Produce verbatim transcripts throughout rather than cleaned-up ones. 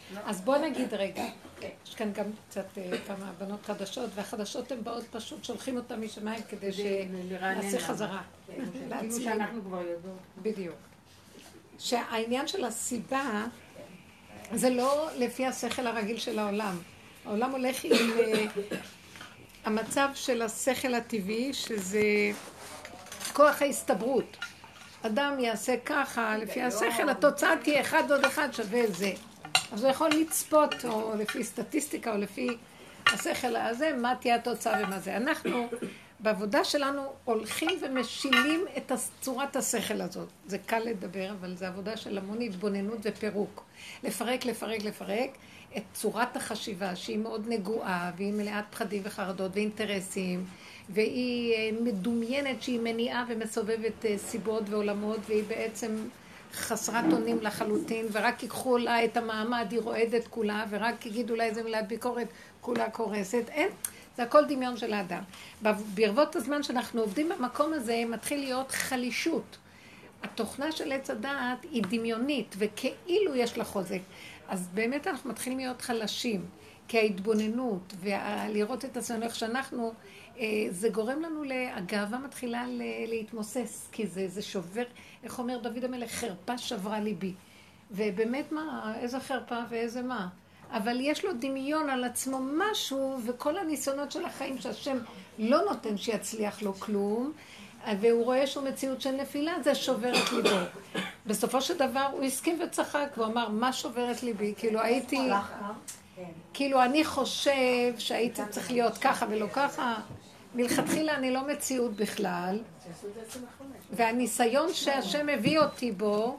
אז בוא נגיד רגע, יש כאן גם קצת כמה בנות חדשות, והחדשות הן באות פשוט, שולחים אותן משמיים כדי שנעשה חזרה. כאילו שאנחנו כבר יודעות. בדיוק. שהעניין של הסיבה, זה לא לפי השכל הרגיל של העולם. העולם הולך עם המצב של השכל הטבעי, שזה כוח ההסתברות. אדם יעשה ככה, לפי השכל, התוצאה תהיה אחד ועוד אחד שווה זה. אז הוא יכול לצפות, או לפי סטטיסטיקה, או לפי השכל הזה, מה תהיה התוצאה ומה זה. אנחנו, בעבודה שלנו, הולכים ומשילים את צורת השכל הזאת. זה קל לדבר, אבל זה עבודה של המון התבוננות ופירוק. לפרק, לפרק, לפרק את צורת החשיבה, שהיא מאוד נגועה, והיא מלאת פחדים וחרדות ואינטרסים, והיא מדומיינת שהיא מניעה ומסובבת סיבות ועולמות, והיא בעצם חסרת אונים לחלוטין, ורק ייקחו לה את המעמד, היא רועדת כולה, ורק יגידו לה איזה מילת ביקורת, כולה קורסת. אין, זה הכל דמיון של האדם. ברבות הזמן שאנחנו עובדים במקום הזה, מתחיל להיות חלישות. התוכנה של עץ הדעת היא דמיונית, וכאילו יש לה חוזק. אז באמת אנחנו מתחילים להיות חלשים, כי ההתבוננות, ולראות את עצמנו איך שאנחנו, זה גורם לנו, הגאווה מתחילה להתמוסס, כי זה, זה שובר, איך אומר דוד המלך, חרפה שברה ליבי. ובאמת מה, איזה חרפה ואיזה מה. אבל יש לו דמיון על עצמו משהו, וכל הניסיונות של החיים שהשם לא נותן שיצליח לו כלום, והוא רואה שהוא מציאות של נפילה, זה שובר את ליבו. בסופו של דבר הוא הסכים וצחק, והוא אמר, מה שובר את ליבי? כאילו הייתי, כאילו אני חושב שהייתי צריך להיות ככה ולא ככה, מלכתחילה אני לא מציאות בכלל, והניסיון שהשם הביא אותי בו,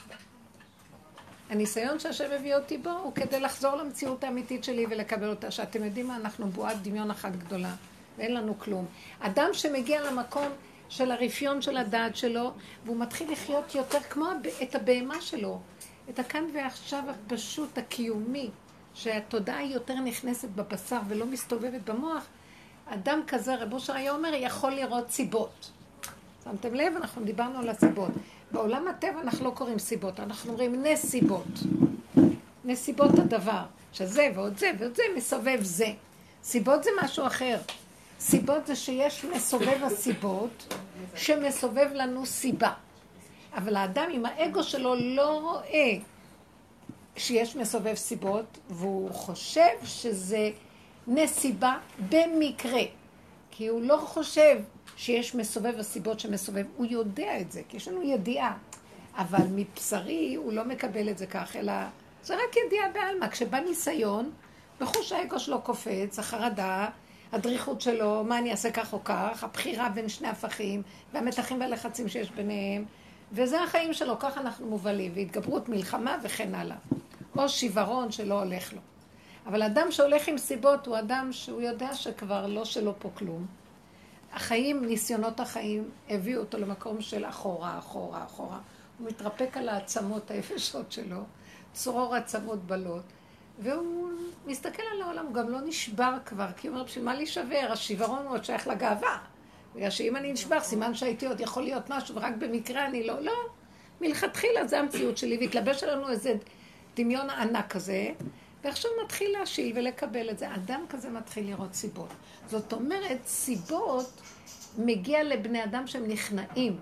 הניסיון שהשם הביא אותי בו הוא כדי לחזור למציאות האמיתית שלי ולקבל אותה, שאתם יודעים מה, אנחנו בועת דמיון אחת גדולה, ואין לנו כלום. אדם שמגיע למקום של הרפיון של הדעת שלו, והוא מתחיל לחיות יותר כמו את הבהמה שלו, את הכאן ועכשיו הפשוט, הקיומי, שהתודעה היא יותר נכנסת בבשר ולא מסתובבת במוח, אדם כזה, רב אושר היה אומר, יכול לראות סיבות. שמתם לב? אנחנו דיברנו על הסיבות. בעולם הטבע אנחנו לא קוראים סיבות, אנחנו אומרים נסיבות. נסיבות הדבר, שזה ועוד זה ועוד זה מסובב זה. סיבות זה משהו אחר. סיבות זה שיש מסובב הסיבות, שמסובב לנו סיבה. אבל האדם עם האגו שלו לא רואה שיש מסובב סיבות, והוא חושב שזה נסיבה במקרה. כי הוא לא חושב שיש מסובב הסיבות שמסובב, הוא יודע את זה, כי יש לנו ידיעה. אבל מבשרי הוא לא מקבל את זה כך, אלא זה רק ידיעה בעלמא. כשבא ניסיון, בחוש האגו שלו קופץ, החרדה, הדריכות שלו, מה אני אעשה כך או כך, הבחירה בין שני הפכים, והמתחים והלחצים שיש ביניהם, וזה החיים שלו, כך אנחנו מובלים, והתגברות מלחמה וכן הלאה. או שיוורון שלא הולך לו. אבל אדם שהולך עם סיבות הוא אדם שהוא יודע שכבר לא שלו פה כלום. החיים, ניסיונות החיים, הביאו אותו למקום של אחורה, אחורה, אחורה. הוא מתרפק על העצמות היפשות שלו, צרור עצמות בלות, והוא מסתכל על העולם, הוא גם לא נשבר כבר, כי הוא אומר, בשביל מה להישבר? השיוורון הוא עוד שייך לגאווה. בגלל שאם אני נשבר, סימן שהייתי עוד יכול להיות משהו, ורק במקרה אני לא, לא. מלכתחילה זה המציאות שלי, והתלבש עלינו איזה דמיון ענק כזה, ועכשיו מתחיל להשיל ולקבל את זה. אדם כזה מתחיל לראות סיבות. זאת אומרת, סיבות מגיע לבני אדם שהם נכנעים,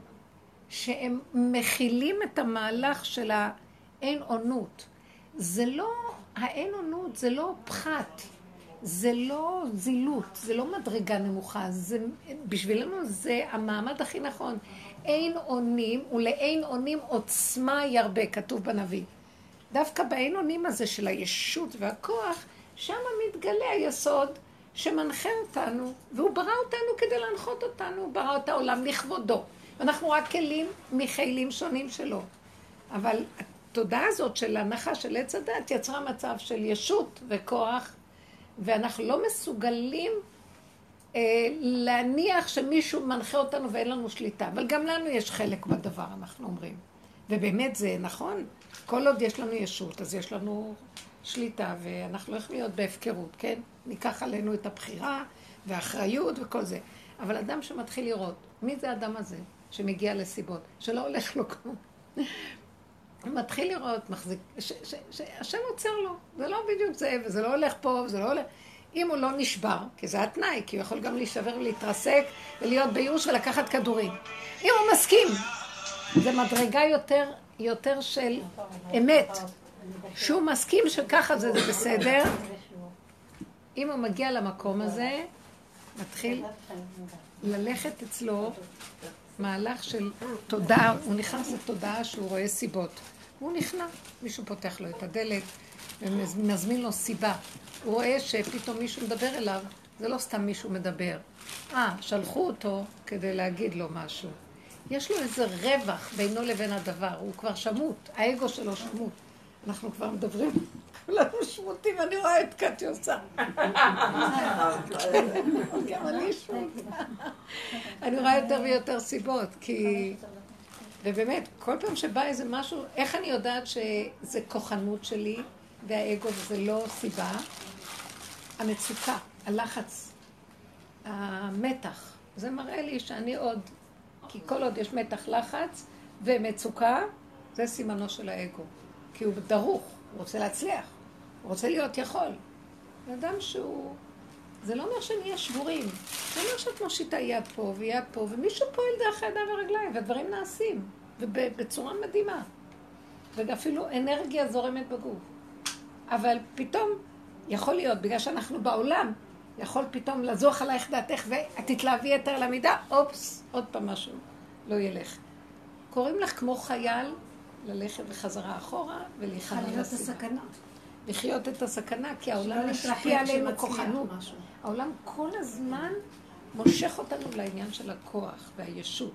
שהם מכילים את המהלך של האין עונות. זה לא, האין עונות זה לא פחת, זה לא זילות, זה לא מדרגה נמוכה, זה, בשבילנו זה המעמד הכי נכון. אין עונים, ולאין עונים עוצמה ירבה, כתוב בנביא. דווקא באין עונים הזה של הישות והכוח, שם מתגלה היסוד שמנחה אותנו, והוא ברא אותנו כדי להנחות אותנו, הוא ברא את העולם לכבודו. ואנחנו רק כלים מחילים שונים שלו. אבל התודעה הזאת של ההנחה של עץ הדת יצרה מצב של ישות וכוח, ואנחנו לא מסוגלים אה, להניח שמישהו מנחה אותנו ואין לנו שליטה. אבל גם לנו יש חלק בדבר, אנחנו אומרים. ובאמת זה נכון. כל עוד יש לנו ישות, אז יש לנו שליטה, ואנחנו לא יכולים להיות בהפקרות, כן? ניקח עלינו את הבחירה והאחריות וכל זה. אבל אדם שמתחיל לראות, מי זה האדם הזה שמגיע לסיבות, שלא הולך לו כלום? הוא מתחיל לראות, מחזיק, שהשם עוצר לו, זה לא בדיוק זה, וזה לא הולך פה, וזה לא הולך... אם הוא לא נשבר, כי זה התנאי, כי הוא יכול גם להישבר ולהתרסק, ולהיות ביוש ולקחת כדורים. אם הוא מסכים, זה מדרגה יותר, יותר של אמת, שהוא מסכים שככה זה, זה בסדר. אם הוא מגיע למקום הזה, מתחיל ללכת אצלו מהלך של תודעה, הוא נכנס לתודעה שהוא רואה סיבות. הוא נכנע, מישהו פותח לו את הדלת ומזמין לו סיבה. הוא רואה שפתאום מישהו מדבר אליו, זה לא סתם מישהו מדבר. אה, שלחו אותו כדי להגיד לו משהו. יש לו איזה רווח בינו לבין הדבר, הוא כבר שמות, האגו שלו שמות. אנחנו כבר מדברים, כולנו שמותים, אני רואה את קטי עושה. גם אני שמות. אני רואה יותר ויותר סיבות, כי... ובאמת, כל פעם שבא איזה משהו, איך אני יודעת שזה כוחנות שלי, והאגו וזה לא סיבה? המצוקה, הלחץ, המתח, זה מראה לי שאני עוד, כי כל עוד יש מתח לחץ ומצוקה, זה סימנו של האגו. כי הוא דרוך, הוא רוצה להצליח, הוא רוצה להיות יכול. זה אדם שהוא, זה לא אומר שנהיה שבורים, זה אומר שאת מושיטה יד פה ויד פה, ומישהו פועל דרך הידיים והרגליים, והדברים נעשים, ובצורה מדהימה. ואפילו אנרגיה זורמת בגוף. אבל פתאום, יכול להיות, בגלל שאנחנו בעולם, יכול פתאום לזוח עלייך דעתך, ואת תתלהבי יותר למידה, אופס, עוד פעם משהו, לא ילך. קוראים לך כמו חייל, ללכת בחזרה אחורה ולהיכנע לסיבה. לחיות את הסכנה, כי העולם משפיע עלינו כוחנות. העולם כל הזמן מושך אותנו לעניין של הכוח והישות.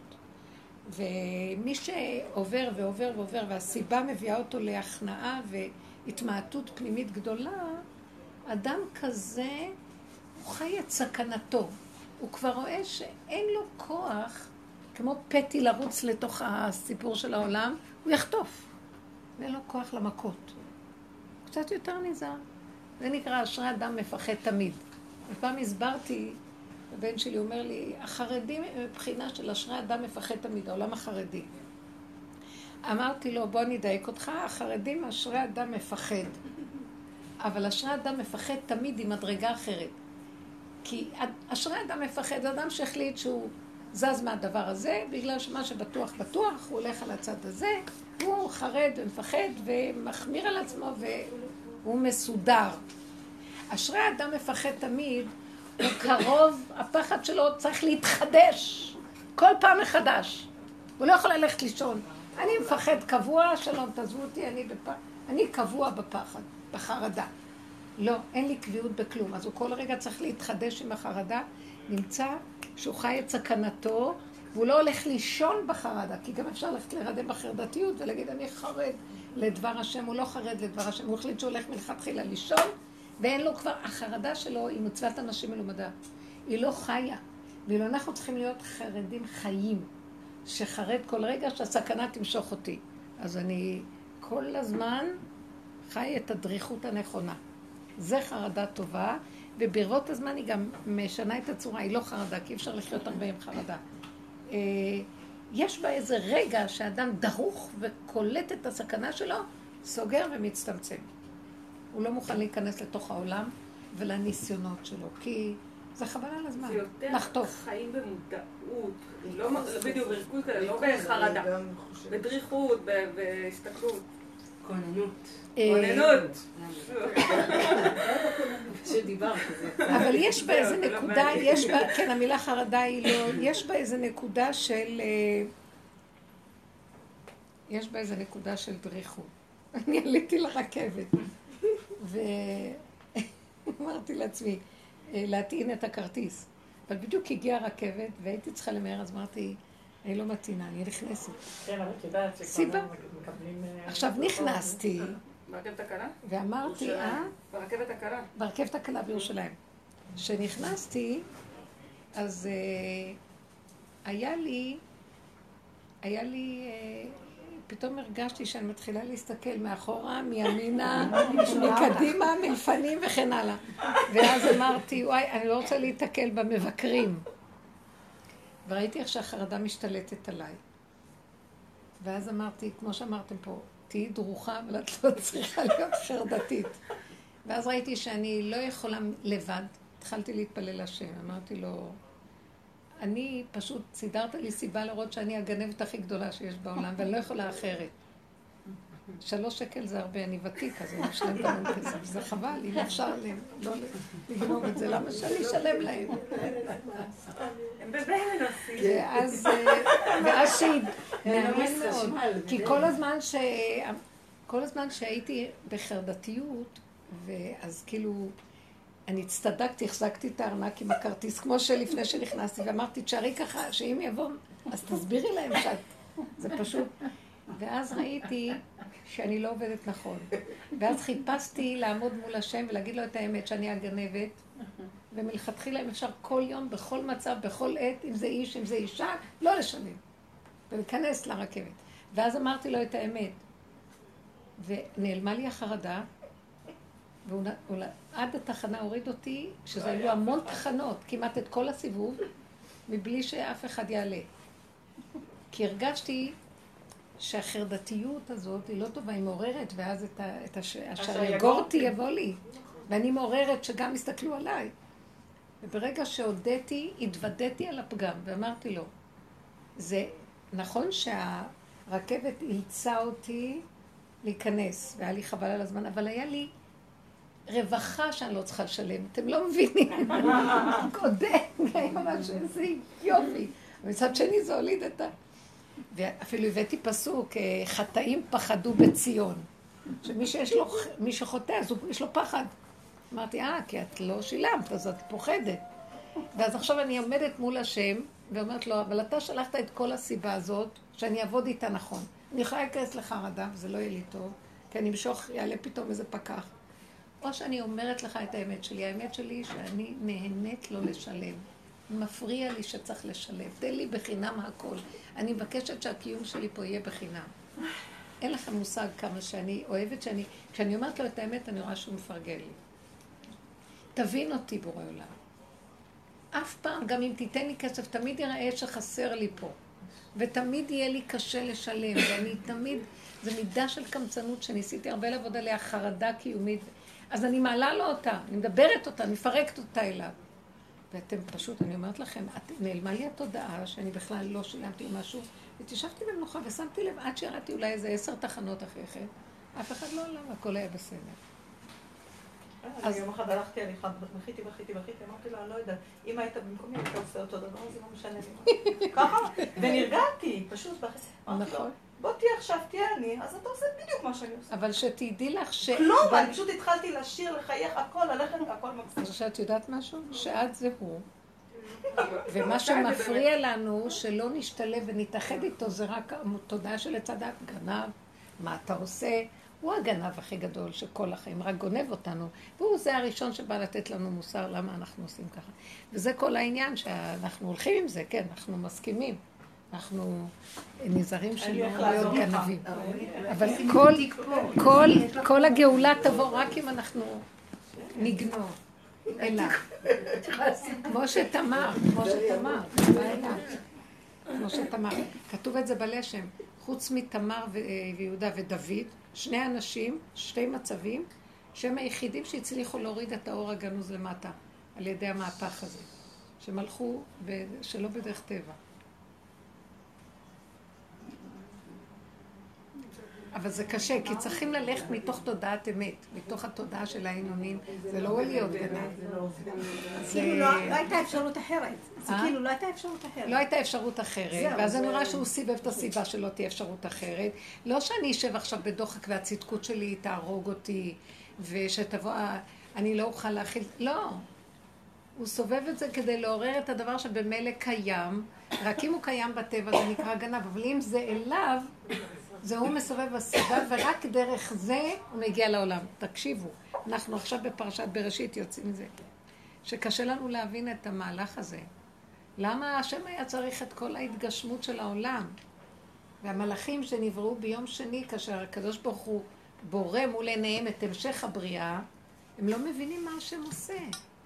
ומי שעובר ועובר ועובר, והסיבה מביאה אותו להכנעה והתמעטות פנימית גדולה, אדם כזה, הוא חי את סכנתו. הוא כבר רואה שאין לו כוח, כמו פטי לרוץ לתוך הסיפור של העולם, הוא יחטוף. ואין לו כוח למכות. קצת יותר נזהר. זה נקרא אשרי אדם מפחד תמיד. ופעם הסברתי, הבן שלי אומר לי, החרדים מבחינה של אשרי אדם מפחד תמיד, העולם החרדי. אמרתי לו, בוא נדייק אותך, החרדים אשרי אדם מפחד. אבל אשרי אדם מפחד תמיד עם מדרגה אחרת. כי אשרי אדם מפחד, זה אדם שהחליט שהוא זז מהדבר הזה, בגלל שמה שבטוח בטוח, הוא הולך על הצד הזה, הוא חרד ומפחד ומחמיר על עצמו והוא מסודר. אשרי האדם מפחד תמיד, הוא קרוב, הפחד שלו צריך להתחדש, כל פעם מחדש. הוא לא יכול ללכת לישון. אני מפחד קבוע, שלום, תעזבו אותי, אני, בפ... אני קבוע בפחד, בחרדה. לא, אין לי קביעות בכלום, אז הוא כל רגע צריך להתחדש עם החרדה, נמצא שהוא חי את סכנתו, והוא לא הולך לישון בחרדה, כי גם אפשר ללכת לרדם בחרדתיות ולהגיד, אני חרד לדבר השם, הוא לא חרד לדבר השם, הוא החליט שהוא הולך מלכתחילה לישון, ואין לו כבר, החרדה שלו היא מצוות אנשים מלומדה. היא לא חיה, ואילו אנחנו צריכים להיות חרדים חיים, שחרד כל רגע שהסכנה תמשוך אותי. אז אני כל הזמן חי את הדריכות הנכונה. זה חרדה טובה, וברבות הזמן היא גם משנה את הצורה, היא לא חרדה, כי אי אפשר לחיות הרבה עם חרדה. יש בה איזה רגע שאדם דרוך וקולט את הסכנה שלו, סוגר ומצטמצם. הוא לא מוכן להיכנס לתוך העולם ולניסיונות שלו, כי זה חבל על הזמן, לחטוף. זה יותר חיים במודעות, לא בדיוק בריכוז כאלה, לא בחרדה, בדריכות, בהסתכלות. כוננות. כוננות. שדיברת. אבל יש בה איזה נקודה, יש בה, כן, המילה חרדה היא לא, יש בה איזה נקודה של, יש בה איזה נקודה של דריכות. אני עליתי לרכבת, ואמרתי לעצמי, להטעין את הכרטיס. אבל בדיוק הגיעה הרכבת, והייתי צריכה למהר, אז אמרתי, אני לא מתאינה, אני נכנסת. כן, אבל את יודעת סיבה. עכשיו נכנסתי, ברכבת הקלה? ואמרתי, אה? ברכבת הקלה. ברכבת הקלה בירושלים. כשנכנסתי, אז היה לי, היה לי, פתאום הרגשתי שאני מתחילה להסתכל מאחורה, מימינה, מקדימה, מלפנים וכן הלאה. ואז אמרתי, וואי, אני לא רוצה להתקל במבקרים. וראיתי איך שהחרדה משתלטת עליי. ואז אמרתי, כמו שאמרתם פה, תהיי דרוכה, אבל את לא צריכה להיות חרדתית. ואז ראיתי שאני לא יכולה לבד. התחלתי להתפלל לשם, אמרתי לו, אני פשוט סידרת לי סיבה לראות שאני הגנבת הכי גדולה שיש בעולם, ואני לא יכולה אחרת. שלוש שקל זה הרבה, אני ותיק, אז אני אשלם את המון כסף, זה חבל, אם אפשר לא לגנוב את זה, למה שאני אשלם להם? הם בבהן עושים. ואז שהיא מעניין מאוד, כי כל הזמן ש... כל הזמן שהייתי בחרדתיות, ואז כאילו, אני הצטדקתי, החזקתי את הארנק עם הכרטיס, כמו שלפני שנכנסתי, ואמרתי, תשארי ככה, שאם יבוא, אז תסבירי להם שאת... זה פשוט... ואז ראיתי שאני לא עובדת נכון. ואז חיפשתי לעמוד מול השם ולהגיד לו את האמת שאני הגנבת, ומלכתחילה אם אפשר כל יום, בכל מצב, בכל עת, אם זה איש, אם זה אישה, לא לשלם. ולהיכנס לרכבת. ואז אמרתי לו את האמת. ונעלמה לי החרדה, ועד התחנה הוריד אותי, שזה היו המון תחנות, כמעט את כל הסיבוב, מבלי שאף אחד יעלה. כי הרגשתי שהחרדתיות הזאת היא לא טובה, היא מעוררת, ואז את, ה, את הש, השרגורתי יבוא לי. ואני מעוררת שגם הסתכלו עליי. וברגע שהודיתי, התוודעתי על הפגם, ואמרתי לו, זה נכון שהרכבת אילצה אותי להיכנס, והיה לי חבל על הזמן, אבל היה לי רווחה שאני לא צריכה לשלם. אתם לא מבינים. קודם, היה ממש איזה יופי. ומצד שני זה הוליד את ה... ואפילו הבאתי פסוק, חטאים פחדו בציון. שמי שיש לו, מי שחוטא, אז יש לו פחד. אמרתי, אה, כי את לא שילמת, אז את פוחדת. ואז עכשיו אני עומדת מול השם, ואומרת לו, אבל אתה שלחת את כל הסיבה הזאת, שאני אעבוד איתה נכון. אני יכולה להיכנס לחרדה, וזה לא יהיה לי טוב, כי אני אמשוך, יעלה פתאום איזה פקח. או שאני אומרת לך את האמת שלי, האמת שלי שאני נהנית לא לשלם. מפריע לי שצריך לשלם, תן לי בחינם הכל. אני מבקשת שהקיום שלי פה יהיה בחינם. אין לכם מושג כמה שאני אוהבת שאני... כשאני אומרת לו את האמת, אני רואה שהוא מפרגן לי. תבין אותי בורא עולם. אף פעם, גם אם תיתן לי כסף, תמיד יראה שחסר לי פה. ותמיד יהיה לי קשה לשלם, ואני תמיד... זו מידה של קמצנות שניסיתי הרבה לעבוד עליה, חרדה קיומית. אז אני מעלה לו אותה, אני מדברת אותה, אני מפרקת אותה אליו. ואתם פשוט, אני אומרת לכם, נעלמה לי התודעה שאני בכלל לא שילמתי משהו, ותשבתי במנוחה ושמתי לב, עד שירדתי אולי איזה עשר תחנות אחרי כן, אף אחד לא עלה, והכל היה בסדר. אז יום אחד הלכתי הליכה, בכיתי, בכיתי, בכיתי, אמרתי לה, לא יודעת, אם היית במקומי, היית עושה אותו דבר, זה לא משנה לי. ככה, ונרגעתי, פשוט בכיתי. אמרתי לו, בוא תהיה עכשיו, תהיה אני, אז אתה עושה בדיוק מה שאני עושה. אבל שתדעי לך ש... כלום, אני פשוט התחלתי לשיר, לחייך, הכל, ללכת, הכל מקסים. אז שאת יודעת משהו? שאת זה הוא. ומה שמפריע לנו, שלא נשתלב ונתאחד איתו, זה רק התודעה של הצד הגנב, מה אתה עושה? הוא הגנב הכי גדול שכל החיים רק גונב אותנו, והוא זה הראשון שבא לתת לנו מוסר למה אנחנו עושים ככה. וזה כל העניין שאנחנו הולכים עם זה, כן, אנחנו מסכימים. אנחנו נזהרים שלא להיות גנבים. אבל כל הגאולה תבוא רק אם אנחנו נגנוב אליו. כמו שתמר, כמו שתמר, כמו שתמר. כתוב את זה בלשם. חוץ מתמר ויהודה ודוד, שני אנשים, שתי מצבים, שהם היחידים שהצליחו להוריד את האור הגנוז למטה, על ידי המהפך הזה, שהם הלכו שלא בדרך טבע. אבל זה קשה, כי צריכים ללכת מתוך תודעת אמת, מתוך התודעה של העינונים, זה לא להיות גנב. כאילו לא הייתה אפשרות אחרת. זה כאילו לא הייתה אפשרות אחרת. לא הייתה אפשרות אחרת, ואז אני רואה שהוא סיבב את הסיבה שלא תהיה אפשרות אחרת. לא שאני אשב עכשיו בדוחק והצדקות שלי תהרוג אותי, ושתבוא, אני לא אוכל להכיל, לא. הוא סובב את זה כדי לעורר את הדבר שבמילא קיים, רק אם הוא קיים בטבע זה נקרא גנב, אבל אם זה אליו, זה הוא מסובב בסיבה, ורק דרך זה הוא מגיע לעולם. תקשיבו, אנחנו עכשיו בפרשת בראשית יוצאים מזה, שקשה לנו להבין את המהלך הזה. למה השם היה צריך את כל ההתגשמות של העולם? והמלאכים שנבראו ביום שני, כאשר הקדוש ברוך הוא בורא מול עיניהם את המשך הבריאה, הם לא מבינים מה השם עושה.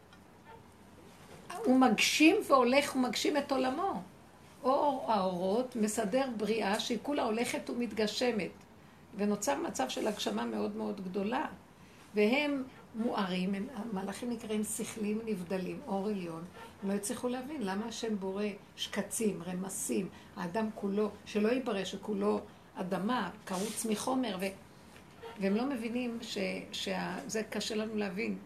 הוא מגשים והולך ומגשים את עולמו. אור האורות מסדר בריאה שהיא כולה הולכת ומתגשמת. ונוצר מצב של הגשמה מאוד מאוד גדולה. והם מוארים, הם, המלאכים נקראים שכלים נבדלים, אור עליון. הם לא הצליחו להבין למה השם בורא שקצים, רמסים, האדם כולו, שלא ייברא שכולו אדמה, קרוץ מחומר, ו... והם לא מבינים ש... שזה קשה לנו להבין.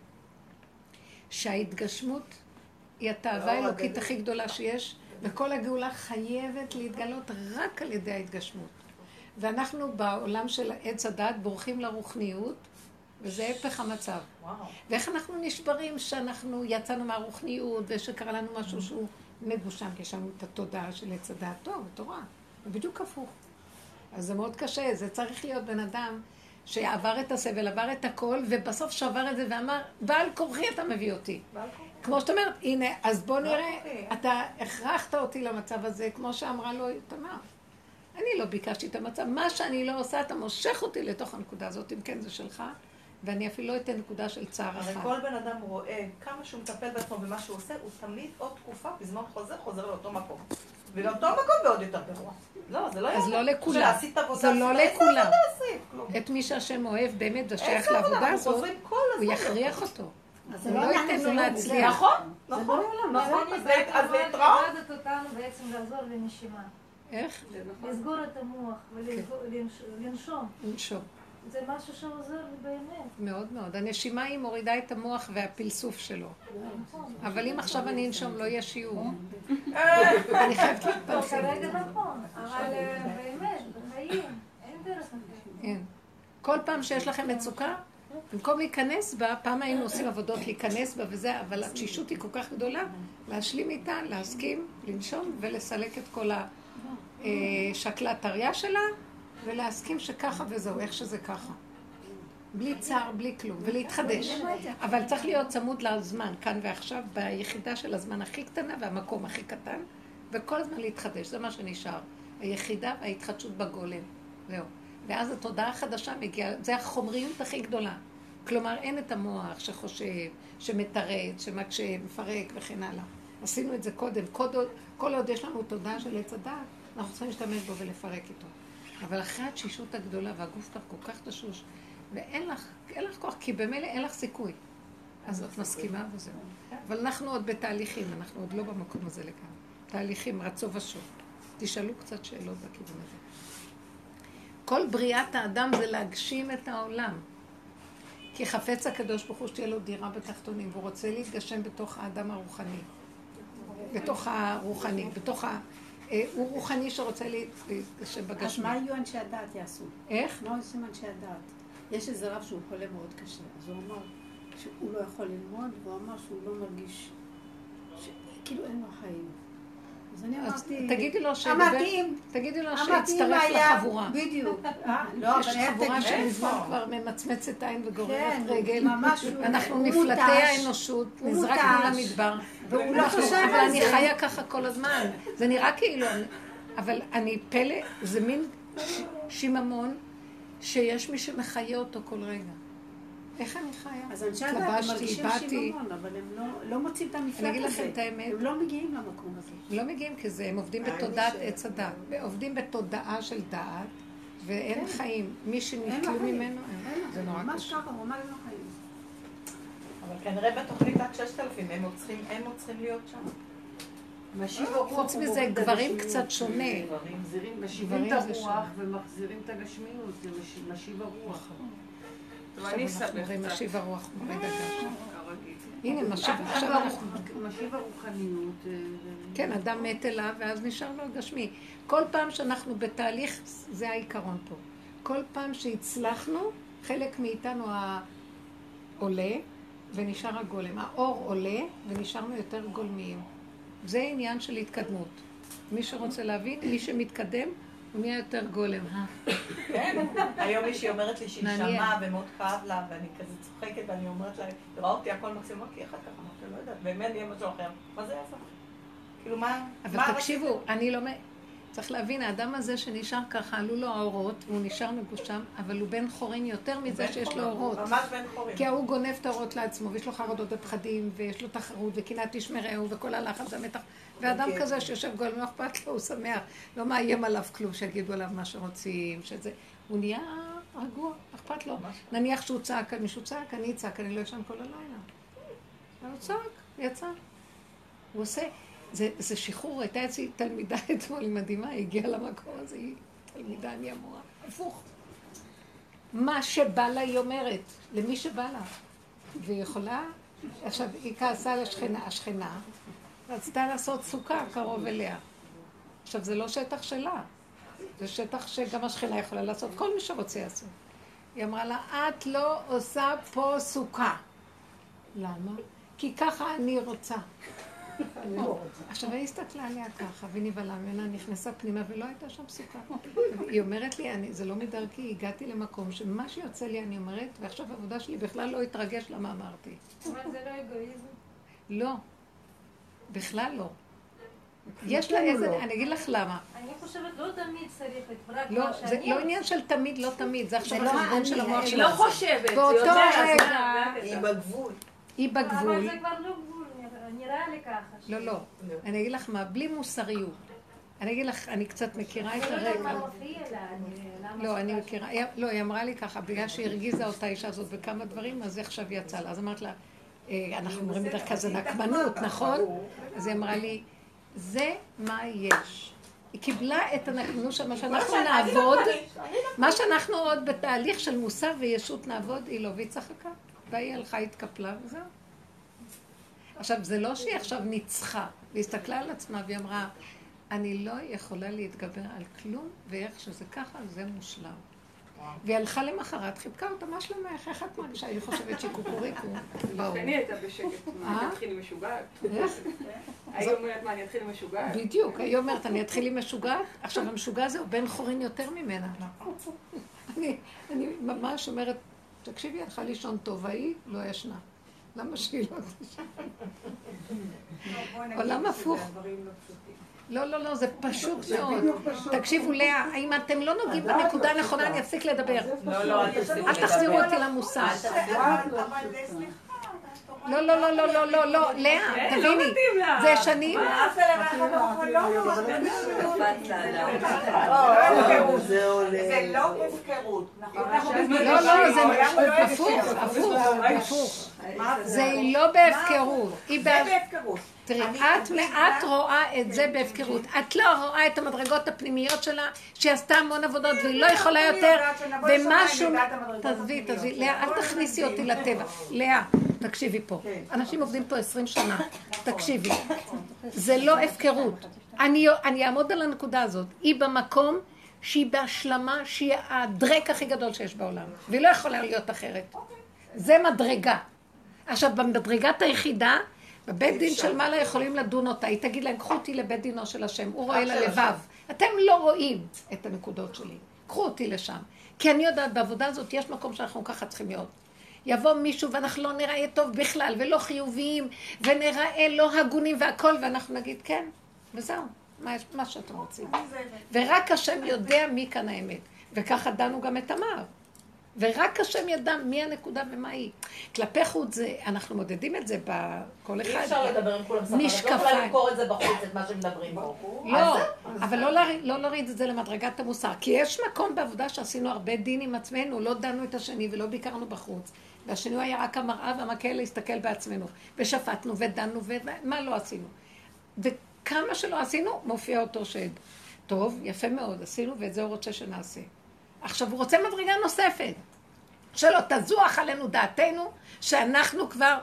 שההתגשמות היא התאווה האלוקית הכי גדולה שיש, וכל הגאולה חייבת להתגלות רק על ידי ההתגשמות. ואנחנו בעולם של עץ הדת בורחים לרוחניות, וזה הפך המצב. ואיך אנחנו נשברים שאנחנו יצאנו מהרוחניות, ושקרה לנו משהו שהוא מגושם, כי יש לנו את התודעה של עץ הדת טוב, תורה. זה בדיוק הפוך. אז זה מאוד קשה, זה צריך להיות בן אדם שעבר את הסבל, עבר את הכל, ובסוף שבר את זה ואמר, בעל כורחי אתה מביא אותי. כמו שאת אומרת, הנה, אז בוא נראה, אתה הכרחת אותי למצב הזה, כמו שאמרה לו תמר. אני לא ביקשתי את המצב, מה שאני לא עושה, אתה מושך אותי לתוך הנקודה הזאת, אם כן זה שלך, ואני אפילו לא אתן נקודה של צער אחד. הרי כל בן אדם רואה כמה שהוא מטפל בעצמו במה שהוא עושה, הוא תמיד עוד תקופה, בזמן חוזר, חוזר לאותו מקום. ולאותו מקום ועוד יותר גרוע. לא, זה לא אז לא לכולם. זה לא לכולם. את מי שהשם אוהב באמת ושייך לעבודה הזאת, הוא יכריח אותו. אז הוא לא ייתן לו להצליח. נכון, נכון. אז עבדת אותנו בעצם לעזור לנשימה. איך? לסגור את המוח ולנשום. לנשום. זה משהו שעוזר לי באמת. מאוד מאוד. הנשימה היא מורידה את המוח והפלסוף שלו. אבל אם עכשיו אני אנשום, לא יהיה שיעור. אני חייבת להתפלסף. כרגע נכון, אבל באמת, בחיים, אין דרך אחרת. אין. כל פעם שיש לכם מצוקה, במקום להיכנס בה, פעם היינו עושים עבודות להיכנס בה וזה, אבל התשישות היא כל כך גדולה, להשלים איתה, להסכים, לנשום ולסלק את כל השקלת הריה שלה, ולהסכים שככה וזהו, איך שזה ככה. בלי צער, בלי כלום, ולהתחדש. אבל צריך להיות צמוד לזמן, כאן ועכשיו, ביחידה של הזמן הכי קטנה והמקום הכי קטן, וכל הזמן להתחדש, זה מה שנשאר. היחידה וההתחדשות בגולם. זהו. ואז התודעה החדשה מגיעה, זה החומריות הכי גדולה. כלומר, אין את המוח שחושב, שמתרץ, שמקשה, מפרק וכן הלאה. עשינו את זה קודם. כל, כל עוד יש לנו תודעה של עץ הדעת, אנחנו צריכים להשתמש בו ולפרק איתו. אבל אחרי התשישות הגדולה והגוף שלך כל כך תשוש, ואין לך, אין לך כוח, כי במילא אין לך סיכוי. אז את מסכימה וזהו. אבל אנחנו עוד בתהליכים, אנחנו עוד לא במקום הזה לגמרי. תהליכים, רצו ושוב. תשאלו קצת שאלות בכיוון הזה. כל בריאת האדם זה להגשים את העולם. כי חפץ הקדוש ברוך הוא שתהיה לו דירה בתחתונים, והוא רוצה להתגשם בתוך האדם הרוחני. בתוך הרוחני, בתוך ה... הוא רוחני שרוצה להתגשם בגשמי. אז מה יהיו אנשי הדעת יעשו? איך? מה עושים אנשי הדעת? יש איזה רב שהוא חולה מאוד קשה, אז הוא אמר שהוא לא יכול ללמוד, והוא אמר שהוא לא מרגיש, כאילו אין לו חיים. אז אני אמרתי... תגידי לו המתאים, תגידי לו שיצטרף לחבורה. בדיוק. יש חבורה שמזמן כבר ממצמצת עין וגוררת רגל. ממש. אנחנו מפלטי האנושות, נזרקנו למדבר. והוא לא חושב על זה. אבל אני חיה ככה כל הזמן. זה נראה כאילו... אבל אני פלא, זה מין שיממון שיש מי שמחיה אותו כל רגע. איך אני חיה? אז אנשי הדעת הם מרגישים שיממון, אבל הם לא מוצאים את המפלט הזה. אני אגיד לכם את האמת. הם לא מגיעים למקום הזה. הם לא מגיעים כי זה, הם עובדים בתודעת עץ הדעת. עובדים בתודעה של דעת, ואין חיים. מי שנתלו ממנו, זה נורא קשה. ממש ככה, הוא אמר לו חיים. אבל כנראה בתוכנית עד ששת אלפים, הם עוד צריכים להיות שם. חוץ מזה, גברים קצת שונה. משיבים את הרוח ומחזירים את הגשמיות, זה משיב הרוח. עכשיו אנחנו רואים משיב הרוח, מוריד הגשם. הנה, משיב הרוחניות. כן, אדם מת אליו, ואז נשאר לו הגשמי. כל פעם שאנחנו בתהליך, זה העיקרון פה. כל פעם שהצלחנו, חלק מאיתנו העולה, ונשאר הגולם. האור עולה, ונשארנו יותר גולמיים. זה עניין של התקדמות. מי שרוצה להבין, מי שמתקדם, הוא נהיה יותר גולם. כן, היום מישהי אומרת לי שהיא שמעה ומאוד כאב לה, ואני כזה צוחקת, ואני אומרת לה, ראה אותי הכל מקסימות, כי אחר כך אמרתי, לא יודעת, באמת יהיה משהו אחר. מה זה יעשה? כאילו מה... אבל תקשיבו, אני לא... צריך להבין, האדם הזה שנשאר ככה, עלו לו האורות, והוא נשאר מגושם, אבל הוא בן חורין יותר מזה שיש לו אורות. ממש בן חורין. כי הוא גונב את האורות לעצמו, ויש לו חרדות ופחדים, ויש לו תחרות, וקנאת איש מרעהו, וכל הלחץ המתח. ואדם כזה שיושב גול, לא אכפת לו, הוא שמח. לא מאיים עליו כלום, שיגידו עליו מה שרוצים, שזה... הוא נהיה רגוע, אכפת לו. נניח שהוא צעק, מישהו צעק, אני צעק, אני לא ישן כל הלילה. הוא צעק, יצא. הוא עושה, זה, זה שחרור, הייתה אצלי תלמידה אתמול, היא מדהימה, היא הגיעה למקום הזה, היא תלמידה, אני אמורה, הפוך. מה שבא לה היא אומרת, למי שבא לה. והיא יכולה, עכשיו היא כעסה לשכנה, השכנה, רצתה לעשות סוכה קרוב אליה. עכשיו זה לא שטח שלה, זה שטח שגם השכנה יכולה לעשות, כל מי שרוצה לעשות. היא אמרה לה, את לא עושה פה סוכה. למה? כי ככה אני רוצה. עכשיו היא הסתכלה עליה ככה, והיא נבהלה ממנה, נכנסה פנימה ולא הייתה שם סוכה. היא אומרת לי, אני, זה לא מדרכי, הגעתי למקום שמה שיוצא לי אני אומרת, ועכשיו העבודה שלי בכלל לא התרגש למה אמרתי. אבל זה לא אגואיזם? לא, בכלל לא. יש לה איזה, אני אגיד לך למה. אני חושבת, לא תמיד צריך רק לא, מה זה שאני... לא עניין של תמיד, לא תמיד, זה עכשיו החשבון של המוח היא שלה. לא חושבת, זה באותו יודע, רגע, היא בגבול. היא אבל בגבול. זה כבר לא גבול, נראה לי ככה. לא, לא. אני אגיד לך מה, בלי מוסריות. אני אגיד לך, אני קצת מכירה את אני לא יודעת הרקע. מה מופיע לה, למה... לא, אני מכירה, לא, היא אמרה לי ככה, בגלל שהרגיזה אותה האישה הזאת בכמה דברים, אז היא עכשיו יצאה לה. אז אמרת לה, אנחנו אומרים בדרך כלל זה נקמנות, נכון? אז היא אמרה לי, זה מה יש. היא קיבלה את הנקמנות של מה שאנחנו נעבוד, מה שאנחנו עוד בתהליך של מוסר וישות נעבוד, היא לא, והיא צחקה. והיא הלכה, התקפלה וזהו. עכשיו, זה לא שהיא עכשיו ניצחה, והיא הסתכלה על עצמה והיא אמרה, אני לא יכולה להתגבר על כלום, ואיך שזה ככה, זה מושלם. והיא הלכה למחרת, חיבקה אותה, מה שלומך? איך את מרגישה? היא חושבת שהיא קוקוריקו. אני הייתה בשקט, מה, אני אתחיל עם משוגעת? היא אומרת, מה, אני אתחיל עם משוגעת? בדיוק, היא אומרת, אני אתחיל עם משוגעת? עכשיו, המשוגע הזה הוא בן חורין יותר ממנה. אני ממש אומרת, תקשיבי, הלכה לישון טוב, ההיא לא ישנה. למה שהיא לא תשנה? עולם הפוך. לא, לא, לא, זה פשוט מאוד. תקשיבו, לאה, האם אתם לא נוגעים בנקודה הנכונה, אני אפסיק לדבר. לא, לא, אל תחזירו אותי למוסר. לא, לא, לא, לא, לא, לא, לא, לאה, תביני, זה שנים. זה לא הפקרות. לא, לא, זה הפוך, הפוך, הפוך. זה לא בהפקרות. היא בהפקרות. תראי, את מעט רואה את זה בהפקרות. את לא רואה את המדרגות הפנימיות שלה, שהיא עשתה המון עבודות והיא לא יכולה יותר, ומשהו... תעזבי, תעזבי. לאה, אל תכניסי אותי לטבע. לאה, תקשיבי פה. אנשים עובדים פה עשרים שנה. תקשיבי. זה לא הפקרות. אני אעמוד על הנקודה הזאת. היא במקום שהיא בהשלמה, שהיא הדרק הכי גדול שיש בעולם. והיא לא יכולה להיות אחרת. זה מדרגה. עכשיו, במדרגת היחידה, בבית דין של מעלה יכולים לדון אותה, היא תגיד להם, קחו אותי לבית דינו של השם, הוא רואה ללבב. אתם לא רואים את הנקודות שלי, קחו אותי לשם. כי אני יודעת, בעבודה הזאת יש מקום שאנחנו ככה צריכים להיות. יבוא מישהו ואנחנו לא נראה טוב בכלל, ולא חיוביים, ונראה לא הגונים והכל, ואנחנו נגיד, כן, וזהו, מה, מה שאתם רוצים. ורק השם יודע מי כאן האמת. וככה דנו גם את תמר. ורק השם ידע מי הנקודה ומה היא. כלפי חוץ זה, אנחנו מודדים את זה בכל אחד. אי אפשר לדבר עם כולם שכר, את לא יכולה למכור את זה בחוץ, את מה שמדברים בו. לא, אבל לא להוריד את זה למדרגת המוסר, כי יש מקום בעבודה שעשינו הרבה דין עם עצמנו, לא דנו את השני ולא ביקרנו בחוץ, והשני היה רק המראה והמקל להסתכל בעצמנו, ושפטנו ודנו ומה לא עשינו. וכמה שלא עשינו, מופיע אותו שד. טוב, יפה מאוד, עשינו ואת זה הוא רוצה שנעשה. עכשיו הוא רוצה מדרגה נוספת, שלא תזוח עלינו דעתנו, שאנחנו כבר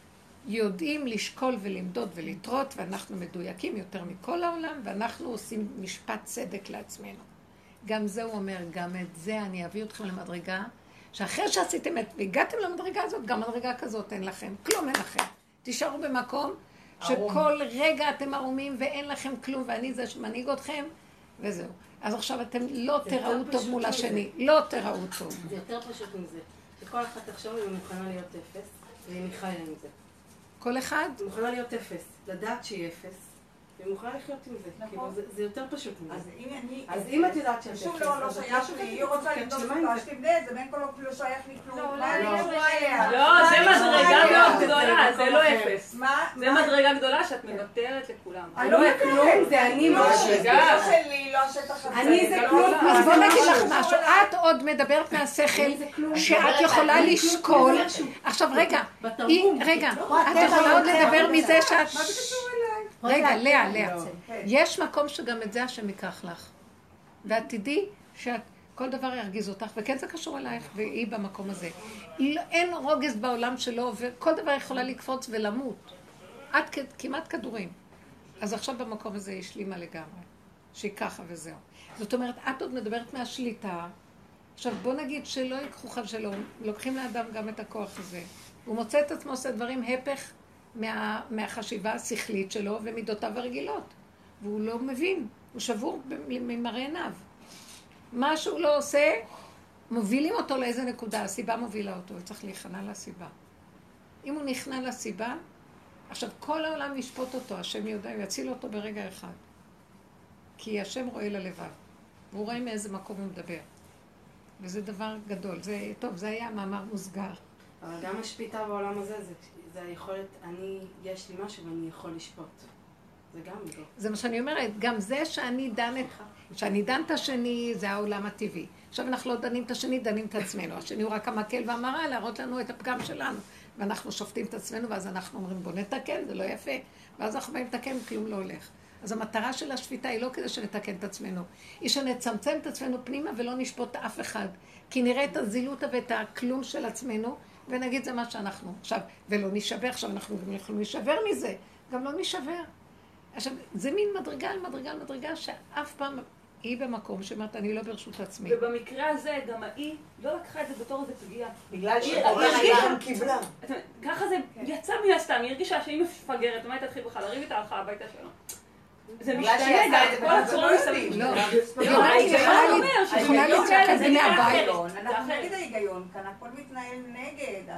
יודעים לשקול ולמדוד ולטרות, ואנחנו מדויקים יותר מכל העולם, ואנחנו עושים משפט צדק לעצמנו. גם זה הוא אומר, גם את זה אני אביא אתכם למדרגה, שאחרי שעשיתם את, והגעתם למדרגה הזאת, גם מדרגה כזאת אין לכם, כלום אין לכם. תישארו במקום שכל רגע אתם ערומים ואין לכם כלום, ואני זה שמנהיג אתכם, וזהו. אז עכשיו אתם לא תראו טוב מול השני, לא תראו טוב. זה יותר פשוט מזה. שכל אחת תחשוב אם היא מוכנה להיות אפס, והיא חיה עם זה. כל אחד? היא מוכנה להיות אפס, לדעת שהיא אפס, והיא מוכנה לחיות עם זה. כאילו, זה יותר פשוט מזה. אז אם את יודעת שאת אפס, שוב לא, לא שייך לי, היא רוצה לבדוק אותה, שתבנה את זה, בין כל לא שייך לי כלום. לא, זה מדרגה מאוד גדולה. גדולה, זה לא אפס. זה מדרגה גדולה שאת מוותרת לכולם. אני לא מוותרת, זה אני מדרגה. אני זה כלום. אז בוא נגיד לך משהו, את עוד מדברת מהשכל שאת יכולה לשקול. עכשיו רגע, רגע, את יכולה עוד לדבר מזה שאת... רגע, לאה, לאה. יש מקום שגם את זה השם ייקח לך. ואת תדעי שאת... כל דבר ירגיז אותך, וכן זה קשור אלייך, והיא במקום הזה. אין רוגז בעולם שלא עובר, כל דבר יכולה לקפוץ ולמות. עד כמעט כדורים. אז עכשיו במקום הזה היא שלימה לגמרי. שהיא ככה וזהו. זאת אומרת, את עוד מדברת מהשליטה. עכשיו בוא נגיד שלא ייקחו חד שלום, לוקחים לאדם גם את הכוח הזה. הוא מוצא את עצמו עושה דברים הפך מה, מהחשיבה השכלית שלו ומידותיו הרגילות. והוא לא מבין, הוא שבור ממראה עיניו. מה שהוא לא עושה, מובילים אותו לאיזה נקודה, הסיבה מובילה אותו, הוא צריך להיכנע לסיבה. אם הוא נכנע לסיבה, עכשיו כל העולם ישפוט אותו, השם יודע, הוא יציל אותו ברגע אחד. כי השם רואה ללבב, והוא רואה מאיזה מקום הוא מדבר. וזה דבר גדול, זה טוב, זה היה מאמר מוסגר. אבל גם השפיטה בעולם הזה, זה, זה היכולת, אני, יש לי משהו ואני יכול לשפוט. זה גם לא. זה מה שאני אומרת, גם זה שאני דן את... שאני דן את השני, זה העולם הטבעי. עכשיו אנחנו לא דנים את השני, דנים את עצמנו. השני הוא רק המקל והמראה, להראות לנו את הפגם שלנו. ואנחנו שופטים את עצמנו, ואז אנחנו אומרים, בוא נתקן, זה לא יפה. ואז אנחנו באים לתקן, כלום לא הולך. אז המטרה של השפיטה היא לא כדי שנתקן את עצמנו. היא שנצמצם את עצמנו פנימה ולא נשפוט אף אחד. כי נראה את הזילות ואת הכלום של עצמנו, ונגיד זה מה שאנחנו. עכשיו, ולא נשבר, עכשיו אנחנו גם יכולים לשבר מזה. גם לא נשבר. עכשיו, זה מין מדרגה על מדרגה על מדרגה שאף פעם היא במקום שאומרת, אני לא ברשות עצמי. ובמקרה הזה, גם האי לא לקחה את זה בתור איזה פגיעה. בגלל שהיא גם קיבלה. ככה זה יצא מן הסתם, היא הרגישה שהיא מפגרת, מה היא תתחיל בכלל, להריב איתה הלכה הביתה שלו. זה משתנה גם, כל הצורה מסביב. לא, היא יכולה להתרחב בני הבית. אנחנו נגד ההיגיון, כאן הכל מתנהל נגד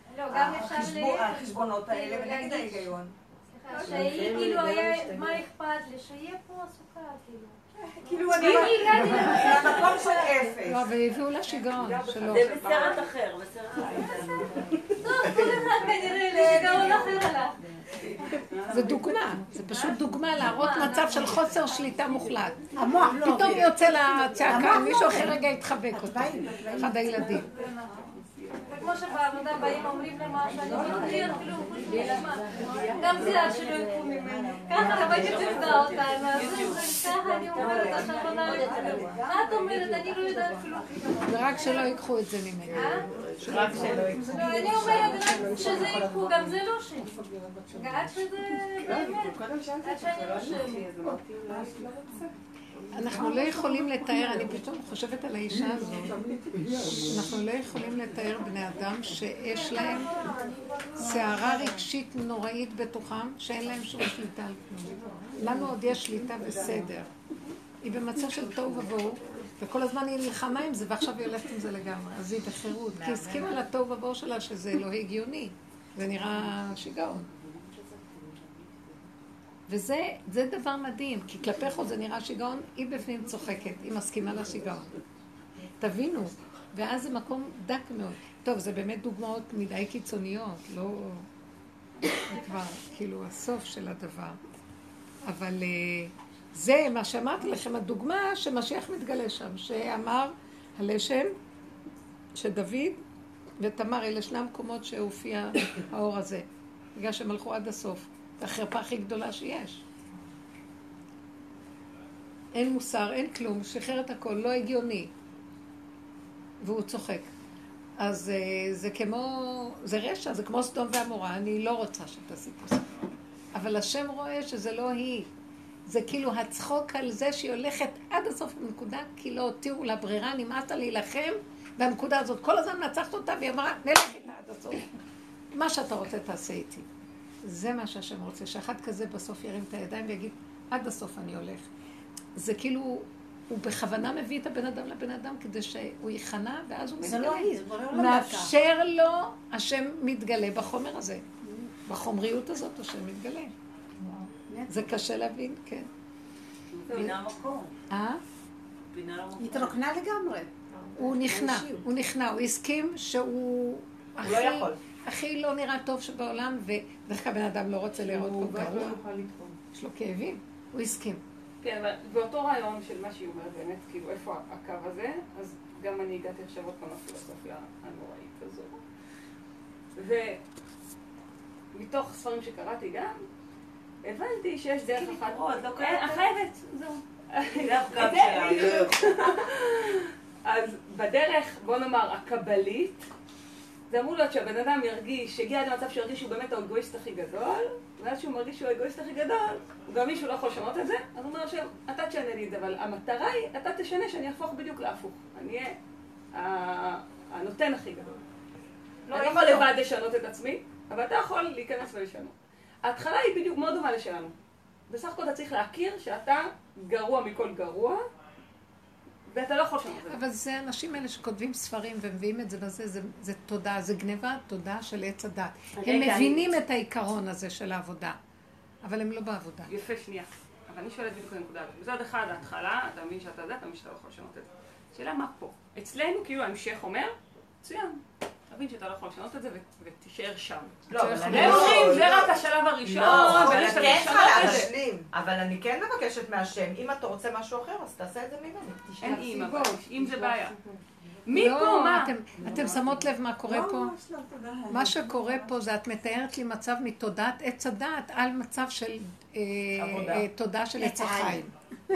החשבונות האלה ונגד ההיגיון. שהיא כאילו היה, מה אכפת לי? שיהיה פה עסוקה, כאילו. כאילו אני למקום של אפס. לא, והביאו לה שיגעון שלו. זה בסרט אחר, בסרט אחר. טוב, כל אחד כנראה לשיגעון אחר עליו. זה דוגמה, זה פשוט דוגמה להראות מצב של חוסר שליטה מוחלט. פתאום יוצא לה צעקה, מישהו אחר רגע יתחבק אותו, אחד הילדים. כמו שבעבודה באים אומרים למה שאני מתחיל אפילו חוץ מלמה. גם זה עד שלא יקחו ממני. ככה הבית תפגע אותנו, אז ככה אני אומרת עכשיו עונה לכלום. מה את אומרת? אני לא יודעת כלום. זה רק שלא ייקחו את זה ממני. רק שלא ייקחו. אני אומרת רק שזה ייקחו, גם זה לא שלי. עד שזה באמת, עד שאני לא שלי. אנחנו לא יכולים לתאר, אני פתאום חושבת על האישה הזאת, אנחנו לא יכולים לתאר בני אדם שיש להם שערה רגשית נוראית בתוכם, שאין להם שום שליטה על כלום. לנו עוד יש שליטה בסדר. היא במצב של תוהו ובוהו, וכל הזמן היא נלחמה עם זה, ועכשיו היא הולכת עם זה לגמרי. אז היא בחירות, כי הסכימה לתוהו ובוהו שלה שזה לא הגיוני. זה נראה שיגעון. וזה זה דבר מדהים, כי כלפי חוץ זה נראה שיגעון, היא בפנים צוחקת, היא מסכימה לשיגעון. תבינו, ואז זה מקום דק מאוד. טוב, זה באמת דוגמאות מדי קיצוניות, לא... זה כבר כאילו הסוף של הדבר. אבל זה מה שאמרתי לכם, הדוגמה שמשיח מתגלה שם, שאמר הלשם, שדוד ותמר, אלה שני המקומות שהופיע האור הזה, בגלל שהם הלכו עד הסוף. זה החרפה הכי גדולה שיש. אין מוסר, אין כלום, שחרר את הכל, לא הגיוני. והוא צוחק. אז זה כמו, זה רשע, זה כמו סדום ועמורה, אני לא רוצה שתעשי פה סוף. אבל השם רואה שזה לא היא. זה כאילו הצחוק על זה שהיא הולכת עד הסוף בנקודה, כי לא הותירו לה ברירה, נמאסת להילחם, והנקודה הזאת כל הזמן נצחת אותה, והיא אמרה, נלך איתה עד הסוף. מה שאתה רוצה תעשה איתי. זה מה שהשם רוצה, שאחד כזה בסוף ירים את הידיים ויגיד, עד הסוף אני הולך. זה כאילו, הוא בכוונה מביא את הבן אדם לבן אדם כדי שהוא ייכנע, ואז הוא מתגלה. זה לא היא, זה בורא עולם מאפשר לו, השם מתגלה בחומר הזה. בחומריות הזאת השם מתגלה. זה קשה להבין, כן. בינה מקום. אה? בינה למקום. היא התרוקנה לגמרי. הוא נכנע, הוא נכנע, הוא הסכים שהוא... הוא לא יכול. הכי לא נראה טוב שבעולם, ודרך כלל בן אדם לא רוצה לראות פה גרוע. יש לו כאבים, הוא הסכים. כן, אבל באותו רעיון של מה שהיא אומרת באמת, כאילו איפה הקו הזה, אז גם אני הגעתי עכשיו עוד פעם לפילוסופיה הנוראית הזו. ומתוך ספרים שקראתי גם, הבנתי שיש דרך אחת... אחרת, זהו. זה הקו שלנו. אז בדרך, בוא נאמר, הקבלית, זה אמור להיות שהבן אדם ירגיש, שהגיע עד למצב שירגיש שהוא באמת האגואיסט הכי גדול, ואז שהוא מרגיש שהוא האגואיסט הכי גדול, גם מישהו לא יכול לשנות את זה, אז הוא אומר עכשיו, אתה תשנה לי את זה, אבל המטרה היא, אתה תשנה שאני אהפוך בדיוק להפוך. אני אהיה הנותן הכי גדול. אני לא יכול לבד לשנות את עצמי, אבל אתה יכול להיכנס ולשנות. ההתחלה היא בדיוק מאוד דומה לשלנו. בסך הכל אתה צריך להכיר שאתה גרוע מכל גרוע, ואתה לא יכול לשנות את זה. אבל זה האנשים האלה שכותבים ספרים ומביאים את זה וזה, זה, זה תודה, זה גניבה תודה של עץ הדת. הם מבינים את העיקרון הזה של העבודה, אבל הם לא בעבודה. יפה, שנייה. אבל אני שואלת בדיוק הנקודה. בצד אחד, ההתחלה, אתה מבין שאתה זה, אתה מבין שאתה לא יכול לשנות את זה. שאלה מה פה? אצלנו, כאילו ההמשך אומר, מצוין. תבין שאתה לא יכול לשנות את זה ותישאר שם. לא, אבל הם אומרים, זה רק השלב הראשון, ואני כן צריכה להשלים. אבל אני כן מבקשת מהשם, אם אתה רוצה משהו אחר, אז תעשה את זה ממני. אין אם, אבל אם זה בעיה. מי פה, מה? אתם שמות לב מה קורה פה? מה שקורה פה זה את מתארת לי מצב מתודעת עץ הדעת על מצב של תודה של עץ החיים.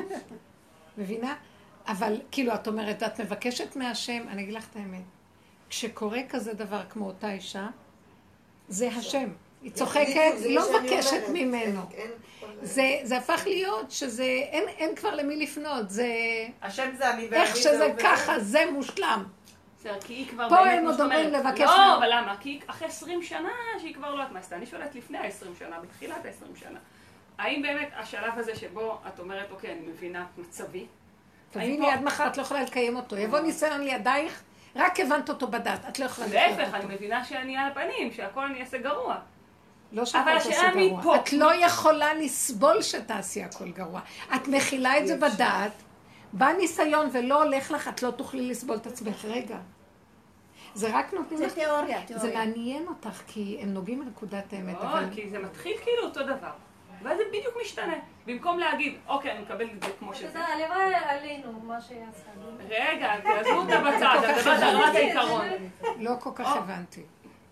מבינה? אבל כאילו את אומרת, את מבקשת מהשם, אני אגיד לך את האמת. כשקורה כזה דבר כמו אותה אישה, זה השם. היא צוחקת, היא לא מבקשת ממנו. זה הפך להיות שזה, אין כבר למי לפנות, זה... השם זה אני ואני. איך שזה ככה, זה מושלם. כי היא כבר פה הם עוד אומרים לבקש... לא, אבל למה? כי אחרי עשרים שנה שהיא כבר לא את מה עשתה. אני שואלת לפני ה-עשרים שנה, בתחילת ה-עשרים שנה. האם באמת השלב הזה שבו את אומרת, אוקיי, אני מבינה את מצבי? תביני, עד מחר את לא יכולה לקיים אותו. יבוא ניסיון לידייך, רק הבנת אותו בדת, את לא יכולה לקיים אותו. להפך, אני מבינה שאני על הפנים, שהכל אני אעשה גרוע. לא שהכל תעשה גרוע. את לא יכולה לסבול שתעשי הכל גרוע. את מכילה את זה בדת, בא ניסיון ולא הולך לך, את לא תוכלי לסבול את עצמך. רגע. זה רק נותנים לך... זה תיאוריה, תיאוריה. זה מעניין אותך, כי הם נוגעים לנקודת האמת. לא, כי זה מתחיל כאילו אותו דבר. ואז זה בדיוק משתנה. במקום להגיד, אוקיי, אני מקבל את זה כמו שזה. זה הלוואי עלינו, מה שיעשה. רגע, תעזבו אותה בצד, אני מדברת על רמת העיקרון. לא כל כך הבנתי.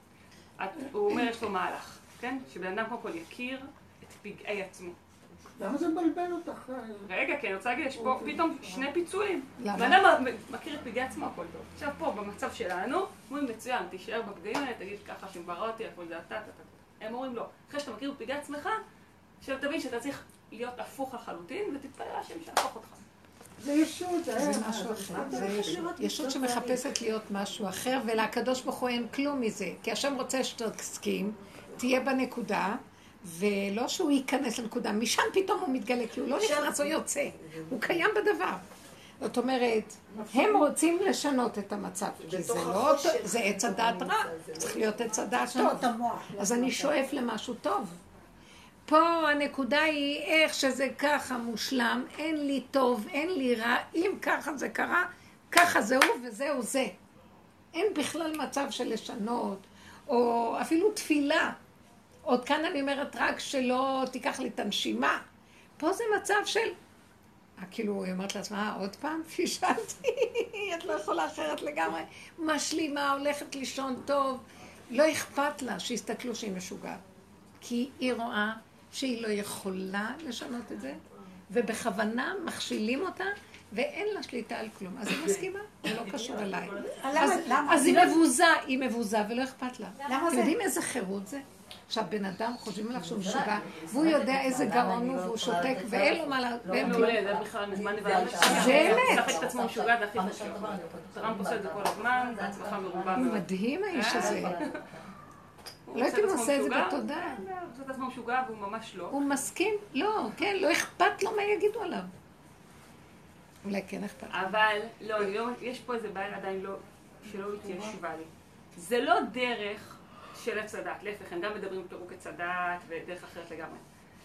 הוא אומר, יש לו מהלך, כן? שבן אדם קודם כל יכיר את פגעי עצמו. למה זה מבלבל אותך? רגע, כי אני רוצה להגיד, יש פה פתאום שני פיצולים. למה? בן אדם מכיר את פגעי עצמו, הכל טוב. עכשיו פה, במצב שלנו, אומרים מצוין, תישאר בפגעים האלה, תגיד ככה שמברא אותי, הכל זה אתה, אתה, אתה. הם אומרים לא. אחרי שאתה מכיר את פגעי עצמך, עכשיו תבין שאתה צריך להיות הפוך לחלוטין, ותתפלל השם שהפוך אותך. זה ישות, זה משהו אחר. זה ישות שמחפשת להיות משהו אחר, ולקדוש ברוך הוא אין כלום מזה. כי השם רוצה שתסכים, תהיה בנקודה, ולא שהוא ייכנס לנקודה. משם פתאום הוא מתגלה, כי הוא לא נכנס או יוצא. הוא קיים בדבר. זאת אומרת, הם רוצים לשנות את המצב, כי זה לא, זה עץ הדעת רע, צריך להיות עץ הדעת טוב. אז אני שואף למשהו טוב. פה הנקודה היא איך שזה ככה מושלם, אין לי טוב, אין לי רע, אם ככה זה קרה, ככה זהו וזהו זה. אין בכלל מצב של לשנות, או אפילו תפילה. עוד כאן אני אומרת רק שלא תיקח לי את הנשימה. פה זה מצב של... כאילו, היא אומרת לעצמה, עוד פעם, פישלתי, את לא יכולה אחרת לגמרי. משלימה, הולכת לישון טוב. לא אכפת לה שיסתכלו שהיא משוגעת. כי היא רואה שהיא לא יכולה לשנות את זה, ובכוונה מכשילים אותה, ואין לה שליטה על כלום. אז היא מסכימה, זה לא קשור אליי. אז היא מבוזה, היא מבוזה ולא אכפת לה. אתם יודעים איזה חירות זה? עכשיו, בן אדם חושבים עליו שהוא משוגע, והוא יודע איזה גאון הוא, והוא שותק, ואין לו מה לה... ואין לו זה בכלל מזמן נבלה. זה אמת. שחק את עצמו משוגע, זה הכי חשוב. טראמפ עושה את זה כל הזמן, זה הצלחה מרובה. הוא מדהים האיש הזה. לא הייתי עושה את זה בתודה. הוא עושה את עצמו משוגע והוא ממש לא. הוא מסכים? לא, כן, לא אכפת לו מה יגידו עליו. אולי כן אכפת. אבל, לא, יש פה איזה בעיה עדיין שלא התיישבה לי. זה לא דרך של עץ הדת, להפך, הם גם מדברים פירוק עץ הדת ודרך אחרת לגמרי.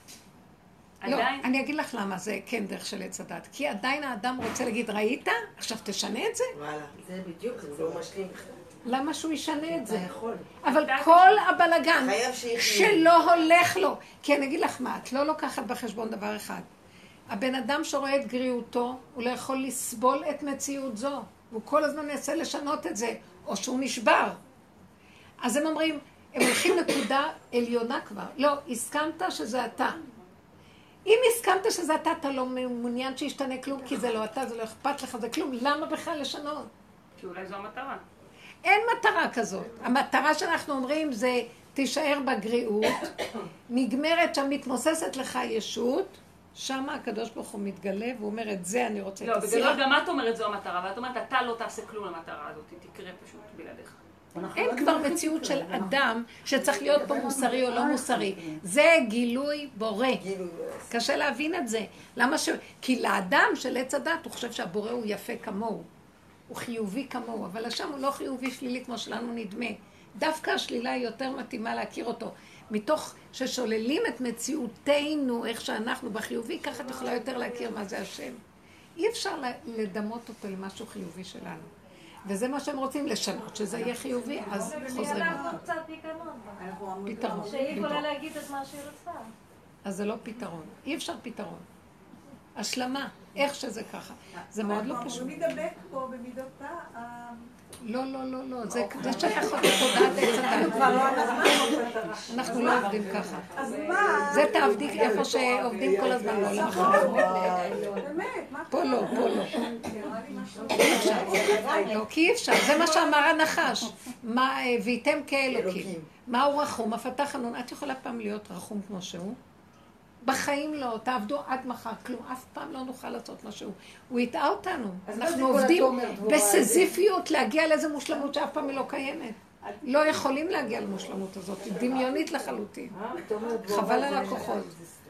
לא, אני אגיד לך למה זה כן דרך של עץ הדת. כי עדיין האדם רוצה להגיד, ראית? עכשיו תשנה את זה? וואלה, זה בדיוק, זה לא משלים בכלל. למה שהוא ישנה את זה? אבל כל הבלגן שלא הולך לו, כי אני אגיד לך מה, את לא לוקחת בחשבון דבר אחד. הבן אדם שרואה את גריעותו, הוא לא יכול לסבול את מציאות זו, והוא כל הזמן ינסה לשנות את זה, או שהוא נשבר. אז הם אומרים, הם הולכים נקודה עליונה כבר. לא, הסכמת שזה אתה. אם הסכמת שזה אתה, אתה לא מעוניין שישתנה כלום, כי זה לא אתה, זה לא אכפת לך, זה כלום. למה בכלל לשנות? כי אולי זו המטרה. אין מטרה כזאת. המטרה שאנחנו אומרים זה, תישאר בגריעות, נגמרת שם, מתמוססת לך ישות, שם הקדוש ברוך הוא מתגלה, והוא אומר, את זה אני רוצה לא, בגלל גם את אומרת זו המטרה, ואת אומרת, אתה לא תעשה כלום למטרה הזאת, היא תקרה פשוט בלעדיך. אין כבר מציאות של אדם שצריך להיות פה מוסרי או לא מוסרי. זה גילוי בורא. קשה להבין את זה. למה ש... כי לאדם של עץ הדת הוא חושב שהבורא הוא יפה כמוהו. הוא חיובי כמוהו, אבל השם הוא לא חיובי שלילי כמו שלנו נדמה. דווקא השלילה היא יותר מתאימה להכיר אותו. מתוך ששוללים את מציאותנו, איך שאנחנו בחיובי, ככה את יכולה יותר להכיר מה זה השם. אי אפשר לדמות אותו למשהו חיובי שלנו. וזה מה שהם רוצים לשנות, שזה יהיה חיובי, אז חוזרים אותו. אנחנו קצת פתרון. פתרון. שהיא יכולה להגיד את מה שהיא רוצה. אז זה לא פתרון. אי אפשר פתרון. השלמה, איך שזה ככה. זה מאוד לא פשוט. הוא מדבק פה במידותה. לא, לא, לא, לא. זה שייך אותי תודעת עץ הדת. אנחנו לא עובדים ככה. אז מה? זה תעבדי איפה שעובדים כל הזמן בעולם אחר. באמת, מה? פה לא, פה לא. אי אפשר. לא, כי אי אפשר. זה מה שאמר הנחש. והייתם כאלוקים. מה הוא רחום? הפתח חנון. את יכולה פעם להיות רחום כמו שהוא? בחיים לא, תעבדו עד מחר, כלום, אף פעם לא נוכל לעשות משהו. הוא יטעה אותנו. אנחנו עובדים בסזיפיות להגיע לאיזו מושלמות שאף פעם היא לא קיימת. לא יכולים להגיע למושלמות הזאת, היא דמיונית לחלוטין. חבל על הכוחות.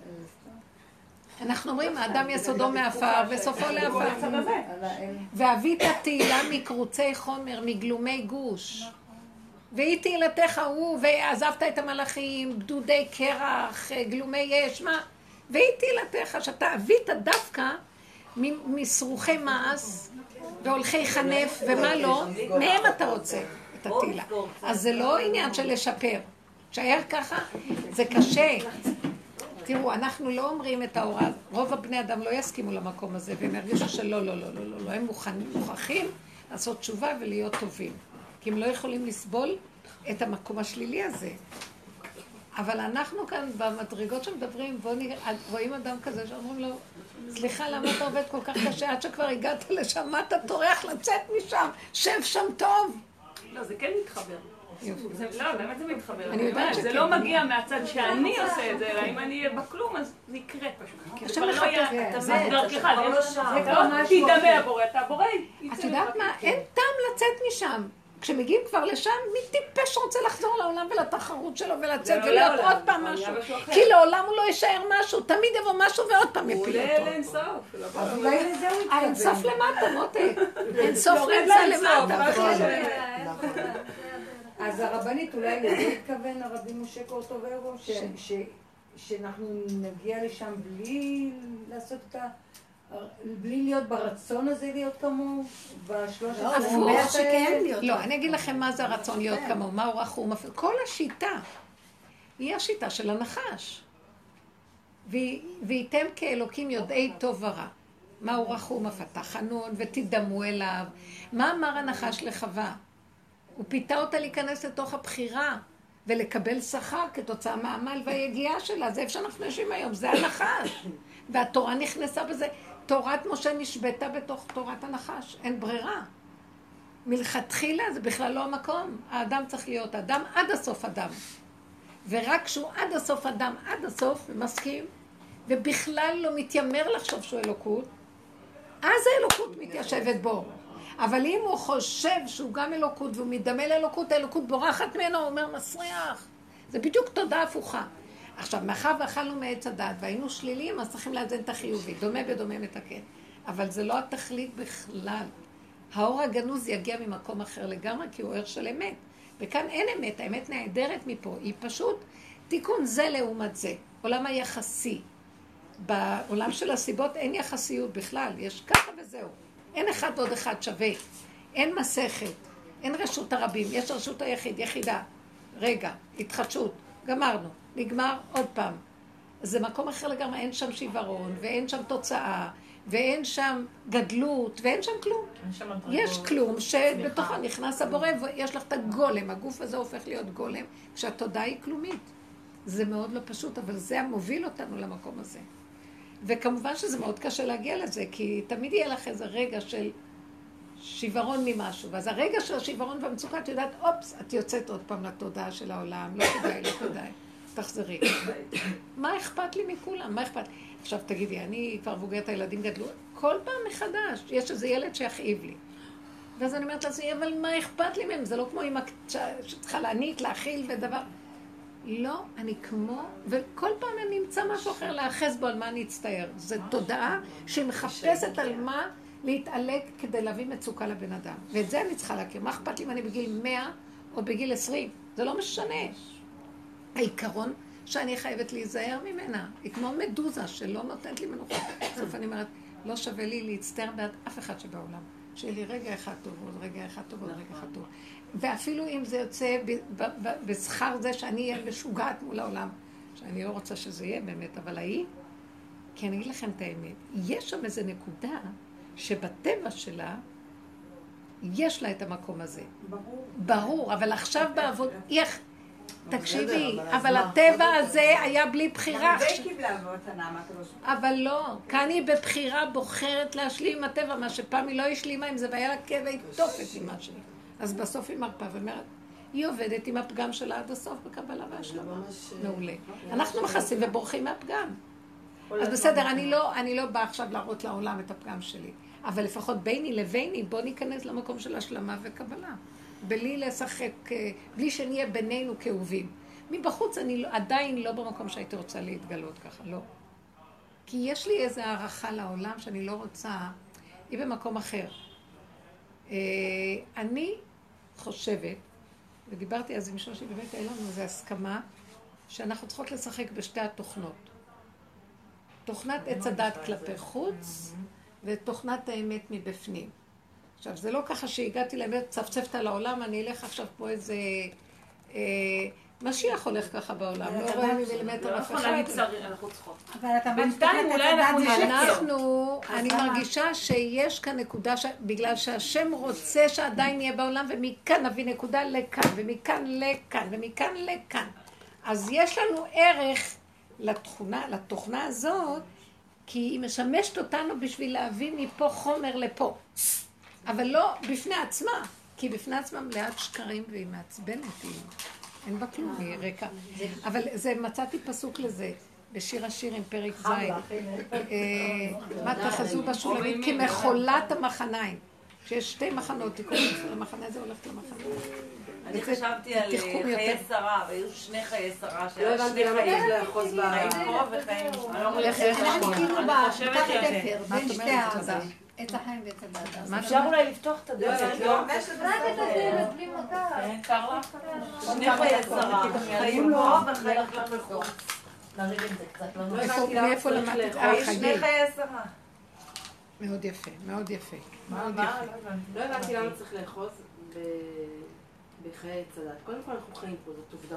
אנחנו אומרים, האדם יסודו מעפר וסופו לעפר. ואבית תהילה מקרוצי חומר, מגלומי גוש. והיא תהילתך הוא, ועזבת את המלאכים, גדודי קרח, גלומי אש, מה? והיא תהילתך, שאתה אבית דווקא מסרוחי מעש, והולכי חנף, ומה לא, מהם אתה רוצה את התהילה. אז זה לא עניין של לשפר. שייר ככה, זה קשה. תראו, אנחנו לא אומרים את ההוראה, רוב הבני אדם לא יסכימו למקום הזה, והם ירגישו שלא, לא, לא, לא, לא, לא, הם מוכרחים לעשות תשובה ולהיות טובים. כי הם לא יכולים לסבול את המקום השלילי הזה. אבל אנחנו כאן במדרגות שמדברים, רואים אדם כזה שאומרים לו, סליחה, למה אתה עובד כל כך קשה עד שכבר הגעת לשם, מה אתה טורח לצאת משם? שב שם טוב. לא, זה כן מתחבר. לא, באמת זה מתחבר. אני יודעת שכן. זה לא מגיע מהצד שאני עושה את זה, אלא אם אני אהיה בכלום, אז זה יקרה פשוט. השם לך אתה זה דרכך, זה לא תדמה הבורא, אתה הבורא. את יודעת מה? אין טעם לצאת משם. כשמגיעים כבר לשם, מי טיפש רוצה לחזור לעולם ולתחרות שלו ולצאת ולהיות עוד פעם משהו? כי לעולם הוא לא יישאר משהו, תמיד יבוא משהו ועוד פעם יפיל אותו. הוא עולה לאינסוף. אז אולי לזה הוא יתכוון. האינסוף למטה, מותק. אינסוף נמצא למטה. אז הרבנית, אולי לזה התכוון הרבי משה קורטוברו, שאנחנו נגיע לשם בלי לעשות את ה... בלי להיות ברצון הזה להיות כמוהו, בשלוש עשרה. הפוך שכן להיות. לא, אני אגיד לכם מה זה הרצון להיות כמוהו, מה הוא רחום. כל השיטה היא השיטה של הנחש. והייתם כאלוקים יודעי טוב ורע. מה הוא רחום, הפתח חנון, ותדמו אליו. מה אמר הנחש לחווה? הוא פיתה אותה להיכנס לתוך הבחירה ולקבל שכר כתוצאה מהעמל והיגיעה שלה. זה איפה שאנחנו יושבים היום, זה הנחש. והתורה נכנסה בזה. תורת משה נשבתה בתוך תורת הנחש, אין ברירה. מלכתחילה זה בכלל לא המקום. האדם צריך להיות אדם עד הסוף אדם. ורק כשהוא עד הסוף אדם, עד הסוף, ומסכים, ובכלל לא מתיימר לחשוב שהוא אלוקות, אז האלוקות מתיישבת בו. אבל אם הוא חושב שהוא גם אלוקות, והוא מדמה לאלוקות, האלוקות בורחת ממנו, הוא אומר מסריח. זה בדיוק תודה הפוכה. עכשיו, מאחר ואכלנו מעץ הדת והיינו שליליים, אז צריכים לאזן את החיובי, דומה בדומה מתקן. אבל זה לא התכלית בכלל. האור הגנוז יגיע ממקום אחר לגמרי, כי הוא ערך של אמת. וכאן אין אמת, האמת נעדרת מפה. היא פשוט תיקון זה לעומת זה. עולם היחסי. בעולם של הסיבות אין יחסיות בכלל, יש ככה וזהו. אין אחד עוד אחד שווה. אין מסכת. אין רשות הרבים, יש רשות היחיד, יחידה. רגע, התחדשות, גמרנו, נגמר עוד פעם. זה מקום אחר לגמרי, אין שם שיוורון, ואין שם תוצאה, ואין שם גדלות, ואין שם כלום. יש כלום שבתוכה נכנס הבורא, ויש לך את הגולם, הגוף הזה הופך להיות גולם, כשהתודעה היא כלומית. זה מאוד לא פשוט, אבל זה המוביל אותנו למקום הזה. וכמובן שזה מאוד קשה להגיע לזה, כי תמיד יהיה לך איזה רגע של שיוורון ממשהו, ואז הרגע של השיוורון והמצוקה, את יודעת, אופס, את יוצאת עוד פעם לתודעה של העולם, לא כדאי, לא כדאי, תחזרי. מה אכפת לי מכולם? מה אכפת? עכשיו תגידי, אני כבר בוגרת, הילדים גדלו, כל פעם מחדש, יש איזה ילד שיכאיב לי. ואז אני אומרת לעצמי, אבל מה אכפת לי מהם? זה לא כמו אמא שצריכה להניק, להכיל ודבר. לא, אני כמו, וכל פעם אני נמצא משהו אחר להאחז בו על מה אני אצטער. זו תודעה שמחפשת על מה להתעלק כדי להביא מצוקה לבן אדם. ואת זה אני צריכה להכיר. מה אכפת לי אם אני בגיל מאה או בגיל עשרים? זה לא משנה. העיקרון שאני חייבת להיזהר ממנה. היא כמו מדוזה שלא נותנת לי מנוחה. בסוף אני אומרת, לא שווה לי להצטער בעד אף אחד שבעולם. שיהיה לי רגע אחד טוב, עוד רגע אחד טוב, עוד רגע אחד טוב. ואפילו אם זה יוצא בשכר זה שאני אהיה משוגעת מול העולם, שאני לא רוצה שזה יהיה באמת, אבל ההיא, כי אני אגיד לכם את האמת, יש שם איזו נקודה שבטבע שלה, יש לה את המקום הזה. ברור. ברור, אבל עכשיו בעבוד, איך, תקשיבי, אבל הטבע הזה היה בלי בחירה. גם זה קיבלה באותנה, מה אתה לא... אבל לא, כאן היא בבחירה בוחרת להשלים עם הטבע, מה שפעם היא לא השלימה עם זה, והיה לה כאב תופת עם מה שלי. אז בסוף היא מרפאה ואומרת, היא עובדת עם הפגם שלה עד הסוף בקבלה והשלמה. מעולה. אנחנו מכסים ובורחים מהפגם. אז בסדר, אני לא, אני לא באה עכשיו להראות לעולם את הפגם שלי, אבל לפחות ביני לביני, בוא ניכנס למקום של השלמה וקבלה. בלי לשחק, בלי שנהיה בינינו כאובים. מבחוץ אני עדיין לא במקום שהייתי רוצה להתגלות ככה, לא. כי יש לי איזו הערכה לעולם שאני לא רוצה, היא במקום אחר. אני חושבת, ודיברתי אז עם שושי, באמת היה לנו איזו הסכמה, שאנחנו צריכות לשחק בשתי התוכנות. תוכנת עץ הדת כלפי חוץ, ותוכנת האמת מבפנים. עכשיו, זה לא ככה שהגעתי לאמת, צפצפת על העולם, אני אלך עכשיו פה איזה... אה, משיח הולך ככה בעולם, לא רואה ממילימטר אף אחד. אנחנו צריכות. אבל אתה בינתיים אולי אנחנו אנחנו, אני מרגישה שיש כאן נקודה, בגלל שהשם רוצה שעדיין יהיה בעולם, ומכאן נביא נקודה לכאן, ומכאן לכאן, ומכאן לכאן. אז יש לנו ערך לתכונה, לתוכנה הזאת, כי היא משמשת אותנו בשביל להביא מפה חומר לפה. אבל לא בפני עצמה, כי בפני עצמה מלאת שקרים והיא מעצבנת, אין בה כלום, היא ריקה. אבל זה, מצאתי פסוק לזה, בשיר השירים, פרק ז', מה תחזו בשולמית כמחולת המחניים, שיש שתי מחנות, המחנה הזה הולך למחנה. אני חשבתי על חיי שרה, והיו שני חיי שרה, לא הבנתי למה יש לאחוז ב... חיים פה וחיים... אנחנו כאילו בתחת תפר, בין שתי העזה. את החיים ואת הדעת. אפשר אולי לפתוח את הדלת. רק את הדלת, בלי מכה. קר לך? שני חיי שרה. חיים פה וחיים לחוץ. נריב עם זה קצת. מאיפה למדת? שני חיי שרה. מאוד יפה, מאוד יפה. לא הבנתי למה צריך לאחוז בחיי עץ הדת. קודם כל אנחנו חיים פה, זאת עובדה.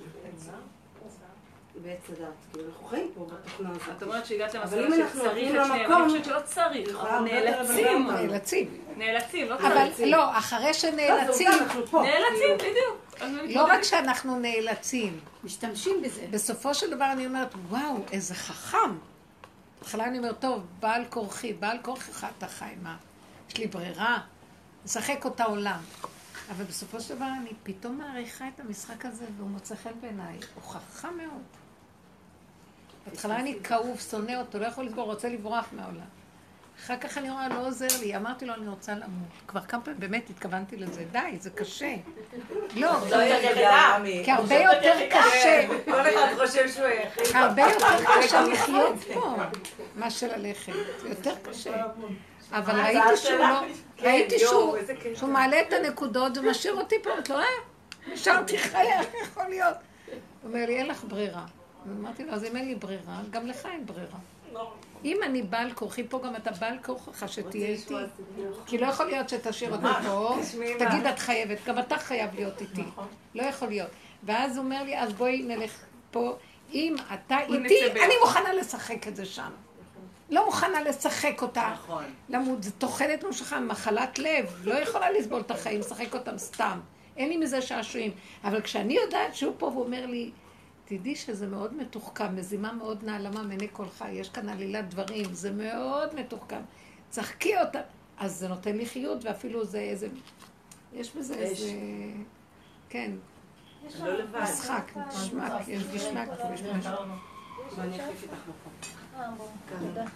בעץ הדת, כאילו אנחנו חיים פה בתוכנה הזאת. את אומרת שהגעת למצב אבל אם אנחנו שצריך נותנים את שניהם, אני חושבת שלא צריך, אנחנו נאלצים. נאלצים. נאלצים, לא אבל צריך. לא, אחרי שנאלצים, נאלצים, בדיוק. לא רק שאנחנו נאלצים, משתמשים בזה. בסופו של דבר אני אומרת, וואו, איזה חכם. בהתחלה אני אומרת, טוב, בעל כורחי, בעל כורחך אתה חי, מה? יש לי ברירה, לשחק אותה עולם. אבל בסופו של דבר אני פתאום מעריכה את המשחק הזה, והוא מוצא חן בעיניי. הוא חכם מאוד. בהתחלה אני כאוב, שונא אותו, לא יכול לסבור, רוצה לברוח מהעולם. אחר כך אני רואה, לא עוזר לי. אמרתי לו, אני רוצה למות. כבר כמה פעמים באמת התכוונתי לזה. די, זה קשה. לא, כי הרבה יותר קשה. כל אחד חושב שהוא היחיד. הרבה יותר קשה לחיות פה, מה שללכת. זה יותר קשה. אבל ראיתי שהוא לא, ראיתי שהוא מעלה את הנקודות ומשאיר אותי פה, את לא רואה? נשארתי חיה, איך יכול להיות? הוא אומר לי, אין לך ברירה. אמרתי לו, אז אם אין לי ברירה, גם לך אין ברירה. אם אני בעל כורחי פה, גם אתה בעל כורחך שתהיה איתי. כי לא יכול להיות שתשאיר אותי פה, תגיד את חייבת, גם אתה חייב להיות איתי. לא יכול להיות. ואז הוא אומר לי, אז בואי נלך פה, אם אתה איתי, אני מוכנה לשחק את זה שם. לא מוכנה לשחק אותה. למות, זה תוחלת משכה, מחלת לב, לא יכולה לסבול את החיים, לשחק אותם סתם. אין לי מזה שעשועים. אבל כשאני יודעת שהוא פה ואומר לי, תדעי שזה מאוד מתוחכם, מזימה מאוד נעלמה מעיני קולך, יש כאן עלילת דברים, זה מאוד מתוחכם. צחקי אותה. אז זה נותן לי חיות, ואפילו זה איזה... יש בזה איזה... כן. משחק, גשמק, יש גשמק, יש משהו. ואני אחליף איתך מקום. תודה.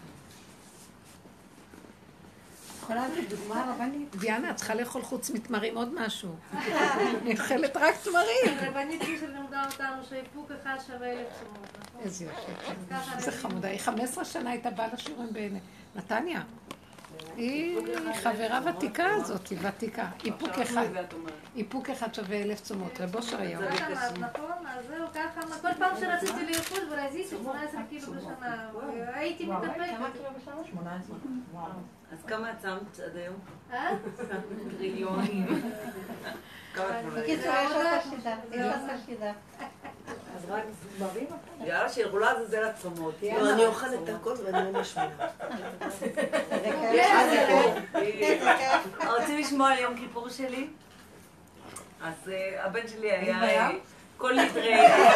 יכולה לתת דוגמה רבנית? דיאנה, את צריכה לאכול חוץ מתמרים עוד משהו. אני אוכלת רק תמרים. רבנית מישהו לימדה אותנו שאיפוק אחד שווה אלף צומות. איזה יופי. איזה חמודה. היא חמש עשרה שנה הייתה באה לשיעורים בעיני. נתניה. היא חברה ותיקה הזאת, היא ותיקה. איפוק אחד. איפוק אחד שווה אלף צומות. רבו שריהו. נכון, אז זהו ככה. כל פעם שרציתי לאכול ורזיתי שמונה עשרה קילו בשנה. הייתי מתאפקת. כמה קילו בשנה? שמונה עשרה. אז כמה את שמת עד היום? אה? טריליונים. בקיצור, יש אותה שידה. יש אותה שידה. אז רק מרים אותה. יאללה, שילכו לעזאזל הצומות. אני אוכלת את הכל ואני לא משמנה. רוצים לשמוע על יום כיפור שלי? אז הבן שלי היה... כל נדרי...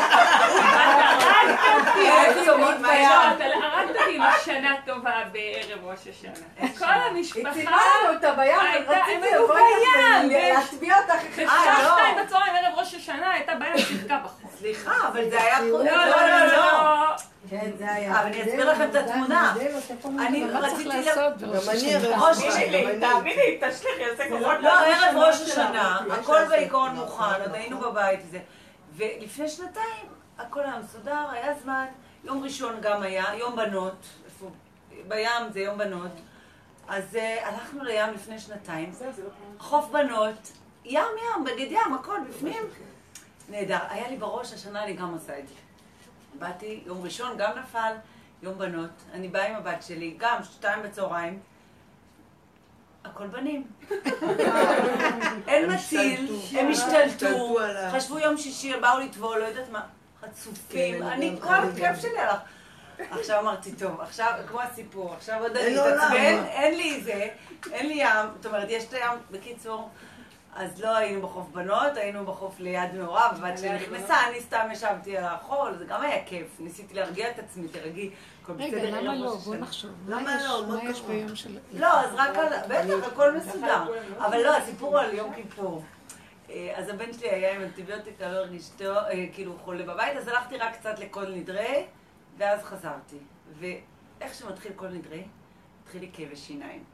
הרגת אותי עם השנה טובה בערב ראש השנה. כל המשפחה... הצימנו אותה בים, הם היו בים! להטביע אותך. חשכת את הצהריים ערב ראש השנה, הייתה בים שיחקה בחור. סליחה, אבל זה היה... לא, לא, לא, לא. כן, זה היה. אבל אני אסביר לכם את התמונה. אני רציתי... גם אני ראש שלי, תאמיני, תשליחי, עושה כוחות. לא, ערב ראש השנה, הכל בעיקרון מוכן, עוד היינו בבית וזה. ולפני שנתיים הכל היה מסודר, היה זמן, יום ראשון גם היה, יום בנות, בים זה יום בנות, אז uh, הלכנו לים לפני שנתיים, חוף בנות, ים ים, בגד ים, הכל בפנים, נהדר, היה לי בראש, השנה אני גם עושה את זה. באתי, יום ראשון גם נפל, יום בנות, אני באה עם הבת שלי, גם שתיים בצהריים, הכל בנים. אין מציל, הם השתלטו, חשבו יום שישי, באו לטבול, לא יודעת מה, חצופים, אני כל הכיף שלי הלך. עכשיו אמרתי, טוב, עכשיו, כמו הסיפור, עכשיו עוד אני אתעצבן, אין לי זה, אין לי ים, זאת אומרת, יש את הים, בקיצור, אז לא היינו בחוף בנות, היינו בחוף ליד מעורב, ובת שלי נכנסה, אני סתם ישבתי על החול, זה גם היה כיף, ניסיתי להרגיע את עצמי, תרגי. רגע, למה לא? בוא נחשוב. מה יש ביום של... לא, אז רק על... בטח, הכל מסודר. אבל לא, הסיפור על יום כיפור. אז הבן שלי היה עם אנטיביוטיקה, לא הרגיש טוב, כאילו חולה בבית, אז הלכתי רק קצת לכל נדרי, ואז חזרתי. ואיך שמתחיל כל נדרי, התחיל לי כאבי שיניים.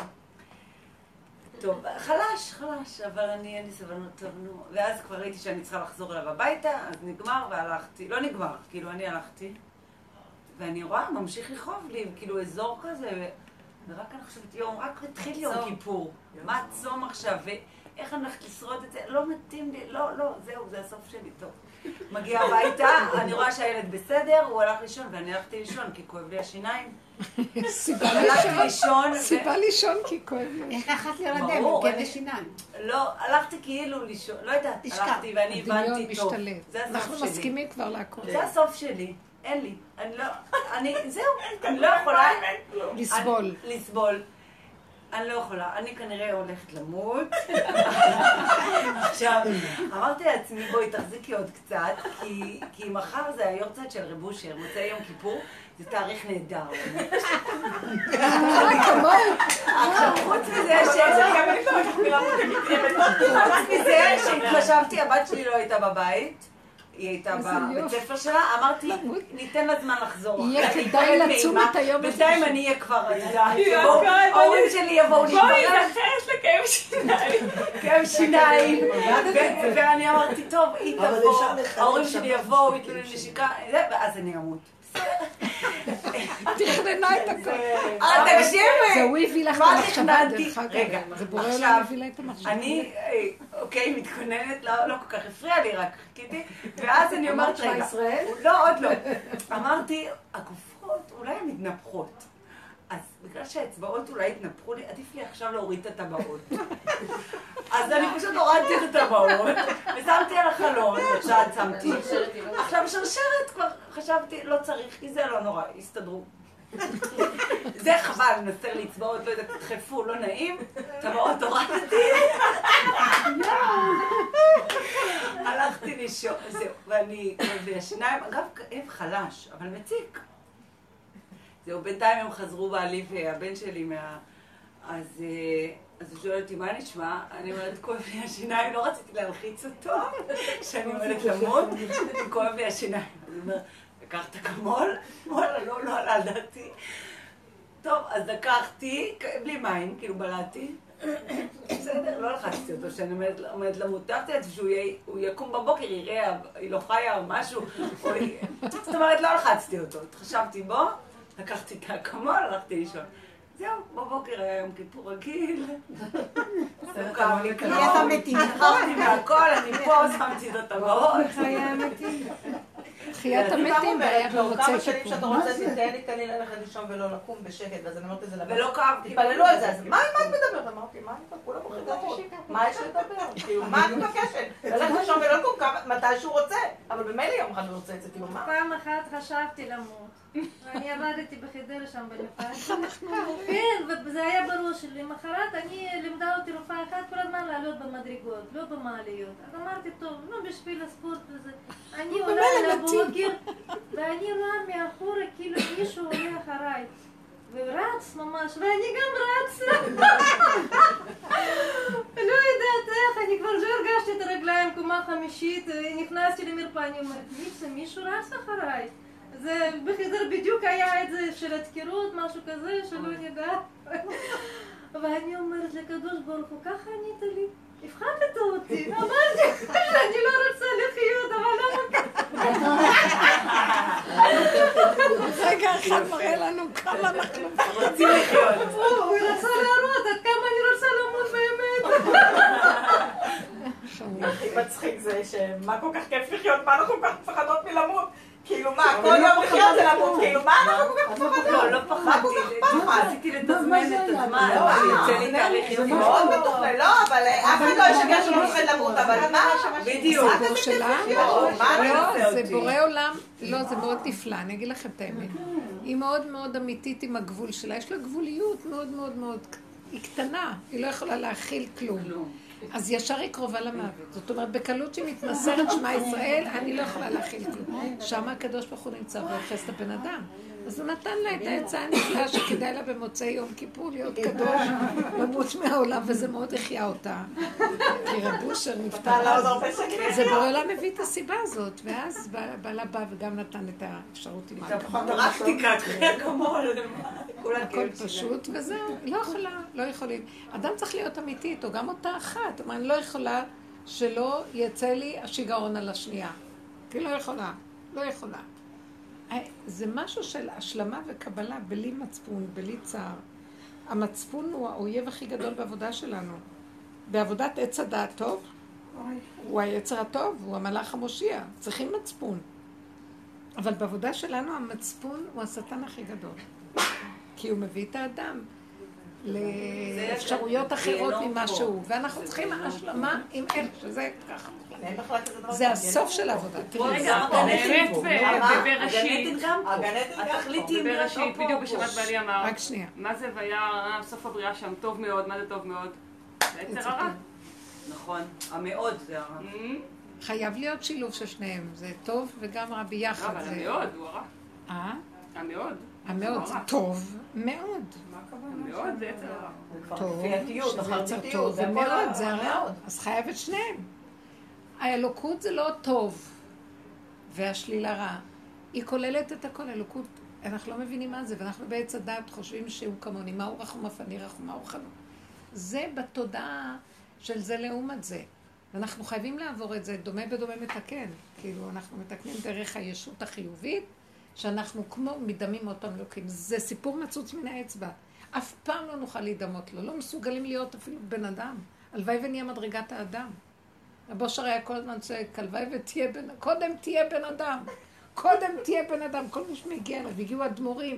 טוב, חלש, חלש, אבל אני, אין לי סבלנות טוב, נו. ואז כבר ראיתי שאני צריכה לחזור אליו הביתה, אז נגמר והלכתי. לא נגמר, כאילו, אני הלכתי. ואני רואה, ממשיך לכאוב לי, כאילו אזור כזה, ורק אני חושבת, יום, רק התחיל יום כיפור. מה הצום עכשיו, ואיך אני הולכת לשרוד את זה? לא מתאים לי, לא, לא, זהו, זה הסוף שלי, טוב. מגיע הביתה, אני רואה שהילד בסדר, הוא הלך לישון, ואני הלכתי לישון, כי כואב לי השיניים. סיבה לישון, סיבה לישון, כי כואב לי. איך אחת להירדם, כאבי שיניים? לא, הלכתי כאילו לישון, לא יודעת, הלכתי ואני הבנתי טוב. אנחנו מסכימים כבר להכל. זה הסוף שלי. אין לי, אני לא, אני, זהו, אני לא יכולה לסבול. לסבול. אני לא יכולה, אני כנראה הולכת למות. עכשיו, אמרתי לעצמי, בואי תחזיקי עוד קצת, כי מחר זה היורצייט של רב אושר, מוצאי יום כיפור, זה תאריך נהדר. עכשיו, חוץ מזה חוץ מזה שהתחשבתי, הבת שלי לא הייתה בבית, היא הייתה בבית ספר שלה, אמרתי, ניתן לה זמן לחזור. יהיה כדאי לצום את היום הזה. בינתיים אני אהיה כבר, ההורים שלי יבואו להתברר. בואי נתחס לכאב שיניים. כאב שיניים. ואני אמרתי, טוב, היא תבוא, ההורים שלי יבואו, יתנו לי נשיקה, ואז אני אמות. תכננה את הכל. אה, תקשיבי! זה הוא הביא לך את המחשבה, דרך אגב. רגע, זה בורא עולם הביא לה את המחשבה. אני, אוקיי, מתכוננת, לא כל כך הפריע לי, רק חיכיתי, ואז אני אומרת, רגע, לא, עוד לא. אמרתי, הגופות, אולי אולי הן מתנפחות. אז בגלל שהאצבעות אולי התנפחו לי, עדיף לי עכשיו להוריד את הטבעות. אז אני פשוט הורדתי את הטבעות, ושמתי על החלון, בצד שמתי. עכשיו שרשרת כבר חשבתי, לא צריך, כי זה לא נורא, הסתדרו. זה חבל, ננסה לאצבעות, לא יודעת, תדחפו, לא נעים, טבעות הורדתי. הלכתי לישון, זהו, ואני, והשיניים, אגב, כאב חלש, אבל מציק. זהו, בינתיים הם חזרו בעלי והבן שלי מה... אז, אז הוא שואל אותי, מה נשמע? אני אומרת, כואב לי השיניים, לא רציתי להלחיץ אותו, שאני אומרת למות, כואב לי השיניים. אז הוא אומר, לקחת כמול? וואלה, לא, לא עלה על דעתי. טוב, אז לקחתי, בלי מים, כאילו בלעתי. בסדר, לא לחצתי אותו, שאני עומדת למות. תפתי את זה שהוא יקום בבוקר, יראה, היא לא חיה או משהו. זאת אומרת, לא לחצתי אותו. התחשבתי בו. לקחתי את האקמול, הלכתי לישון. זהו, בבוקר היה יום כיפור רגיל. סוכר לי כלום. שכחתי מהכל, אני פה, שמתי את הטבעות. חיי המתים. חיית המתים והיה במוצאי כמה שנים כיפור. שאתה רוצה, תתן לי, תן לי ללכת לישון ולא לקום בשקט, ואז אני אומרת את זה לבן. ולא כאב. תתפללו על זה, אז מה את מדברת? אמרתי, מה אני כולה בחידות? מה יש לדבר? כאילו, מה את מבקשת? ללכת לישון ולא לקום מתי שהוא רוצה, אבל במילא יום אחד הוא רוצה את זה, כאילו, מה? פעם אחת חשבתי למות. אני עבדתי בחדר שם בנפש. כן, וזה היה בראש שלי. למחרת אני לימדה אותי רופאה אחת כל הזמן לעלות במדרגות, לא במעליות. אז אמרתי, טוב, לא בשביל הספורט וזה. אני עולה לבוקר, ואני רואה מאחורה כאילו מישהו עולה אחריי. ורץ ממש, ואני גם רצה. לא יודעת איך, אני כבר לא הרגשתי את הרגליים קומה חמישית, נכנסתי למרפאה, אני אומרת, מישהו רץ אחריי. זה בחדר בדיוק היה את זה של התקירות, משהו כזה, שלא נדע. ואני אומרת לקדוש ברוך הוא, ככה ענית לי, הפחדת אותי. אמרתי שאני לא רוצה לחיות, אבל למה ככה? רגע אחד מראה לנו כמה אנחנו רוצים לחיות. הוא רצה להראות עד כמה אני רוצה למות באמת. הכי מצחיק זה שמה כל כך כיף לחיות, מה אנחנו כל כך מפחדות מלמות? כאילו מה, כל יום לחיות זה למות, כאילו מה אנחנו כל כך מפחדות? לא, לא פחדתי, רציתי לתזמן את הזמן, יוצא לי תאריך יום. מאוד מתוכנן, לא, אבל אף אחד לא ישגע שלא מפחד למות, אבל מה? בדיוק. הסיפור שלה, מה לא, זה בורא עולם, לא, זה מאוד נפלא, אני אגיד לכם את האמת. היא מאוד מאוד אמיתית עם הגבול שלה, יש לה גבוליות מאוד מאוד מאוד, היא קטנה, היא לא יכולה להכיל כלום. אז ישר היא קרובה למוות. זאת אומרת, בקלות שהיא מתמסרת שמע ישראל, אני לא יכולה להכיל כלום. שם הקדוש ברוך הוא נמצא ואוחז את הבן אדם. אז הוא נתן לה את העצה הנפלאה שכדאי לה במוצאי יום כיפור להיות קדוש, למות מהעולם, וזה מאוד החיה אותה. כי רב אושר נפטר אז. זה בורא לה מביא את הסיבה הזאת, ואז בעלה בא וגם נתן את האפשרות עם האקמול. פרקטיקה, אחרי אקמול. הכל פשוט, וזהו, לא יכולה, לא יכולים. אדם צריך להיות אמיתי איתו, גם אותה אחת. אני לא יכולה שלא יצא לי השיגעון על השנייה. כי לא יכולה, לא יכולה. זה משהו של השלמה וקבלה, בלי מצפון, בלי צער. המצפון הוא האויב הכי גדול בעבודה שלנו. בעבודת עץ הדעת טוב, הוא היצר הטוב, הוא המלאך המושיע. צריכים מצפון. אבל בעבודה שלנו המצפון הוא השטן הכי גדול. כי הוא מביא את האדם לאפשרויות אחרות ממה שהוא. ואנחנו צריכים השלמה עם איך שזה ככה. זה הסוף של העבודה. רגע, הגננת בבראשית. הגננת התכליתים בבראשית, בדיוק בשבת בעלי אמר. רק שנייה. מה זה והיה סוף הבריאה שם? טוב מאוד, מה זה טוב מאוד? זה יצר הרע. נכון, המאוד זה הרע. חייב להיות שילוב של שניהם. זה טוב וגם רע ביחד. אבל המאוד הוא הרע. אה? המאוד. המאוד זה טוב מאוד. המאוד זה יצר הרע. טוב, שזה יצר טוב ומאוד, זה הרע. אז חייב את שניהם. האלוקות זה לא טוב, והשלילה רע. היא כוללת את הכל, אלוקות. אנחנו לא מבינים מה זה, ואנחנו בעץ הדת חושבים שהוא כמוני. מהו רחום אף אני רחום, מהו חנון. זה בתודעה של זה לעומת זה. ואנחנו חייבים לעבור את זה, דומה בדומה מתקן. כאילו, אנחנו מתקנים דרך הישות החיובית, שאנחנו כמו מדמים אותם אלוקים. זה סיפור מצוץ מן האצבע. אף פעם לא נוכל להידמות לו. לא מסוגלים להיות אפילו בן אדם. הלוואי ונהיה מדרגת האדם. הבושר היה כל הזמן צועק, הלוואי ותהיה בן... קודם תהיה בן אדם. קודם תהיה בן אדם. כל מי שמגיע אליו, הגיעו הדמורים.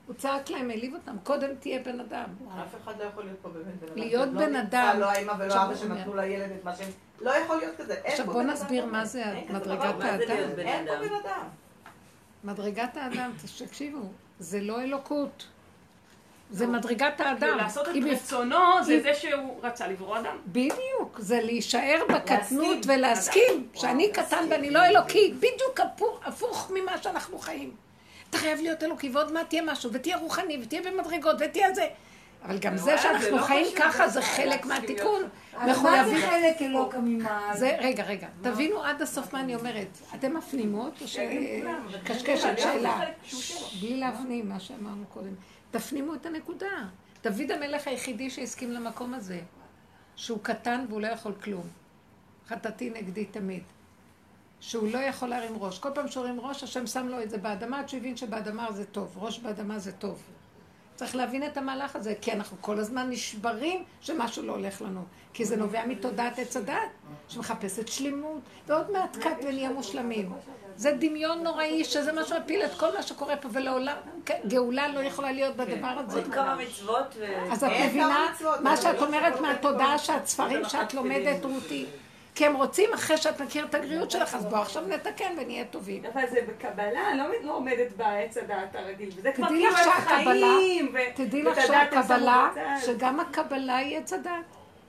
הוא צעק להם, העליב אותם, קודם תהיה בן אדם. אף אחד לא יכול להיות פה באמת בן אדם. להיות בן אדם. לא האמא ולא אבא שנתנו לילד את מה שהם... לא יכול להיות כזה. עכשיו בוא נסביר מה זה מדרגת האדם. אין פה בן אדם. מדרגת האדם, תקשיבו, זה לא אלוקות. זה מדרגת האדם. לעשות את רצונו זה זה שהוא רצה לברוא אדם. בדיוק, זה להישאר בקטנות ולהסכים שאני קטן ואני לא אלוקי. בדיוק הפוך ממה שאנחנו חיים. אתה חייב להיות אלוקי ועוד מה תהיה משהו ותהיה רוחני ותהיה במדרגות ותהיה זה. אבל גם זה שאנחנו חיים ככה זה חלק מהתיקון. אבל מה זה חלק אלוקה ממעל? רגע, רגע, תבינו עד הסוף מה אני אומרת. אתם מפנימות או שקשקשת שאלה? בלי להפנים מה שאמרנו קודם. תפנימו את הנקודה. דוד המלך היחידי שהסכים למקום הזה, שהוא קטן והוא לא יכול כלום. חטאתי נגדי תמיד. שהוא לא יכול להרים ראש. כל פעם שהוא הרים ראש, השם שם לו את זה באדמה, עד שהוא הבין שבאדמה זה טוב. ראש באדמה זה טוב. צריך להבין את המהלך הזה, כי אנחנו כל הזמן נשברים שמשהו לא הולך לנו. כי זה נובע מתודעת עץ הדת, שמחפשת שלימות, ועוד מעט קט ונהיה מושלמים. זה דמיון נוראי, שזה מה שמפיל את כל מה שקורה פה, ולעולם גאולה לא יכולה להיות בדבר הזה. עוד כמה מצוות ו... אז את מבינה מה שאת אומרת מהתודעה שהספרים שאת לומדת, רותי, כי הם רוצים אחרי שאת מכיר את הגריות שלך, אז בוא עכשיו נתקן ונהיה טובים. אבל זה בקבלה, לא עומדת בעץ הדעת הרגיל, וזה כבר תדעי לך חיים. תדעי לך שהקבלה, שגם הקבלה היא עץ הדעת.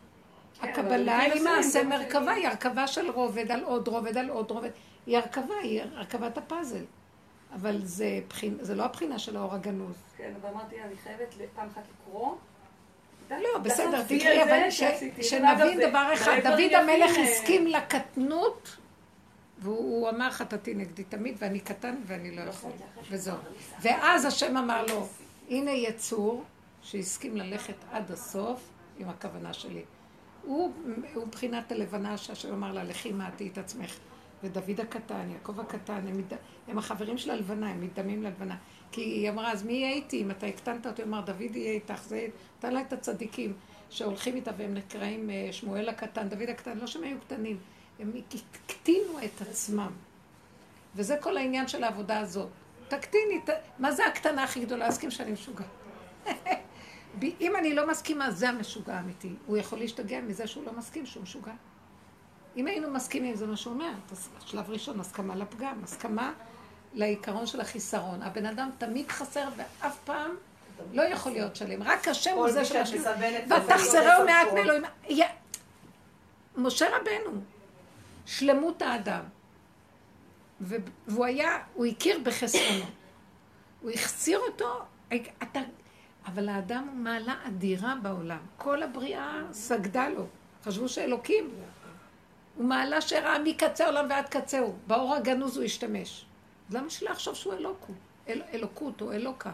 הקבלה היא מעשה מרכבה, היא הרכבה של רובד על עוד רובד על עוד רובד. היא הרכבה, היא הרכבת הפאזל. אבל זה לא הבחינה של האור הגנוז. כן, אבל אמרתי, אני חייבת פעם אחת לקרוא. לא, בסדר, תקראי, אבל שנבין דבר אחד, דוד המלך הסכים לקטנות, והוא אמר חטאתי נגדי תמיד, ואני קטן ואני לא יכול, וזהו. ואז השם אמר לו, הנה יצור שהסכים ללכת עד הסוף עם הכוונה שלי. הוא מבחינת הלבנה שהשם אמר לה, לכי מעטי את עצמך. ודוד הקטן, יעקב הקטן, הם החברים של הלבנה, הם מתדמים ללבנה. כי היא אמרה, אז מי יהיה איתי? אם אתה הקטנת אותי, הוא אמר, דוד יהיה איתך. זה נתן לה את הצדיקים שהולכים איתה והם נקראים שמואל הקטן, דוד הקטן, לא שהם היו קטנים, הם הקטינו את עצמם. וזה כל העניין של העבודה הזאת. תקטיני, ת... מה זה הקטנה הכי גדולה? להסכים שאני משוגע. אם אני לא מסכימה, זה המשוגע האמיתי. הוא יכול להשתגע מזה שהוא לא מסכים, שהוא משוגע. אם היינו מסכימים, זה מה שהוא אומר. שלב ראשון, הסכמה לפגם, הסכמה לעיקרון של החיסרון. הבן אדם תמיד חסר ואף פעם לא יכול להיות שלם. רק השם הוא זה של השם. ותחסרהו מעט מאלוהים. משה רבנו, שלמות האדם. והוא היה, הוא הכיר בחסרונו. הוא החסיר אותו, אתה... אבל האדם הוא מעלה אדירה בעולם. כל הבריאה סגדה לו. חשבו שאלוקים. הוא מעלה שראה מקצה העולם ועד קצהו. באור הגנוז הוא השתמש. למה שלא לחשוב שהוא אלוקו? אל, אלוקות או אלוקה.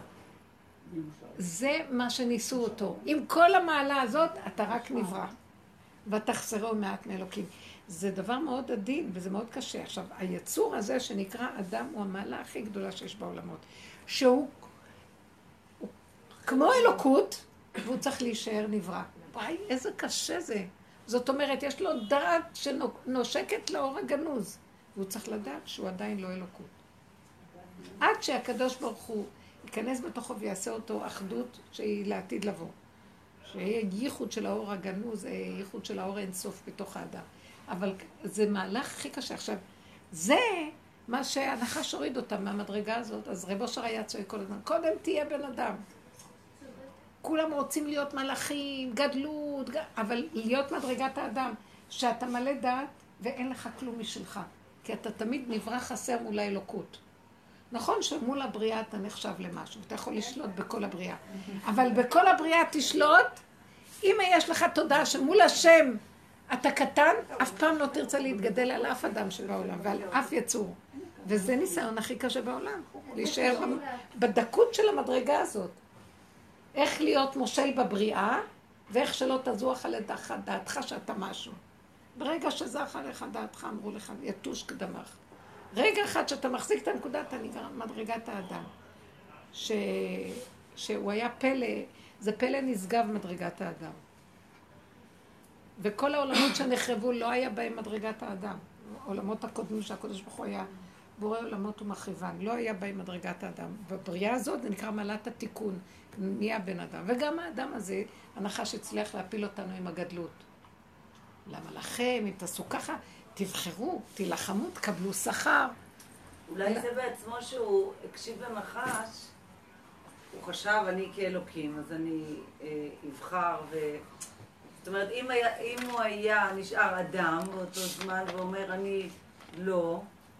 זה מה שניסו אותו. עם כל המעלה הזאת, אתה רק נברא. ותחסרו מעט מאלוקים. זה דבר מאוד עדין וזה מאוד קשה. עכשיו, היצור הזה שנקרא אדם הוא המעלה הכי גדולה שיש בעולמות. שהוא הוא, כמו אלוקות, והוא צריך להישאר נברא. וואי, איזה קשה זה. זאת אומרת, יש לו דעת שנושקת לאור הגנוז. והוא צריך לדעת שהוא עדיין לא אלוקות. עד שהקדוש ברוך הוא ייכנס בתוכו ויעשה אותו אחדות שהיא לעתיד לבוא. שיהיה ייחוד של האור הגנוז, ייחוד של האור אינסוף בתוך האדם. אבל זה מהלך הכי קשה. עכשיו, זה מה שהנחש הוריד אותם מהמדרגה הזאת. אז רב אושר היה צועק כל הזמן, קודם תהיה בן אדם. כולם רוצים להיות מלאכים, גדלות, אבל להיות מדרגת האדם, שאתה מלא דעת ואין לך כלום משלך. כי אתה תמיד נברא חסר מול האלוקות. נכון שמול הבריאה אתה נחשב למשהו, אתה יכול לשלוט בכל הבריאה. אבל בכל הבריאה תשלוט, אם יש לך תודעה שמול השם אתה קטן, אף פעם לא תרצה להתגדל על אף אדם שבעולם ועל אף יצור. וזה ניסיון הכי קשה בעולם, להישאר בדקות של המדרגה הזאת. איך להיות מושל בבריאה, ואיך שלא תזוח על דעתך שאתה משהו. ברגע שזך עליך דעתך, אמרו לך, יתוש קדמך. רגע אחד שאתה מחזיק את הנקודה, אתה נקרא מדרגת האדם. ש... שהוא היה פלא, זה פלא נשגב מדרגת האדם. וכל העולמות שנחרבו לא היה בהם מדרגת האדם. העולמות הקודמים שהקדוש ברוך הוא היה בורא עולמות ומחריבן, לא היה בה עם מדרגת האדם. בבריאה הזאת זה נקרא מעלת התיקון, נהיה בן אדם. וגם האדם הזה, הנחש הצליח להפיל אותנו עם הגדלות. למה לכם, אם תעשו ככה, תבחרו, תילחמו, תקבלו שכר. אולי זה בעצמו שהוא הקשיב לנחש, הוא חשב אני כאלוקים, אז אני אה, אבחר ו... זאת אומרת, אם, היה, אם הוא היה נשאר אדם באותו זמן ואומר אני לא,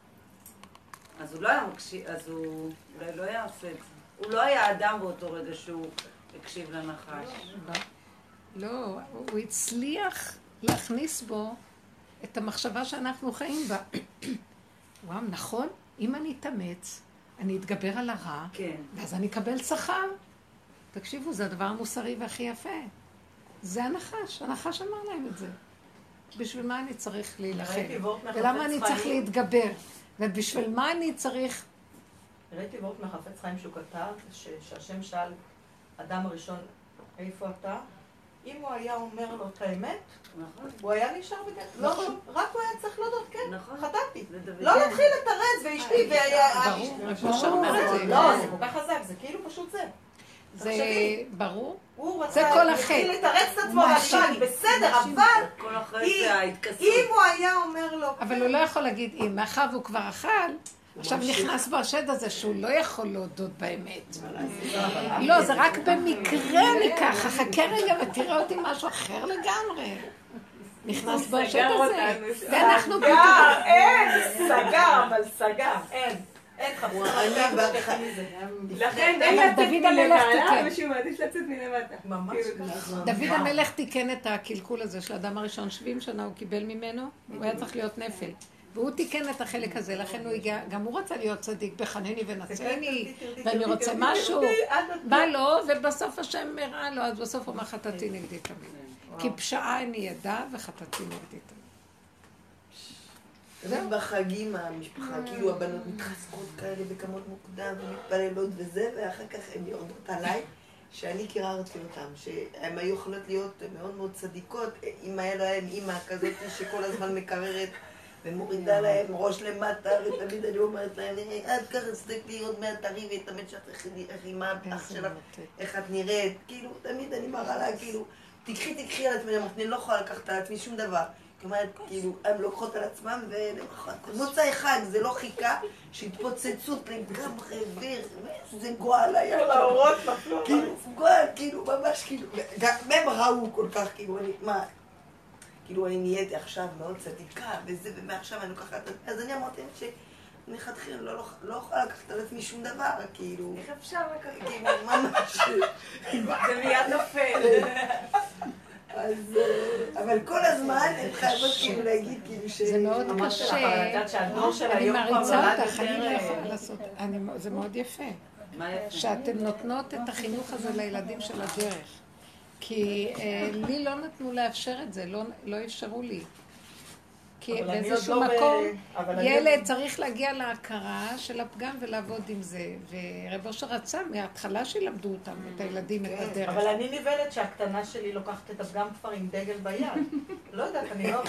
אז הוא לא היה מקשיב, אז הוא אולי לא היה עושה את זה. הוא לא היה אדם באותו רגע שהוא הקשיב לנחש. לא, לא, הוא הצליח להכניס בו את המחשבה שאנחנו חיים בה. וואו, נכון? אם אני אתאמץ, אני אתגבר על הרע, כן. ואז אני אקבל שכר. תקשיבו, זה הדבר המוסרי והכי יפה. זה הנחש, הנחש אמר להם את זה. בשביל מה אני צריך להילחם? ולמה אני צריך להתגבר? ובשביל מה אני צריך... ראיתי וורט מחפץ חיים שהוא כתב, שהשם שאל אדם הראשון, איפה אתה? אם הוא היה אומר לו את האמת, הוא היה נשאר בגלל. לא, רק הוא היה צריך להודות, כן, חטאתי. לא להתחיל לתרץ ואשתי והיה... ברור, איפה שאומר את זה. לא, זה כל כך חזק, זה כאילו פשוט זה. זה ברור. זה כל החטא. הוא לתרץ את עצמו ואני בסדר, אבל אם הוא היה אומר לו... אבל הוא לא יכול להגיד אם, מאחר והוא כבר אכל, עכשיו נכנס בו השד הזה שהוא לא יכול להודות באמת. לא, זה רק במקרה אני ככה, חכה רגע ותראה אותי משהו אחר לגמרי. נכנס בו השד הזה. ואנחנו בדיוק. סגר, אין, סגר, אבל סגר, אין. אין חבורה, אני בטחה מזה. לכן אין לצאת מלמעלה, ושהוא מעדיף לצאת מלמטה. ממש. דוד המלך תיקן את הקלקול הזה של האדם הראשון, שבעים שנה הוא קיבל ממנו, הוא היה צריך להיות נפל. והוא תיקן את החלק הזה, לכן הוא הגיע, גם הוא רצה להיות צדיק, בחנני ונצרני, ואני רוצה משהו, בא לו, ובסוף השם הראה לו, אז בסוף הוא אמר חטאתי נגדי תמיד. כי פשעה אני ידע וחטאתי נגדי תמיד. זה בחגים המשפחה, כאילו הבנות מתחזקות כאלה וקמות מוקדם ומתפללות וזה, ואחר כך הן יורדות עליי, שאני קיררתי אותם, שהן היו יכולות להיות מאוד מאוד צדיקות, אם היה להם אימא כזאת שכל הזמן מקררת ומורידה להם ראש למטה, ותמיד אני אומרת להם, את ככה תסתכלי עוד מעט תריבי את המת שלך, איך אימא, אח שלך, איך את נראית, כאילו, תמיד אני מראה לה, כאילו, תקחי, תקחי על עצמי, אני לא יכולה לקחת על עצמי שום דבר. זאת אומרת, כאילו, הן לוקחות על עצמם, ומוצא אחד, זה לא חיכה, שהתפוצצות לגמרי, וזה גועל היה. כל האורות נפלו. כאילו, גועל, כאילו, ממש, כאילו, גם הם ראו כל כך, כאילו, אני, מה, כאילו, אני נהייתי עכשיו מאוד צדיקה, וזה, ומעכשיו אני לוקחת, אז אני אמרתי שמלכתחילה לא יכולה לקחת על עצמי שום דבר, כאילו. איך אפשר לקחת? כאילו, ממש. זה מיד נופל. אז, אבל כל הזמן הם חייבות כאילו להגיד כאילו ש... זה מאוד קשה, אני מעריצה אותך, אני לא יכולה לעשות, זה מאוד יפה, שאתן נותנות את החינוך הזה לילדים של הדרך, כי לי לא נתנו לאפשר את זה, לא אפשרו לי. כי באיזשהו מקום ילד צריך להגיע להכרה של הפגם ולעבוד עם זה, ורב אושר רצה מההתחלה שילמדו אותם, את הילדים, את הדרך. אבל אני נבלת שהקטנה שלי לוקחת את הפגם כבר עם דגל ביד. לא יודעת, אני לא...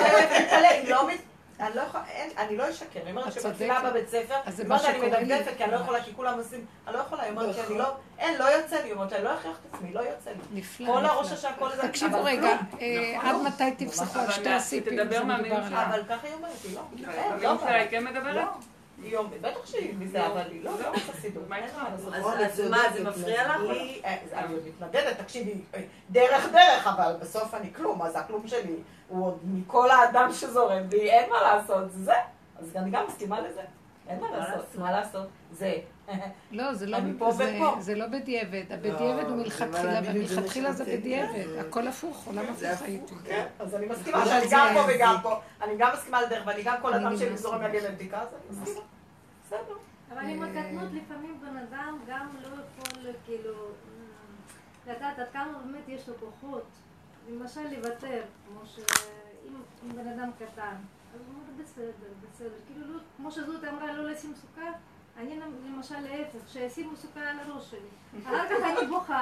אני לא אשקר, אני אומרת שבתפילה בבית ספר, אומרת אני מדפדפת כי אני לא יכולה, כי כולם עושים, אני לא יכולה, היא אומרת שאני לא, אין, לא יוצא לי, היא אומרת אני לא אכריח את עצמי, לא יוצא לי. נפלא, כל הראש השעה, כל זה. תקשיבו רגע, עד מתי תפסחו על שתי הסיפים? תדבר מהמילים שלה. אבל ככה היא אומרת, היא לא. במילים שלה היא כן מדברת? היא אומרת, בטח שהיא מזה, אבל היא לא, לא רוצה סידור. אז מה, זה מפריע לך? אני עוד מתנדדת, תקשיבי, דרך דרך, אבל בסוף אני כלום, אז הכלום שלי הוא עוד מכל האדם שזורם, ואין מה לעשות, זה. אז אני גם מסכימה לזה. אין מה לעשות, מה לעשות, זה. לא, זה לא בדיעבד, הבדיעבד הוא מלכתחילה, ומלכתחילה זה בדיעבד, הכל הפוך, עולם הפוך הייתי. כן, אז אני מסכימה שאני גם פה וגם פה, אני גם מסכימה לדרך, ואני גם כל אדם שלי זורם להגיע לבדיקה, אז אני מסכימה. בסדר. אבל עם הקטנות לפעמים בן אדם גם לא יכול כאילו לדעת עד כמה באמת יש לו כוחות, למשל לוותר, כמו שאם בן אדם קטן, אז הוא אומר בסדר, בסדר, כאילו כמו שזאת אמרה לא לשים סוכר, אני למשל להפך, שישימו סוכר על הראש שלי, אחר כך אני בוכה,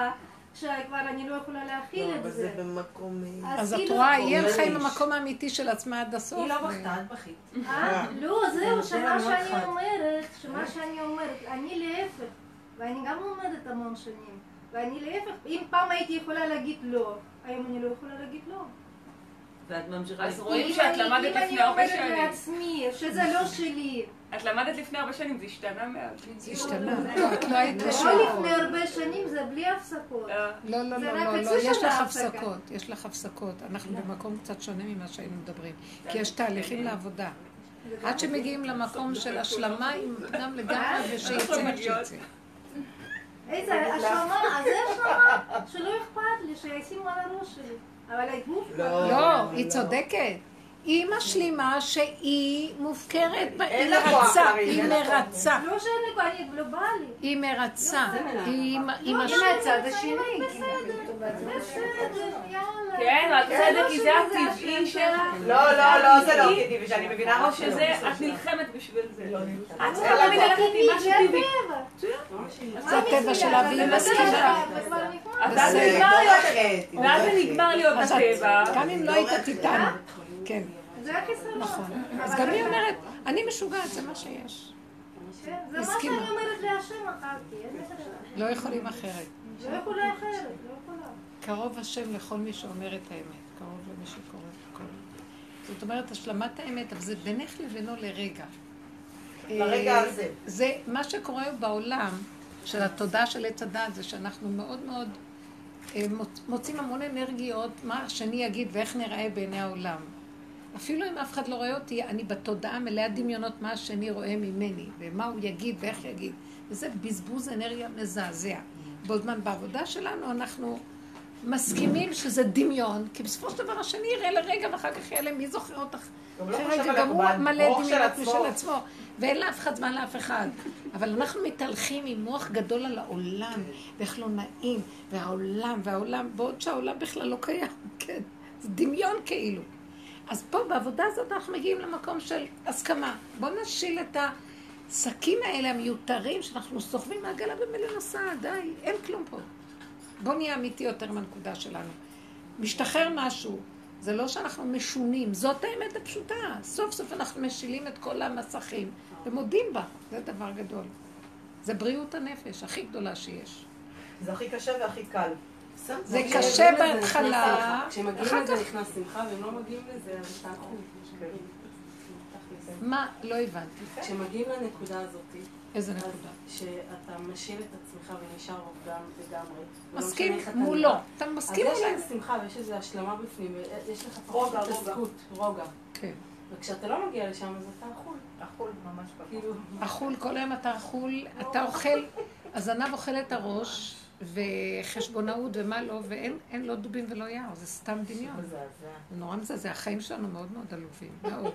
שכבר אני לא יכולה להכיל לא, את אבל זה. זה במקום... אז את רואה, היא הלכה עם המקום האמיתי של עצמה עד הסוף. היא לא בכתה, את בכית. אה? לא, זהו, שמה שאני אומרת, שמה שאני אומרת, אני להפך, ואני גם לומדת המון שנים, ואני להפך, אם פעם הייתי יכולה להגיד לא, היום אני לא יכולה להגיד לא. ואת ממשיכה. אז רואים שאת למדת לפני הרבה שנים. אם אני אומרת לעצמי, שזה לא שלי. את למדת לפני הרבה שנים, זה השתנה מאוד. זה השתנה. את לא היית לא לפני הרבה שנים, זה בלי הפסקות. לא, לא, לא, לא, יש לך הפסקות, יש לך הפסקות. אנחנו במקום קצת שונה ממה שהיינו מדברים. כי יש תהליכים לעבודה. עד שמגיעים למקום של השלמה עם אדם לגמרי ושיצא מה שיצא. איזה השלמה, אז זה השלמה שלא אכפת לי, שישימו על הראש שלי. אבל הגוף... לא, היא צודקת. היא משלימה שהיא מופקרת, היא מרצה, היא מרצה. לא שאין לי כבר, אני גלובלי. היא מרצה, היא מהצד השני. בסדר, יאללה. כן, רק צדק כי זה הטבעי שלך. לא, לא, לא, זה לא טבעי, ושאני מבינה או שזה, את נלחמת בשביל זה. את צריכה תמיד ללכת עם משהו טבעי. זה הטבע שלה והיא מסכימה. ואז זה נגמר להיות בטבע. גם אם לא היית איתנו. כן. זה החיסרון. נכון. אז גם היא אומרת, אני משוגעת, זה מה שיש. זה מה שאני אומרת להשם אחרתי. לא יכולים אחרת. לא יכולה אחרת, לא יכולה. קרוב השם לכל מי שאומר את האמת. קרוב למי שקורא את הכל. זאת אומרת, השלמת האמת, אבל זה בינך לבינו לרגע. לרגע הזה. זה מה שקורה בעולם של התודעה של עץ הדת, זה שאנחנו מאוד מאוד מוצאים המון אנרגיות, מה השני יגיד ואיך נראה בעיני העולם. אפילו אם אף אחד לא רואה אותי, אני בתודעה מלאה דמיונות מה השני רואה ממני, ומה הוא יגיד ואיך יגיד. וזה בזבוז אנרגיה מזעזע. בזמן בעבודה שלנו אנחנו מסכימים שזה דמיון, כי בסופו של דבר השני יראה לרגע ואחר כך יראה למי זוכר אותך. אחרי גם הוא מלא דמיונות משל עצמו, ואין לאף אחד זמן לאף אחד. אבל אנחנו מתהלכים עם מוח גדול על העולם, ואיך לא נעים, והעולם, והעולם, בעוד שהעולם בכלל לא קיים, כן. זה דמיון כאילו. אז פה בעבודה הזאת אנחנו מגיעים למקום של הסכמה. בואו נשיל את השקים האלה המיותרים שאנחנו סוחבים מעגלה במלא נוסע, די, אין כלום פה. בואו נהיה אמיתי יותר מהנקודה שלנו. משתחרר משהו, זה לא שאנחנו משונים, זאת האמת הפשוטה. סוף סוף אנחנו משילים את כל המסכים ומודים בה, זה דבר גדול. זה בריאות הנפש, הכי גדולה שיש. זה הכי קשה והכי קל. זה קשה בהתחלה, כשמגיעים לזה נכנס שמחה, והם לא מגיעים לזה, אז אתה חוב. מה? לא הבנתי. כשמגיעים לנקודה הזאת, איזה נקודה? שאתה משיל את עצמך ונשאר אובדן לגמרי. מסכים מולו. אתה מסכים אולי. אז אולי. יש לך שמחה ויש איזו השלמה בפנים, יש לך פחות התעסקות, רוגע. כן. וכשאתה לא מגיע לשם, אז אתה אכול. אכול ממש כאילו. אכול, כל היום אתה אכול, אתה אוכל, הזנב אוכל את הראש, וחשבונאות ומה לא, ואין לו דובים ולא יער, זה סתם דמיון. זה נורא מזעזע, החיים שלנו מאוד מאוד עלובים, מאוד.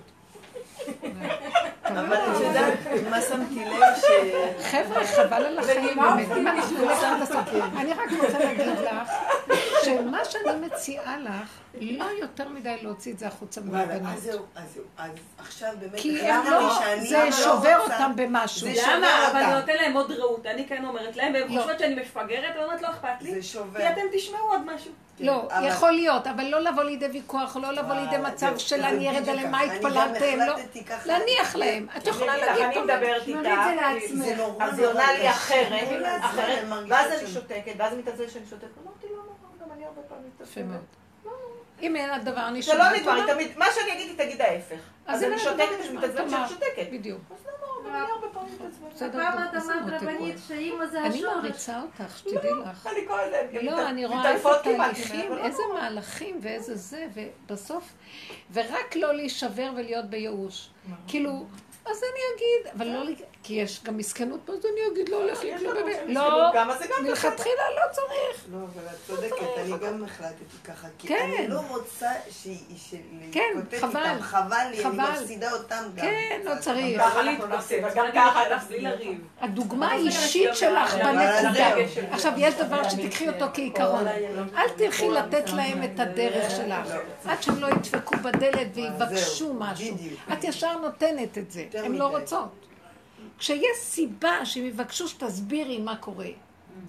אבל את יודעת, מה שמתי לב ש... חבר'ה, חבל על החיים, באמת, אם אנחנו נלך עד הסוף. אני רק רוצה להגיד לך, שמה שאני מציעה לך, לא יותר מדי להוציא את זה החוצה מהבנות. אז זהו, אז זהו, אז עכשיו באמת... כי זה שובר אותם במשהו. למה? אבל זה נותן להם עוד רעות, אני כן אומרת להם, והם חושבות שאני מפגרת, ואומרת לא אכפת לי, כי אתם תשמעו עוד משהו. לא, יכול להיות, אבל לא לבוא לידי ויכוח, לא לבוא לידי מצב של אני ירד עליהם, מה התפללתם, לא, להניח להם. את יכולה להגיד, אני מדברת איתה, אז היא עונה לי אחרת, ואז אני שותקת, ואז היא מתעצבנת שאני שותקת, אמרתי לא, גם אני הרבה פעמים מתעצבנת. אם אין הדבר נשמע, זה לא נגמר, מה שאני אגיד היא תגיד ההפך. אז אני שותקת, אני מתעצבנת שאני שותקת. בדיוק. אז למה, גם אני הרבה פעמים מתעצבנת. פעם את אמרת רבנית שאמא זה השורש. אני מעריצה אותך, שתדעי לך. אני כל זה, לא, אני רואה איזה תהליכים, איזה מהלכים ואיזה זה, ובסוף, ורק לא להישבר ולהיות בייאוש. כאילו, אז אני אגיד, אבל לא, כי יש גם מסכנות פה, אז אני אגיד, לא הולך לי כלום בבית. לא, מלכתחילה לא צריך. לא, אבל את צודקת, אני גם החלטתי ככה, כי אני לא רוצה להתקוטט איתם, חבל לי, אני מפסידה אותם גם. כן, לא צריך. גם ככה תפסיד לריב. הדוגמה האישית שלך בנקודה. עכשיו, יש דבר שתקחי אותו כעיקרון. אל תלכי לתת להם את הדרך שלך. עד שהם לא ידפקו בדלת ויבקשו משהו. את ישר נותנת את זה. הן לא רוצות. כשיש סיבה שהם יבקשו שתסבירי מה קורה.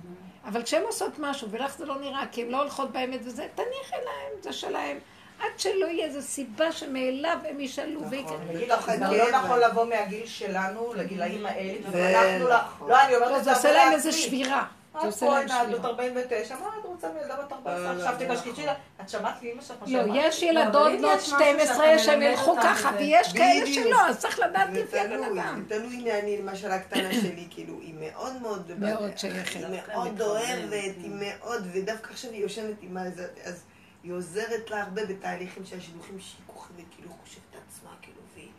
אבל כשהן עושות משהו, ולך זה לא נראה, כי הן לא הולכות באמת וזה, תניחי להם, זה שלהם. עד שלא יהיה איזו סיבה שמאליו הם ישאלו. נכון, זה לא נכון לבוא מהגיל שלנו, לגילאים האלה, ואנחנו לא, לא, אני אומרת את זה, זה עושה להם איזו שבירה. את פה ילדת ארבעים ותשע, מה את רוצה מילדה בת ארבע עשרה? עכשיו תקשקשי לה, את שמעת לי אמא שלך מה שאמרת? לא, יש ילדות בנות שתים עשרה שהם ילכו ככה, ויש כאלה שלא, אז צריך לדעת לפי הבן אדם. תלוי, הנה אני למשל הקטנה שלי, כאילו, היא מאוד מאוד... מאוד שייכת. היא מאוד אוהבת, היא מאוד, ודווקא עכשיו היא יושנת עם זה, אז היא עוזרת לה הרבה בתהליכים של השידוכים שיקוחים, וכאילו חושבת את עצמה, כאילו, והיא...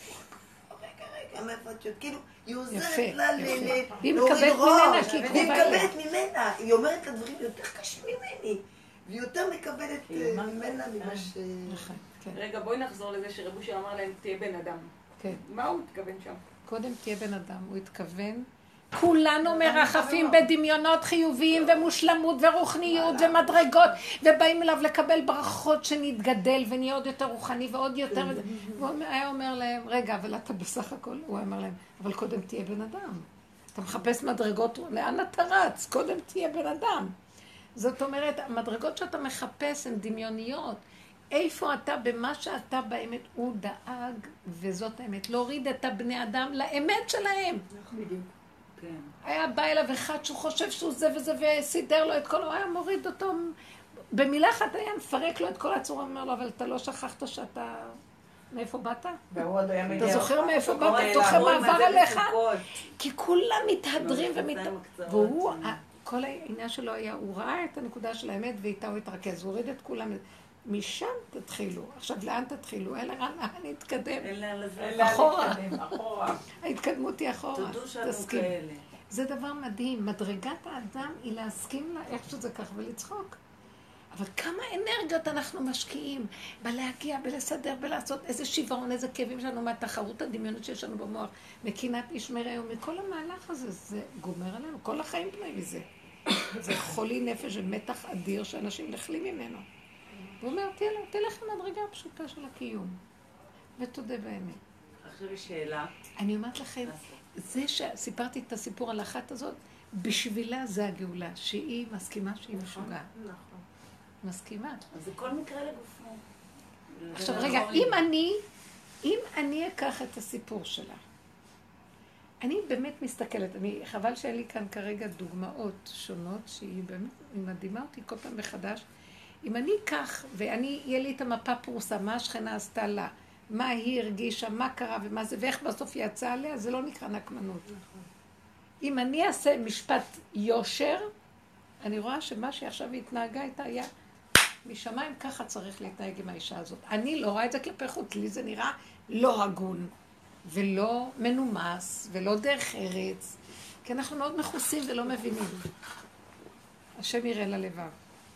רגע, רגע, מאיפה את יודעת? כאילו, היא עוזרת לה להוריד ראש, והיא מקבלת ממנה, היא אומרת לה דברים יותר קשים ממני, והיא יותר מקבלת ממנה ממה ש... רגע, בואי נחזור לזה שרב אושר אמר להם, תהיה בן אדם. מה הוא התכוון שם? קודם תהיה בן אדם, הוא התכוון. כולנו מרחפים בדמיונות חיוביים ומושלמות ורוחניות ומדרגות, ובאים אליו לקבל ברכות שנתגדל ונהיה עוד יותר רוחני ועוד יותר. והוא היה אומר להם, רגע, אבל אתה בסך הכל, הוא אומר להם, אבל קודם תהיה בן אדם. אתה מחפש מדרגות, לאן אתה רץ? קודם תהיה בן אדם. זאת אומרת, המדרגות שאתה מחפש הן דמיוניות. איפה אתה במה שאתה באמת? הוא דאג, וזאת האמת, להוריד את הבני אדם לאמת שלהם. בדיוק. היה בא אליו אחד שהוא חושב שהוא זה וזה וסידר לו את כל, הוא היה מוריד אותו, במילה אחת היה מפרק לו את כל הצורה, אומר לו, אבל אתה לא שכחת שאתה, מאיפה באת? אתה זוכר מאיפה באת? תוך המעבר עליך? כי כולם מתהדרים ומתהדרים, והוא, כל העניין שלו היה, הוא ראה את הנקודה של האמת ואיתה הוא התרכז, הוא הוריד את כולם, משם תתחילו. עכשיו, לאן תתחילו? אין לאן להתקדם. אין לאן לזה. אחורה. ההתקדמות היא אחורה. תודו שאנו כאלה. זה דבר מדהים. מדרגת האדם היא להסכים לה איך שזה כך ולצחוק. אבל כמה אנרגיות אנחנו משקיעים בלהגיע, בלסדר, בלעשות איזה שברון, איזה כאבים שלנו מהתחרות הדמיונית שיש לנו במוח, מקינת איש מרעהו, מכל המהלך הזה, זה גומר עלינו. כל החיים בני מזה. זה חולי נפש ומתח אדיר שאנשים נחלים ממנו. הוא אומר, תלך עם הדרגה הפשוטה של הקיום, ותודה באמת. עכשיו יש שאלה. אני אומרת לכם, זה שסיפרתי את הסיפור על האחת הזאת, בשבילה זה הגאולה, שהיא מסכימה שהיא משוגעת. נכון. מסכימה. אז זה כל מקרה לגופו. עכשיו רגע, אם אני, אם אני אקח את הסיפור שלה, אני באמת מסתכלת, אני, חבל שאין לי כאן כרגע דוגמאות שונות, שהיא באמת, היא מדהימה אותי כל פעם מחדש, אם אני אקח, ואני, יהיה לי את המפה פרוסה, מה השכנה עשתה לה, מה היא הרגישה, מה קרה ומה זה, ואיך בסוף יצא עליה, זה לא נקרא נקמנות. נכון. אם אני אעשה משפט יושר, אני רואה שמה שעכשיו היא התנהגה איתה היה, משמיים ככה צריך להתנהג עם האישה הזאת. אני לא רואה את זה כלפי חוץ, לי זה נראה לא הגון, ולא מנומס, ולא דרך ארץ, כי אנחנו מאוד מחוסים ולא מבינים. השם יראה ללבב.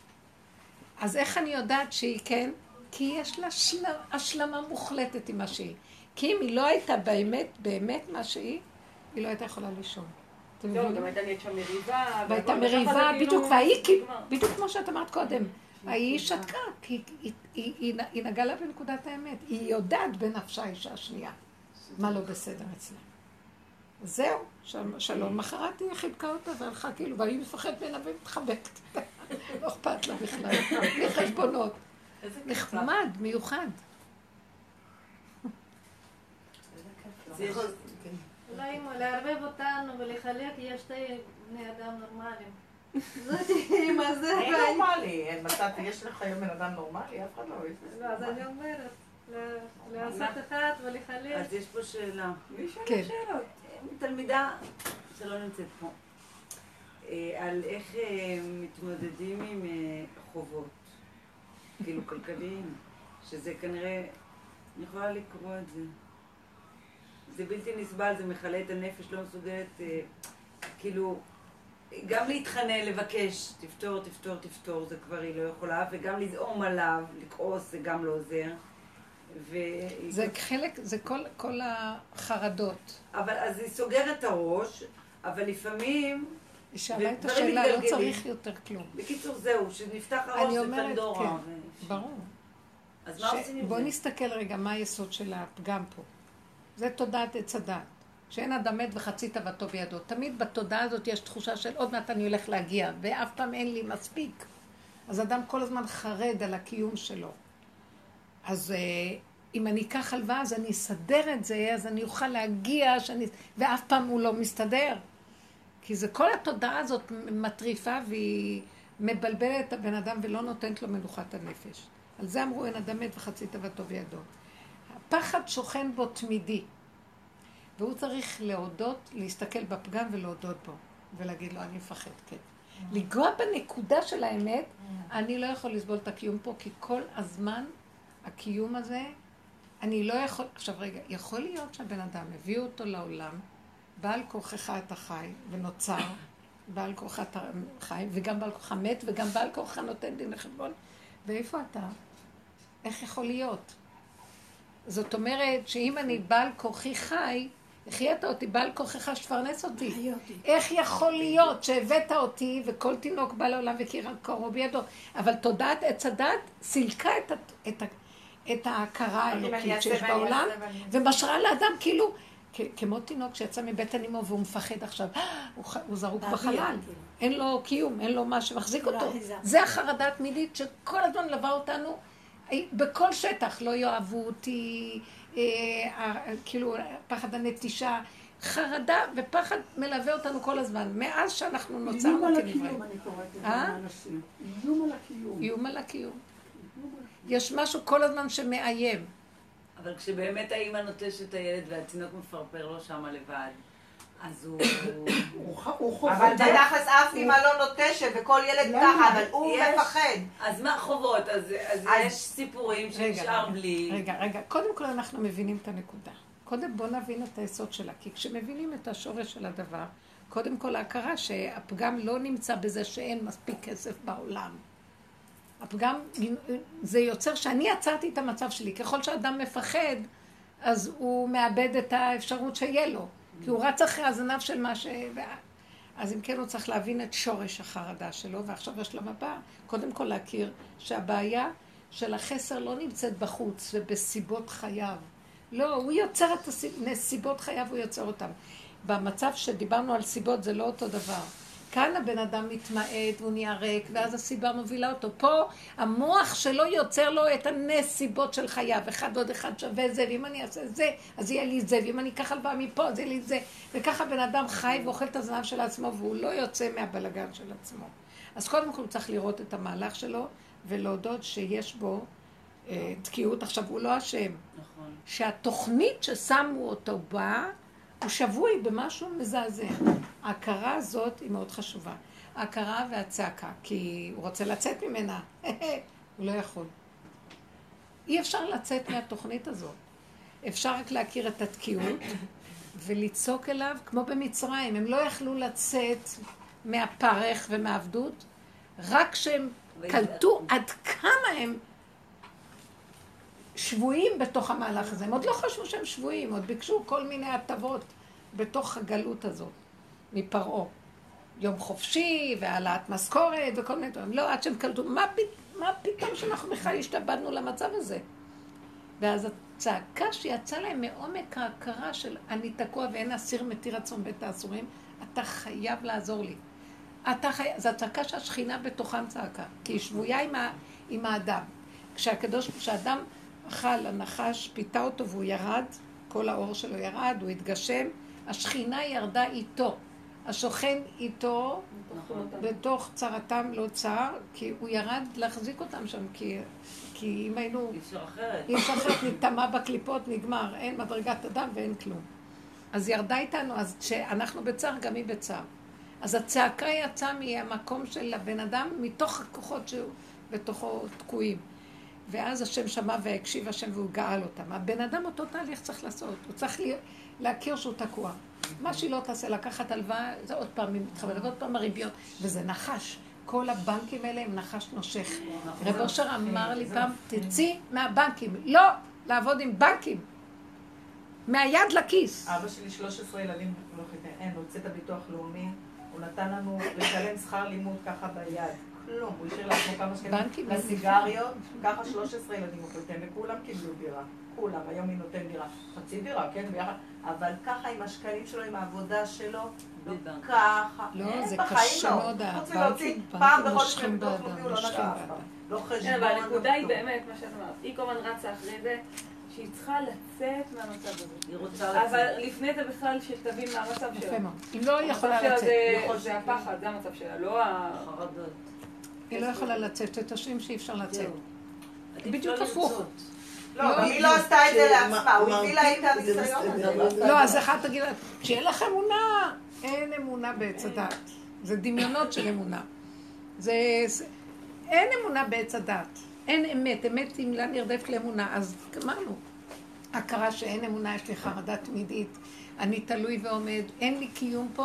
אז איך אני יודעת שהיא כן? כי יש לה שלמה, השלמה מוחלטת עם מה שהיא. כי אם היא לא הייתה באמת, באמת מה שהיא, היא לא הייתה יכולה לישון. לא, גם הייתה נהיית שם מריבה. והייתה מריבה, בדיוק, והיא, בדיוק כמו שאת אמרת קודם, היא שתקה, כי היא נגעה לה בנקודת האמת. היא יודעת בנפשה האישה השנייה, מה לא בסדר אצלה. זהו, שלום, מחרת היא חיבקה אותה והלכה כאילו, והיא מפחדת ממנה ומתחבקת. לא אכפת לה בכלל, בלי חשבונות. נחמד, מיוחד. אולי אם לערבב אותנו ולחלק, יש שתי בני אדם נורמליים. זאת אימא זה... אין נורמלי, יש לך היום בן אדם נורמלי, אף אחד לא רואה. לא, אז אני אומרת, לעשות אחד ולחלק. אז יש פה שאלה. מי שאלה שאלות? תלמידה שלא נמצאת פה. על איך מתמודדים עם חובות, כאילו כלכליים, שזה כנראה, אני יכולה לקרוא את זה. זה בלתי נסבל, זה מחלה את הנפש, לא מסוגלת, כאילו, גם להתחנן, לבקש, תפתור, תפתור, תפתור, זה כבר היא לא יכולה, וגם לזעום עליו, לכעוס, זה גם לא עוזר. ו... זה חלק, זה כל, כל החרדות. אבל אז היא סוגרת את הראש, אבל לפעמים... היא שאלה את השאלה, לא צריך יותר כלום. בקיצור זהו, שנפתח הראש זה פנדורה. כן, ברור. אז מה עושים עם זה? בוא נסתכל רגע מה היסוד של הפגם פה. זה תודעת עץ הדעת. שאין אדם מת וחצי תאוותו בידו. תמיד בתודעה הזאת יש תחושה של עוד מעט אני הולך להגיע, ואף פעם אין לי מספיק. אז אדם כל הזמן חרד על הקיום שלו. אז אם אני אקח הלוואה, אז אני אסדר את זה, אז אני אוכל להגיע, שאני... ואף פעם הוא לא מסתדר. כי זה כל התודעה הזאת מטריפה, והיא מבלבלת את הבן אדם ולא נותנת לו מנוחת הנפש. על זה אמרו, אין אדם מת וחצי תאוותו בידו. הפחד שוכן בו תמידי. והוא צריך להודות, להסתכל בפגם ולהודות בו. ולהגיד לו, אני מפחד, כן. לגוע בנקודה של האמת, אני לא יכול לסבול את הקיום פה, כי כל הזמן הקיום הזה, אני לא יכול... עכשיו רגע, יכול להיות שהבן אדם הביאו אותו לעולם, בעל כוחך אתה חי ונוצר, בעל כוחך אתה חי, וגם בעל כוחך מת, וגם בעל כוחך נותן דין לחשבון. ואיפה אתה? איך יכול להיות? זאת אומרת שאם אני בעל כוחי חי, החיית אותי, בעל כוחך שפרנס אותי. איך יכול להיות שהבאת אותי וכל תינוק בא לעולם וקורו בידו? אבל תודעת עץ הדת סילקה את, את, את ההכרה האלוקית שיש בעולם, ומשרה לאדם כאילו, כמו תינוק שיצא מבטן אמו והוא מפחד עכשיו, הוא, הוא זרוק בחלל, אין לו קיום, אין לו מה שמחזיק אותו. זה החרדה התמידית שכל הזמן לווה אותנו, בכל שטח לא יאהבו אותי, כאילו פחד הנטישה, חרדה ופחד מלווה אותנו כל הזמן, מאז שאנחנו נוצרנו כנבראים. איום על הקיום, אני קוראת את זה מהאנשים. איום על הקיום. איום על הקיום. יש משהו כל הזמן שמאיים. אבל כשבאמת האמא נוטשת את הילד והתינוק מפרפר לו שמה לבד, אז הוא... אבל בתכלס אף אמא לא נוטשת וכל ילד ככה, אבל הוא מפחד. אז מה חובות? אז יש סיפורים שנשאר בלי... רגע, רגע, קודם כל אנחנו מבינים את הנקודה. קודם בוא נבין את היסוד שלה, כי כשמבינים את השורש של הדבר, קודם כל ההכרה שהפגם לא נמצא בזה שאין מספיק כסף בעולם. הפגם זה יוצר שאני עצרתי את המצב שלי. ככל שאדם מפחד, אז הוא מאבד את האפשרות שיהיה לו. כי הוא רץ אחרי הזנב של מה ש... אז אם כן הוא צריך להבין את שורש החרדה שלו, ועכשיו השלב הבא, קודם כל להכיר שהבעיה של החסר לא נמצאת בחוץ ובסיבות חייו. לא, הוא יוצר את הסיבות חייו, הוא יוצר אותם. במצב שדיברנו על סיבות זה לא אותו דבר. כאן הבן אדם מתמעט והוא נהיה ריק, ואז הסיבה מובילה אותו. פה המוח שלו יוצר לו את הנסיבות של חייו. אחד עוד אחד שווה זה, ואם אני אעשה זה, אז יהיה לי זה, ואם אני אקח הלוואה מפה, אז יהיה לי זה. וככה בן אדם חי ואוכל את הזנב של עצמו, והוא לא יוצא מהבלגן של עצמו. אז קודם כל הוא צריך לראות את המהלך שלו, ולהודות שיש בו אה, תקיעות. עכשיו, הוא לא אשם. נכון. שהתוכנית ששמו אותו בה, הוא שבוי במשהו מזעזע. ההכרה הזאת היא מאוד חשובה. ההכרה והצעקה, כי הוא רוצה לצאת ממנה. הוא לא יכול. אי אפשר לצאת מהתוכנית הזאת. אפשר רק להכיר את התקיעות ולצעוק אליו, כמו במצרים. הם לא יכלו לצאת מהפרך ומהעבדות, רק שהם קלטו עד כמה הם שבויים בתוך המהלך הזה. הם עוד לא חשבו שהם שבויים, עוד ביקשו כל מיני הטבות בתוך הגלות הזאת, מפרעה. יום חופשי, והעלאת משכורת וכל מיני דברים. לא, עד שהם קלטו, מה, מה פתאום שאנחנו בכלל השתבדנו למצב הזה? ואז הצעקה שיצאה להם מעומק ההכרה של אני תקוע ואין אסיר מתיר עצום בית האסורים, אתה חייב לעזור לי. אתה חי... זו הצעקה שהשכינה בתוכם צעקה, כי היא שבויה עם, ה... עם האדם. כשהקדוש, כשהאדם אכל, הנחש פיתה אותו והוא ירד, כל האור שלו ירד, הוא התגשם, השכינה ירדה איתו. השוכן איתו, בתוך צרתם לא צר, כי הוא ירד להחזיק אותם שם, כי, כי אם היינו... אי אפשר אחרת. אי אפשר אחרת, נטמע בקליפות, נגמר, אין מדרגת אדם ואין כלום. אז ירדה איתנו, אז כשאנחנו בצער, גם היא בצער. אז הצעקה יצאה מהמקום של הבן אדם, מתוך הכוחות שהוא בתוכו תקועים. ואז השם שמע והקשיב השם והוא גאל אותם. הבן אדם אותו תהליך צריך לעשות, הוא צריך להכיר שהוא תקוע. מה שהיא לא תעשה, לקחת הלוואה, זה עוד פעם מתחברת, עוד פעם הריביות, וזה נחש. כל הבנקים האלה הם נחש נושך. רב אושר אמר לי פעם, תצאי מהבנקים, לא לעבוד עם בנקים. מהיד לכיס. אבא שלי שלוש עשרה ילדים, אין, הוא הוצא את הביטוח לאומי, הוא נתן לנו לשלם שכר לימוד ככה ביד. כלום, הוא השאיר לעצמו כמה שקלים לסיגריות, ככה שלוש עשרה ילדים הוא חותם, וכולם קיבלו דירה. כולם, היום היא נותן דירה, חצי דירה, כן, ביחד, אבל ככה עם השקלים שלו, עם העבודה שלו, ככה, לא, זה קשה מאוד, הבנקים פעם בחודש מושכים באדם, מושכים באדם. לא חשבון. אבל הנקודה היא באמת, מה שאת אמרת, היא כמובן רצה אחרי זה, שהיא צריכה לצאת מהמצב הזה. היא רוצה לצאת. אבל לפני זה בכלל שתבין מה המצב שלה. היא לא יכולה לצאת. זה הפחד, זה המצב שלה, לא החרדות. היא לא יכולה לצאת, את השם שאי אפשר לצאת. בדיוק הפוך. לא, אבל היא לא עשתה את זה לעצמה, הוא הביא לה את הניסיון הזה. לא, אז אחד תגיד לה, שיהיה לך אמונה. אין אמונה בעץ הדת. זה דמיונות של אמונה. זה... אין אמונה בעץ הדת. אין אמת. אמת היא מילה נרדפת לאמונה. אז אמרנו, הכרה שאין אמונה, יש לי חרדה תמידית. אני תלוי ועומד. אין לי קיום פה.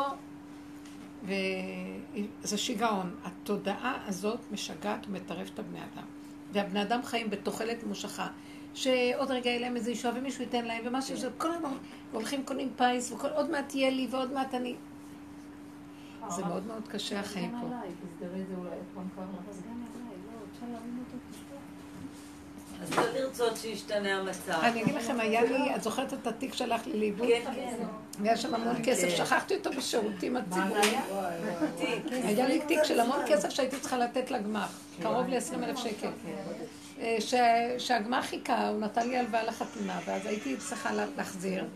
וזה שיגעון. התודעה הזאת משגעת ומטרפת את הבני אדם. והבני אדם חיים בתוחלת מושכה. שעוד רגע יהיה להם איזה ישועה ומישהו ייתן להם, ומה שזה, כל הזמן הולכים קונים פייס, ועוד מעט יהיה לי ועוד מעט אני... זה מאוד מאוד קשה החיים פה. גם עליי, תסגרי את זה אולי, את פעם קרה. אז גם עליי, לא, אפשר להבין אותו פשוט. אז לא לרצות שישתנה המצב. אני אגיד לכם, היה לי, את זוכרת את התיק שהלך לי לאיבוד? כן, כן. והיה שם המון כסף, שכחתי אותו בשירותים הציבוריים. היה לי תיק של המון כסף שהייתי צריכה לתת לגמ"ח, קרוב ל-עשרים אלף שקל. שהגמ"ח חיכה, הוא נתן לי הלוואה לחתונה, ואז הייתי צריכה להחזיר.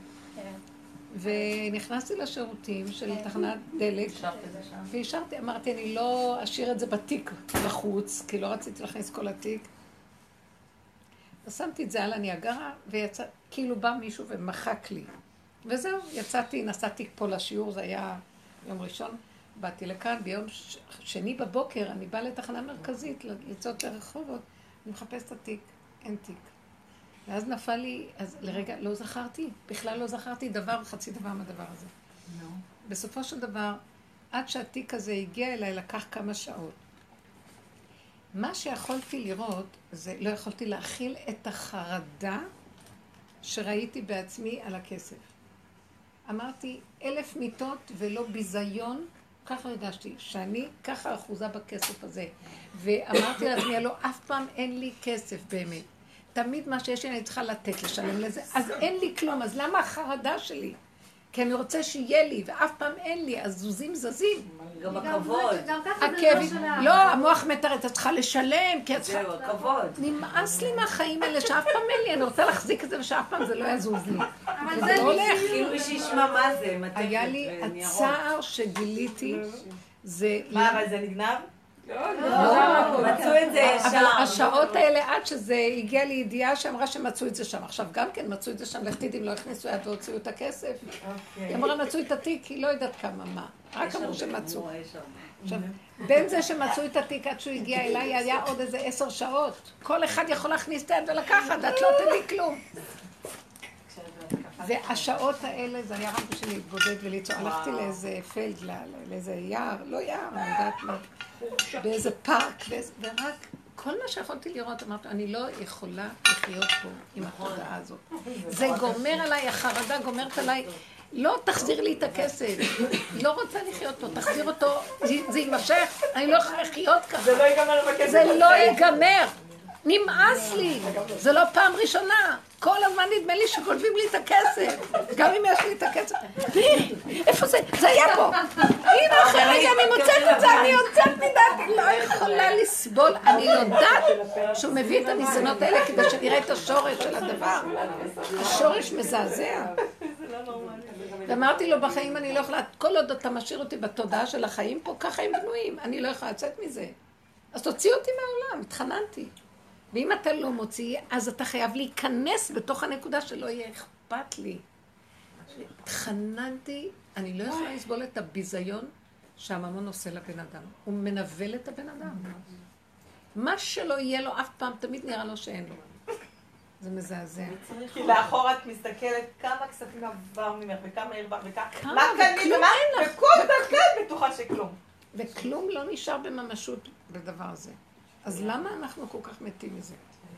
ונכנסתי לשירותים של תחנת דלק, והשארתי, אמרתי, אני לא אשאיר את זה בתיק בחוץ, כי לא רציתי להכניס כל התיק. אז שמתי את זה על הניאגרה, ויצא, כאילו בא מישהו ומחק לי. וזהו, יצאתי, נסעתי פה לשיעור, זה היה יום ראשון, באתי לכאן, ביום שני בבוקר, אני באה לתחנה מרכזית, לצאת לרחובות, אני מחפש את התיק, אין תיק. ואז נפל לי, אז לרגע לא זכרתי, בכלל לא זכרתי דבר וחצי דבר מהדבר הזה. No. בסופו של דבר, עד שהתיק הזה הגיע אליי, לקח כמה שעות. מה שיכולתי לראות, זה לא יכולתי להכיל את החרדה שראיתי בעצמי על הכסף. אמרתי, אלף מיטות ולא ביזיון, ככה הרגשתי, שאני ככה אחוזה בכסף הזה. ואמרתי לעצמי, לא, אף פעם אין לי כסף באמת. תמיד מה שיש לי אני צריכה לתת, לשלם לזה, אז אין לי כלום, אז למה החרדה שלי? כי אני רוצה שיהיה לי, ואף פעם אין לי, אז זוזים זזים. גם הכבוד. גם ככה זה לא שלה. לא, המוח מתאר, אתה צריכה לשלם, כי את צריכה... זהו, הכבוד. נמאס לי מהחיים האלה, שאף פעם אין לי, אני רוצה להחזיק את זה, ושאף פעם זה לא יזוז לי. אבל זה לא הולך. כאילו מי שישמע מה זה, מתכת וניירות. היה לי הצער שגיליתי, זה... מה, אבל זה נגנב? לא, מצאו את זה שם. אבל השעות האלה עד שזה הגיע לי ידיעה שאמרה שמצאו את זה שם. עכשיו גם כן מצאו את זה שם, לכתית אם לא הכניסו יד והוציאו את הכסף. היא אמרה מצאו את התיק, היא לא יודעת כמה מה. רק אמרו שמצאו. בין זה שמצאו את התיק עד שהוא הגיע אליי היה עוד איזה עשר שעות. כל אחד יכול להכניס את היד ולקחת, את לא תדעי כלום. והשעות האלה זה היה רק בשביל להתבודד וליצור. הלכתי לאיזה פלד, לאיזה יער, לא יער, אני יודעת מה. באיזה פארק, ורק כל מה שיכולתי לראות, אמרתי, אני לא יכולה לחיות פה עם התודעה הזאת. זה גומר עליי, החרדה גומרת עליי, לא תחזיר לי את הכסף, לא רוצה לחיות פה, תחזיר אותו, זה יימשך, אני לא יכולה לחיות ככה. זה לא ייגמר בכסף. זה לא ייגמר, נמאס לי, זה לא פעם ראשונה. כל הזמן נדמה לי שגונבים לי את הכסף, גם אם יש לי את הכסף. איפה זה? זה היה פה. הנה אחרי רגע אני מוצאת את זה, אני יוצאת מדעתי, לא יכולה לסבול. אני יודעת שהוא מביא את הניסיונות האלה כדי שנראה את השורש של הדבר. השורש מזעזע. ואמרתי לו, בחיים אני לא יכולה, כל עוד אתה משאיר אותי בתודעה של החיים פה, ככה הם בנויים, אני לא יכולה לצאת מזה. אז תוציא אותי מהעולם, התחננתי. ואם אתה לא מוציא, אז אתה חייב להיכנס בתוך הנקודה שלא יהיה אכפת לי. התחננתי, אני לא יכולה לסבול את הביזיון שהממון עושה לבן אדם. הוא מנבל את הבן אדם. מה שלא יהיה לו אף פעם, תמיד נראה לו שאין לו. זה מזעזע. כי לאחור את מסתכלת כמה כספים עבר ממך, וכמה הרווח, וכמה... מה קנית, ומה? וכל דקה בטוחה שכלום. וכלום לא נשאר בממשות בדבר הזה. אז למה אנחנו כל כך מתים מזה?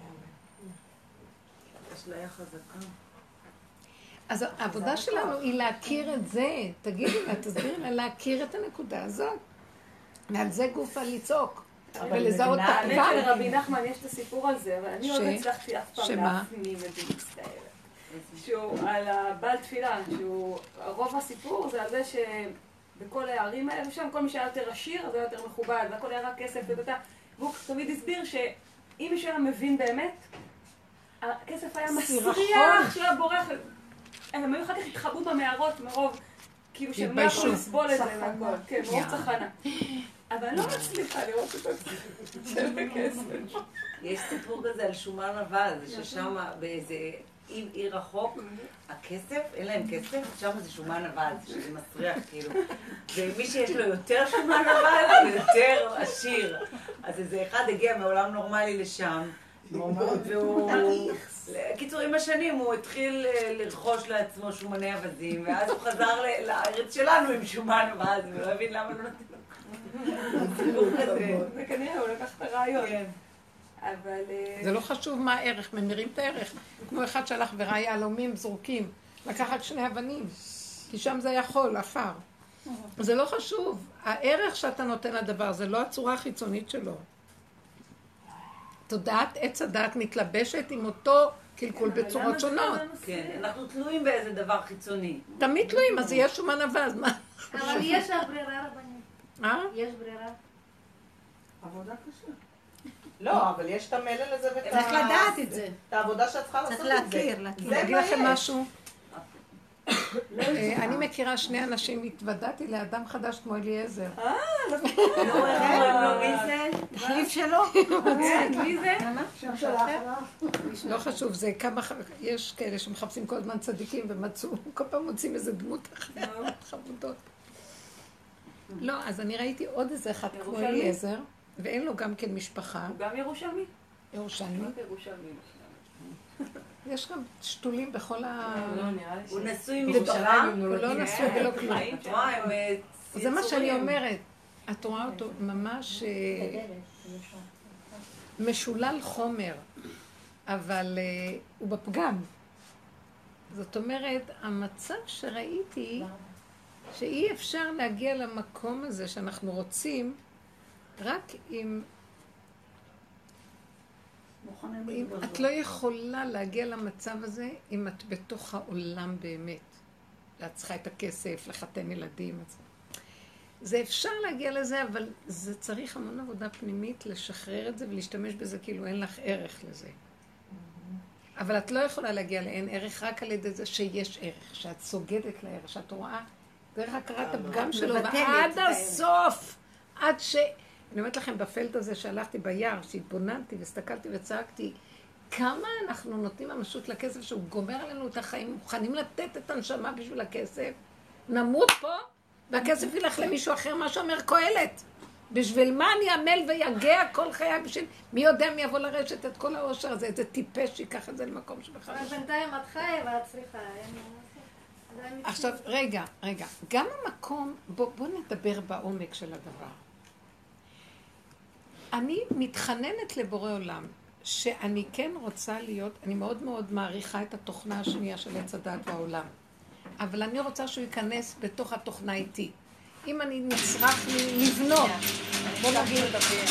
אשליה חזקה. אז העבודה שלנו היא להכיר את זה. תגידי לה, תסבירי לה, להכיר את הנקודה הזאת. ועל זה גופה לצעוק. ולזהות את האמת הפגם. שלרבי נחמן יש את הסיפור הזה, אבל אני עוד לא הצלחתי אף פעם להפנים את זה, מצטערת. שהוא על הבעל תפילה, שהוא, רוב הסיפור זה על זה שבכל הערים האלה, ושם כל מי שהיה יותר עשיר, זה היה יותר מכובד, והכל היה רק כסף ודתה, והוא תמיד הסביר שאם מישהו היה מבין באמת, הכסף היה מסריח שהיה בורח, הם היו אחר כך התחבאו במערות מרוב, כאילו שהם לא יכולו לסבול את זה והכל, כן, מרוב צחנה. אבל אני לא מצליחה לראות את זה בכסף. יש סיפור כזה על שומן אבז, ששם באיזה עיר רחוק, הכסף, אין להם כסף, שם זה שומן אבז, שזה מסריח כאילו. ומי שיש לו יותר שומן אבז, הוא יותר עשיר. אז איזה אחד הגיע מעולם נורמלי לשם, והוא... קיצור, עם השנים הוא התחיל לרכוש לעצמו שומני אבזים, ואז הוא חזר לארץ שלנו עם שומן אבז, ולא הבין למה לא נתן. זה כנראה, הוא לקח את הרעיון. אבל... זה לא חשוב מה הערך, ממירים את הערך. כמו אחד שהלך וראה יהלומים זרוקים, לקחת שני אבנים, כי שם זה יכול, אפר. זה לא חשוב. הערך שאתה נותן לדבר, זה לא הצורה החיצונית שלו. תודעת עץ הדעת מתלבשת עם אותו קלקול בצורות שונות. כן, אנחנו תלויים באיזה דבר חיצוני. תמיד תלויים, אז יש שומן אבז, מה? אבל יש לך ברירה רבנית. אה? יש ברירה. עבודה קשה. לא, אבל יש את המלל הזה ואת צריך לדעת את זה. את העבודה שאת צריכה לעשות את זה. צריך להכיר, להכיר. אני אגיד לכם משהו. אני מכירה שני אנשים, התוודעתי לאדם חדש כמו אליעזר. אה, לא מי זה? תחליף שלו. מי זה? שם שלך. לא חשוב, זה כמה, יש כאלה שמחפשים כל הזמן צדיקים ומצאו, כל פעם מוצאים איזה דמות חמודות. לא, אז אני ראיתי עוד איזה אחד כמו אליעזר, ואין לו גם כן משפחה. הוא גם ירושלמי? ירושלמי. ירושלמי. יש גם שתולים בכל ה... הוא נשוי משפחה? הוא לא נשוי ולא כלום. זה מה שאני אומרת. את רואה אותו ממש משולל חומר, אבל הוא בפגם. זאת אומרת, המצב שראיתי, שאי אפשר להגיע למקום הזה שאנחנו רוצים, רק אם... אם את לא יכולה להגיע למצב הזה אם את בתוך העולם באמת. את צריכה את הכסף, לחתן ילדים. זה אפשר להגיע לזה, אבל זה צריך המון עבודה פנימית לשחרר את זה ולהשתמש בזה כאילו אין לך ערך לזה. אבל את לא יכולה להגיע לאין ערך רק על ידי זה שיש ערך, שאת סוגדת לערך, שאת רואה דרך הכרת הפגם שלו, ועד הסוף, עד ש... אני אומרת לכם, בפלט הזה שהלכתי ביער, שהתבוננתי והסתכלתי וצעקתי, כמה אנחנו נותנים ממשות לכסף שהוא גומר עלינו את החיים, מוכנים לתת את הנשמה בשביל הכסף, נמות פה, והכסף ילך למישהו אחר, מה שאומר קהלת. בשביל מה אני עמל ויגע כל חיי בשביל... מי יודע מי יבוא לרשת את כל העושר הזה, איזה טיפש שיקח את זה למקום שבכלל. אבל בינתיים את חיה ואת צריכה. עכשיו, רגע, רגע. גם המקום, בוא, בוא נדבר בעומק של הדבר. אני מתחננת לבורא עולם, שאני כן רוצה להיות, אני מאוד מאוד מעריכה את התוכנה השנייה של עץ הדת והעולם. אבל אני רוצה שהוא ייכנס בתוך התוכנה איתי. אם אני נצרך לי לבנות, בוא נגיד את זה.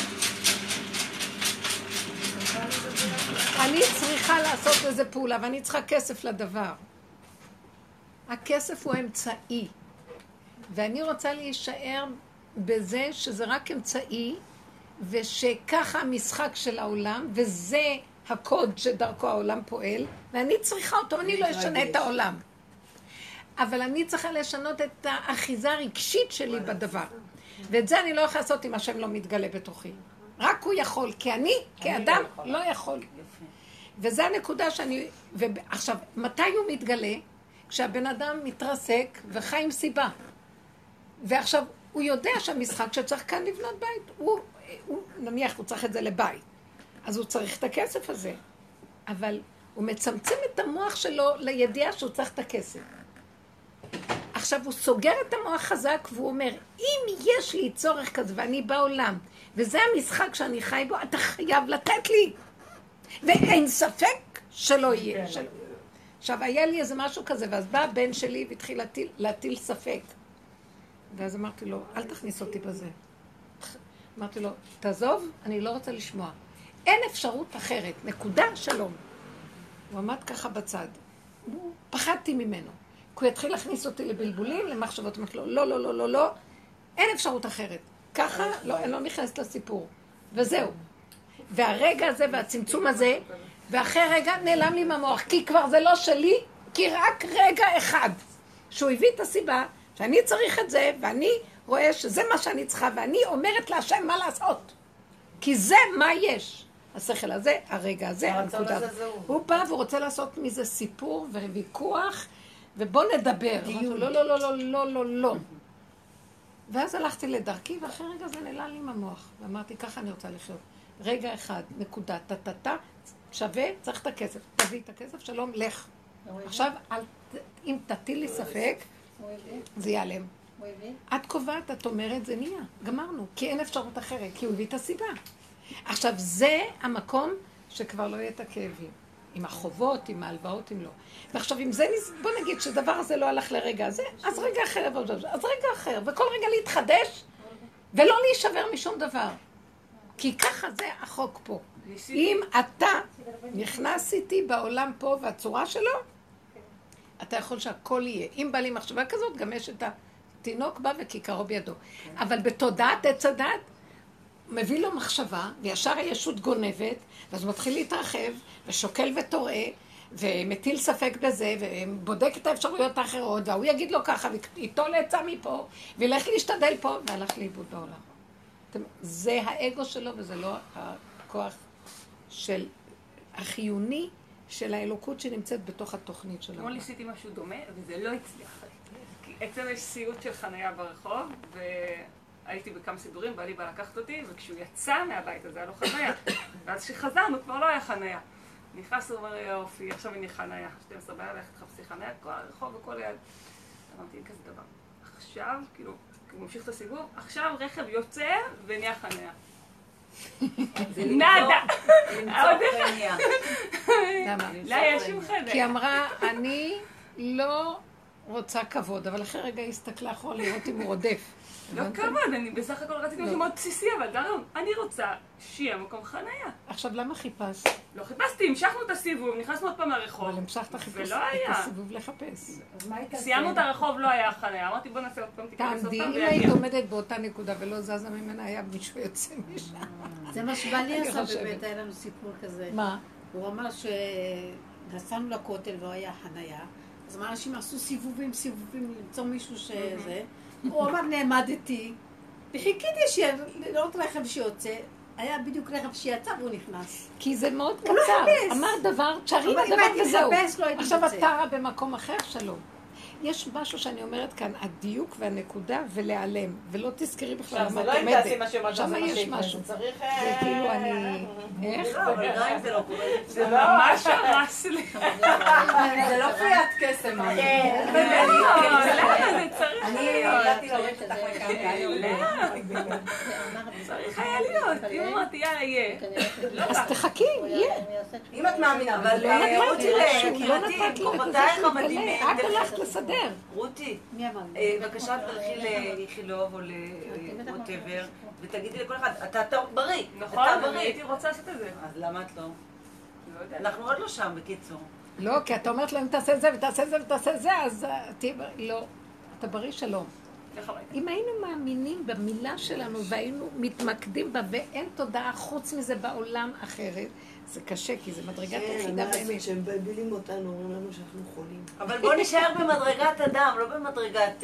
אני צריכה לעשות איזה פעולה, ואני צריכה כסף לדבר. הכסף הוא אמצעי, ואני רוצה להישאר בזה שזה רק אמצעי, ושככה המשחק של העולם, וזה הקוד שדרכו העולם פועל, ואני צריכה אותו, אני לא אשנה את העולם. אבל אני צריכה לשנות את האחיזה הרגשית שלי בדבר. ואת זה אני לא יכולה לעשות אם השם לא מתגלה בתוכי. רק הוא יכול, כי אני, כאדם, לא יכול. וזה הנקודה שאני... עכשיו, מתי הוא מתגלה? כשהבן אדם מתרסק וחי עם סיבה. ועכשיו, הוא יודע שהמשחק שצריך כאן לבנות בית, הוא, הוא, נניח, הוא צריך את זה לבית. אז הוא צריך את הכסף הזה. אבל הוא מצמצם את המוח שלו לידיעה שהוא צריך את הכסף. עכשיו הוא סוגר את המוח חזק והוא אומר, אם יש לי צורך כזה ואני בעולם, וזה המשחק שאני חי בו, אתה חייב לתת לי. ואין ספק שלא יהיה. שלא. עכשיו היה לי איזה משהו כזה, ואז בא הבן שלי והתחיל להטיל, להטיל ספק. ואז אמרתי לו, אל תכניס אותי בזה. אמרתי לו, תעזוב, אני לא רוצה לשמוע. אין אפשרות אחרת, נקודה, שלום. הוא עמד ככה בצד. פחדתי ממנו. כי הוא יתחיל להכניס אותי לבלבולים, למחשבות, אמרתי לו, לא, לא, לא, לא, לא, אין אפשרות אחרת. ככה, לא, אני לא נכנסת לסיפור. וזהו. והרגע הזה והצמצום הזה, ואחרי רגע נעלם לי מהמוח, כי כבר זה לא שלי, כי רק רגע אחד, שהוא הביא את הסיבה, שאני צריך את זה, ואני רואה שזה מה שאני צריכה, ואני אומרת להשם מה לעשות. כי זה מה יש. השכל הזה, הרגע הזה, הנקודה. הוא בא ורוצה לעשות מזה סיפור וויכוח, ובוא נדבר. אמרתי, לא, לא, לא, לא, לא, לא, לא. ואז הלכתי לדרכי, ואחרי רגע זה נעלם לי מהמוח. ואמרתי, ככה אני רוצה לחיות. רגע אחד, נקודה, טה-טה-טה, שווה, צריך את הכסף. תביא את הכסף, שלום, לך. עכשיו, אם תטיל לי ספק, זה ייעלם. את קובעת, את אומרת, זה נהיה. גמרנו, כי אין אפשרות אחרת, כי הוא הביא את הסיבה. עכשיו, זה המקום שכבר לא יהיה את הכאבים. עם החובות, עם ההלוואות, עם לא. ועכשיו, אם זה, בוא נגיד שדבר הזה לא הלך לרגע הזה, אז רגע אחר, אז רגע אחר, וכל רגע להתחדש, ולא להישבר משום דבר. כי ככה זה החוק פה. אם אתה נכנס איתי בעולם פה והצורה שלו, אתה יכול שהכל יהיה. אם בא לי מחשבה כזאת, גם יש את התינוק בא וכיכרו בידו. אבל בתודעת עץ הדת, מביא לו מחשבה, וישר הישות גונבת, ואז הוא מתחיל להתרחב, ושוקל וטוראה, ומטיל ספק בזה, ובודק את האפשרויות האחרות, והוא יגיד לו ככה, ואיתו לעצה מפה, וילך להשתדל פה, והלך לאיבוד בעולם. זה האגו שלו, וזה לא הכוח של החיוני של האלוקות שנמצאת בתוך התוכנית שלו. כמו ניסיתי משהו דומה, וזה לא הצליח. כי אצלנו יש סיוט של חנייה ברחוב, והייתי בכמה סידורים, בעלי בא לקחת אותי, וכשהוא יצא מהבית הזה, היה לו חנייה. ואז כשחזרנו, כבר לא היה חנייה. נכנס, הוא אומר, יופי, עכשיו אני חנייה. שתים עשרה בעיה, הלכת חפשי חנייה, כל הרחוב וכל היד. אמרתי, אין כזה דבר. עכשיו, כאילו, הוא ממשיך את הסיבוב, עכשיו רכב יוצא ונהיה חניה. נדה! למצוא חניה. למה? לא, יש שום חדר. כי אמרה, אני לא רוצה כבוד, אבל אחרי רגע היא הסתכלה אחורה לראות אם הוא רודף. לא כבוד, אני בסך הכל רציתי משהו מאוד בסיסי, אבל גם אני רוצה שיהיה מקום חניה. עכשיו, למה חיפשת? לא חיפשתי, המשכנו את הסיבוב, נכנסנו עוד פעם לרחוב. אבל המשכת חיפוש, את הסיבוב לחפש. סיימנו את הרחוב, לא היה חניה. אמרתי, בוא נעשה עוד פעם, תיכנס עוד פעם אם היית עומדת באותה נקודה ולא זזה ממנה, היה מישהו יוצא משם. זה מה שבעלי עשה באמת, היה לנו סיפור כזה. מה? הוא אמר שנסענו לכותל ולא היה חניה, אז מה אנשים עשו סיבובים, סיבובים, למצוא מישהו שזה. הוא אמר, נעמדתי, וחיכיתי לראות רכב שיוצא, היה בדיוק רכב שיצא והוא נכנס. כי זה מאוד קצר. אמר דבר, תשארי בדבר וזהו. עכשיו את תרה במקום אחר, שלום. יש משהו שאני אומרת כאן, הדיוק והנקודה ולהיעלם, ולא תזכרי בכלל מה את עומדת. עכשיו זה לא אם תעשי מה שאומרת, שם יש משהו. זה כאילו אני... איך? לא, אבל גם אם זה לא קורה. זה ממש הרס לי. זה לא פיית קסם. כן. למה זה צריך להיות? אני הגעתי לרשת את החלקה. צריך היה להיות. אם אמרתי, יאללה, יהיה. אז תחכי, יהיה. אם את מאמינה, אבל רותי, יקירתי, כוחותייך המדהימים. את הלכת לסדר. רותי, בבקשה תלכי לאיכילוב או לווטאבר, ותגידי לכל אחד, אתה בריא, נכון, הייתי רוצה לעשות את זה. אז למה את לא? אנחנו עוד לא שם, בקיצור. לא, כי אתה אומרת לו, אם תעשה את זה ותעשה את זה ותעשה את זה, אז תהיה בריא. לא, אתה בריא שלום. אם היינו מאמינים במילה שלנו והיינו מתמקדים בה ואין תודעה חוץ מזה בעולם אחרת, זה קשה, כי זה מדרגת יחידה באמת. כן, כשהם מבלבלים אותנו, אומרים לנו שאנחנו חולים. אבל בוא נשאר במדרגת אדם, לא במדרגת...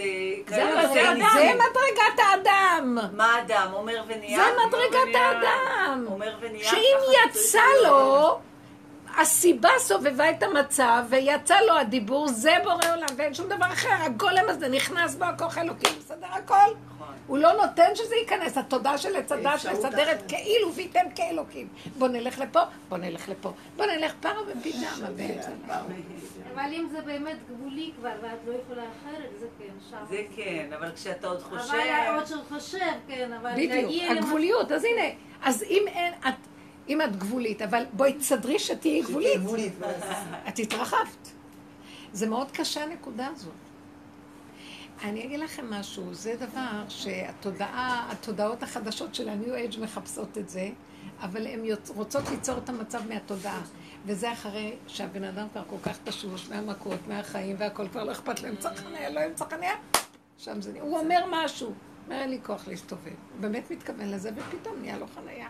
זה מדרגת האדם. מה אדם? אומר ונהיה? זה מדרגת האדם. אומר ונהיה? שאם יצא לו, הסיבה סובבה את המצב, ויצא לו הדיבור, זה בורא עולם, ואין שום דבר אחר. הגולם הזה נכנס בו, הכוח אלוקים, מסדר הכל. הוא לא נותן שזה ייכנס, התודה של הצדה שמסדרת כאילו וייתן כאלוקים. בוא נלך לפה, בוא נלך לפה, בוא נלך פרה ופיג'מה בעצם. אבל אם זה באמת גבולי כבר ואת לא יכולה אחרת, זה כן, שם. זה כן, אבל כשאתה עוד חושב... אבל עוד שחושב, כן, אבל... בדיוק, הגבוליות, אז הנה, אז אם אין, אם את גבולית, אבל בואי תסדרי שתהיי גבולית. את התרחבת. זה מאוד קשה הנקודה הזאת. אני אגיד לכם משהו, זה דבר שהתודעה, התודעות החדשות של ה-New Age מחפשות את זה, אבל הן רוצות ליצור את המצב מהתודעה. וזה אחרי שהבן אדם כבר כל כך תשוש מהמכות, מהחיים והכל, כבר לא אכפת לו אמצע חניה, לא אמצע חניה. שם זה נהיה. הוא אומר משהו, אומר אין לי כוח להסתובב. הוא באמת מתכוון לזה ופתאום נהיה לו חניה.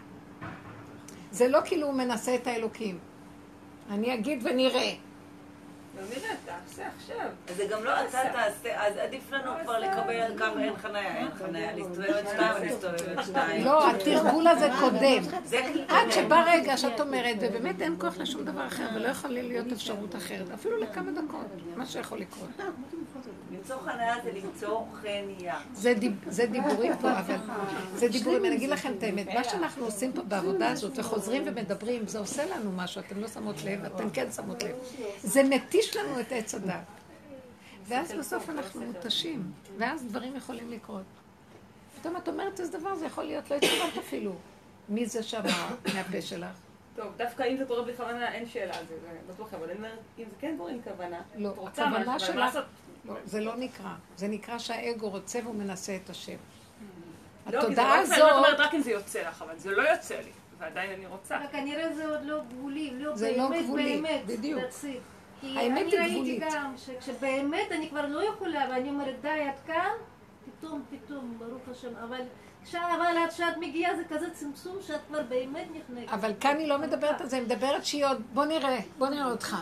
זה לא כאילו הוא מנסה את האלוקים. אני אגיד ונראה. לא נראה, תעשה עכשיו. אז זה גם לא אתה תעשה, אז עדיף לנו כבר לקבל כמה אין חניה, אין חניה, להסתובבת שתיים ולהסתובבת שתיים. לא, התרגול הזה קודם. עד שבא רגע שאת אומרת, ובאמת אין כוח לשום דבר אחר, ולא יכולה להיות אפשרות אחרת, אפילו לכמה דקות, מה שיכול לקרות. למצוא חניה זה למצוא חניה. זה דיבורים פה, אבל זה דיבורים. אני אגיד לכם את האמת, מה שאנחנו עושים פה בעבודה הזאת, וחוזרים ומדברים, זה עושה לנו משהו, אתם לא שמות לב, אתם כן שמות לב. זה מתיש לנו את עץ הדת. ואז בסוף אנחנו מותשים, ואז דברים יכולים לקרות. פתאום את אומרת איזה דבר, זה יכול להיות, לא התכוונת אפילו. מי זה שמע מהפה שלך? טוב, דווקא אם זה קורה בכוונה, אין שאלה על זה, זה בטוח, אבל אני אומרת, אם זה כן קורה עם כוונה, לא, הכוונה שלך, זה לא נקרא. זה נקרא שהאגו רוצה והוא מנסה את השם. התודעה הזאת... אני לא אומרת רק אם זה יוצא לך, אבל זה לא יוצא לי, ועדיין אני רוצה. כנראה זה עוד לא גבולי, לא זה לא באמת, גבולי, באמת, בדיוק. כי האמת אני היא ראיתי גבולית. גם שכשבאמת אני כבר לא יכולה, ואני אומרת די עד כאן, פתאום, פתאום, ברוך השם, אבל אבל עד שאת מגיעה זה כזה צמצום שאת כבר באמת נכנקת. אבל כאן היא לא מדברת על זה, היא מדברת שהיא עוד, בוא נראה, בוא נראה אותך.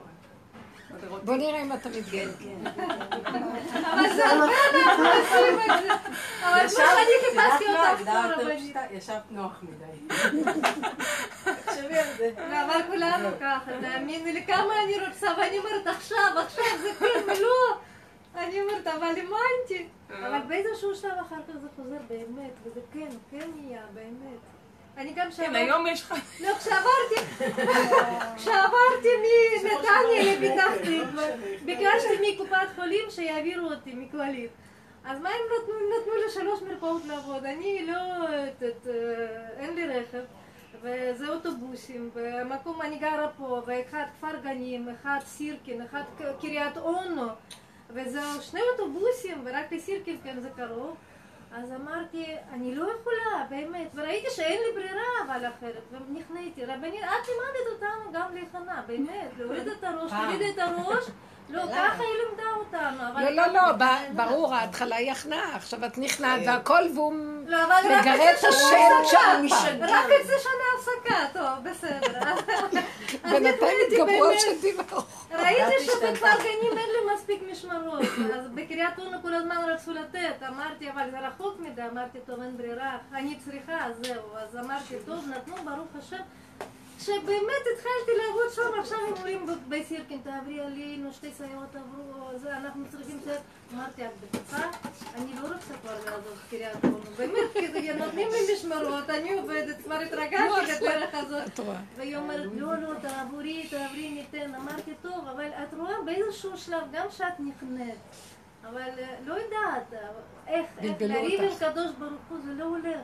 בוא נראה אם אתה מתגן. אבל זה הרבה אנחנו עושים את זה. אבל כמו שאני חיפשתי אותך פה רבנית. ישבת נוח מדי. תחשבי על זה. אבל כולנו ככה, תאמיני לי כמה אני רוצה, ואני אומרת עכשיו, עכשיו זה כן ולא. אני אומרת, אבל האמנתי. אבל באיזשהו שלב אחר כך זה חוזר באמת, וזה כן, כן נהיה, באמת. אני גם שעברתי... כן, היום יש לך... לא, כשעברתי... כשעברתי מנתניה לפתח תקווה, ביקשתי מקופת חולים שיעבירו אותי מכללית. אז מה הם נתנו? נתנו לי שלוש מרפאות לעבוד. אני לא... אין לי רכב, וזה אוטובוסים, במקום אני גרה פה, ואחד כפר גנים, אחד סירקין, אחד קריית אונו, וזהו שני אוטובוסים, ורק לסירקין כן זה קרוב. אז אמרתי, אני לא יכולה, באמת, וראיתי שאין לי ברירה, אבל אחרת, ונכנעתי, רבנית, את לימדת אותנו גם להיכנע, באמת, להוריד את הראש, להוריד את הראש, לא, ככה היא לימדה אותנו. לא, לא, לא, ברור, ההתחלה היא הכנעה, עכשיו את נכנעת והכל, והוא מגרה את השם שם. רק את זה שנה הפסקה, טוב, בסדר. בינתיים התגברו השדים ארוך. ראיתי שבכפר גנים אין לי מספיק משמרות, אז בקריית אונו כל הזמן רצו לתת, אמרתי, אבל זה רחוק מדי, אמרתי, טוב, אין ברירה, אני צריכה, אז זהו, אז אמרתי, טוב, נתנו, ברוך השם. שבאמת התחלתי לעבוד שם, עכשיו הם אומרים בסירקין, תעברי עלינו, שתי סייעות עברו, אנחנו צריכים ש... אמרתי, את בטוחה? אני לא רוצה כבר לעזוב קריית אונו, באמת, כי נותנים לי משמרות, אני עובדת, כבר התרגלתי לדרך הזאת. והיא אומרת, לא, לא, תעברי, תעברי, ניתן. אמרתי, טוב, אבל את רואה באיזשהו שלב, גם שאת נכנעת, אבל לא יודעת, איך, איך להריב עם קדוש ברוך הוא, זה לא הולך.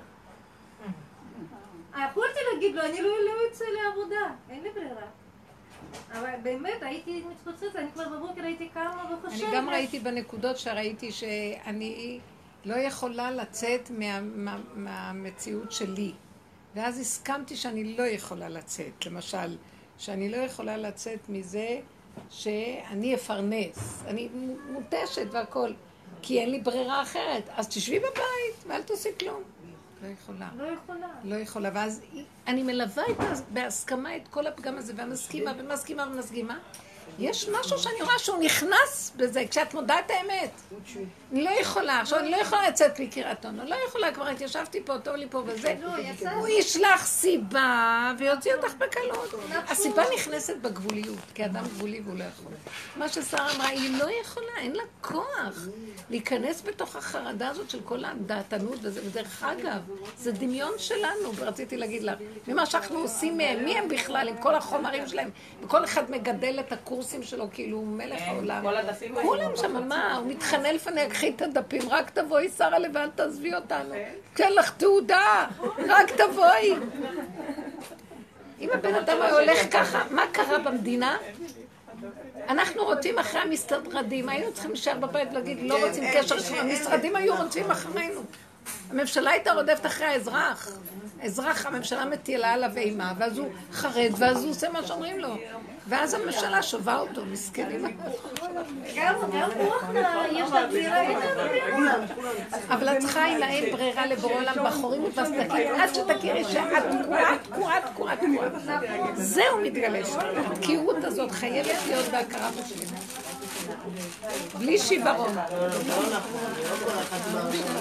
יכולתי להגיד לו, אני לא יוצא לעבודה, אין לי ברירה. אבל באמת הייתי מתפוצצת, אני כבר בבוקר הייתי קמה וחושבת. אני גם ראיתי בנקודות שראיתי שאני לא יכולה לצאת מה, מה, מהמציאות שלי. ואז הסכמתי שאני לא יכולה לצאת. למשל, שאני לא יכולה לצאת מזה שאני אפרנס. אני מותשת והכל. כי אין לי ברירה אחרת. אז תשבי בבית ואל תעשי כלום. לא יכולה. לא יכולה. לא יכולה. ואז אני מלווה את בהסכמה את כל הפגם הזה, ומסכימה ומסכימה ומסכימה. יש משהו שאני רואה שהוא נכנס בזה, כשאת מודעת האמת. אני לא יכולה. עכשיו, אני לא יכולה לצאת מקריית אונו. לא יכולה, כבר התיישבתי פה, טוב לי פה וזה. הוא ישלח סיבה ויוציא אותך בקלות. הסיבה נכנסת בגבוליות, כאדם גבולי והוא לא יכול. מה ששרה אמרה, היא לא יכולה, אין לה כוח להיכנס בתוך החרדה הזאת של כל הדעתנות וזה. ודרך אגב, זה דמיון שלנו, ורציתי להגיד לך, ממה שאנחנו עושים מהם, מי הם בכלל, עם כל החומרים שלהם, וכל אחד מגדל את הקורסים שלו, כאילו הוא מלך העולם. כולם שם, מה? הוא מתחנן לפני, קחי את הדפים, רק תבואי שרה לבד, תעזבי אותנו. תן לך תעודה, רק תבואי. אם הבן אדם הולך ככה, מה קרה במדינה? אנחנו רוצים אחרי המסתדרדים, היינו צריכים להישאר בבית ולהגיד, לא רוצים קשר, המשרדים היו רוצים אחרינו. הממשלה הייתה רודפת אחרי האזרח. האזרח, הממשלה מטילה עליו אימה, ואז הוא חרד, ואז הוא עושה מה שאומרים לו. ואז הממשלה שובה אותו, מסכנים. גם רוח יש לה ברירה, אבל את צריכה אם אין ברירה לבורא עולם בחורים ובסדקים, עד שתכירי שאת תקועה, תקועה, תקועה, תקועה. זהו מתגלה שם. התקיעות הזאת חייבת להיות בהכרה בשביל. בלי שיוורון.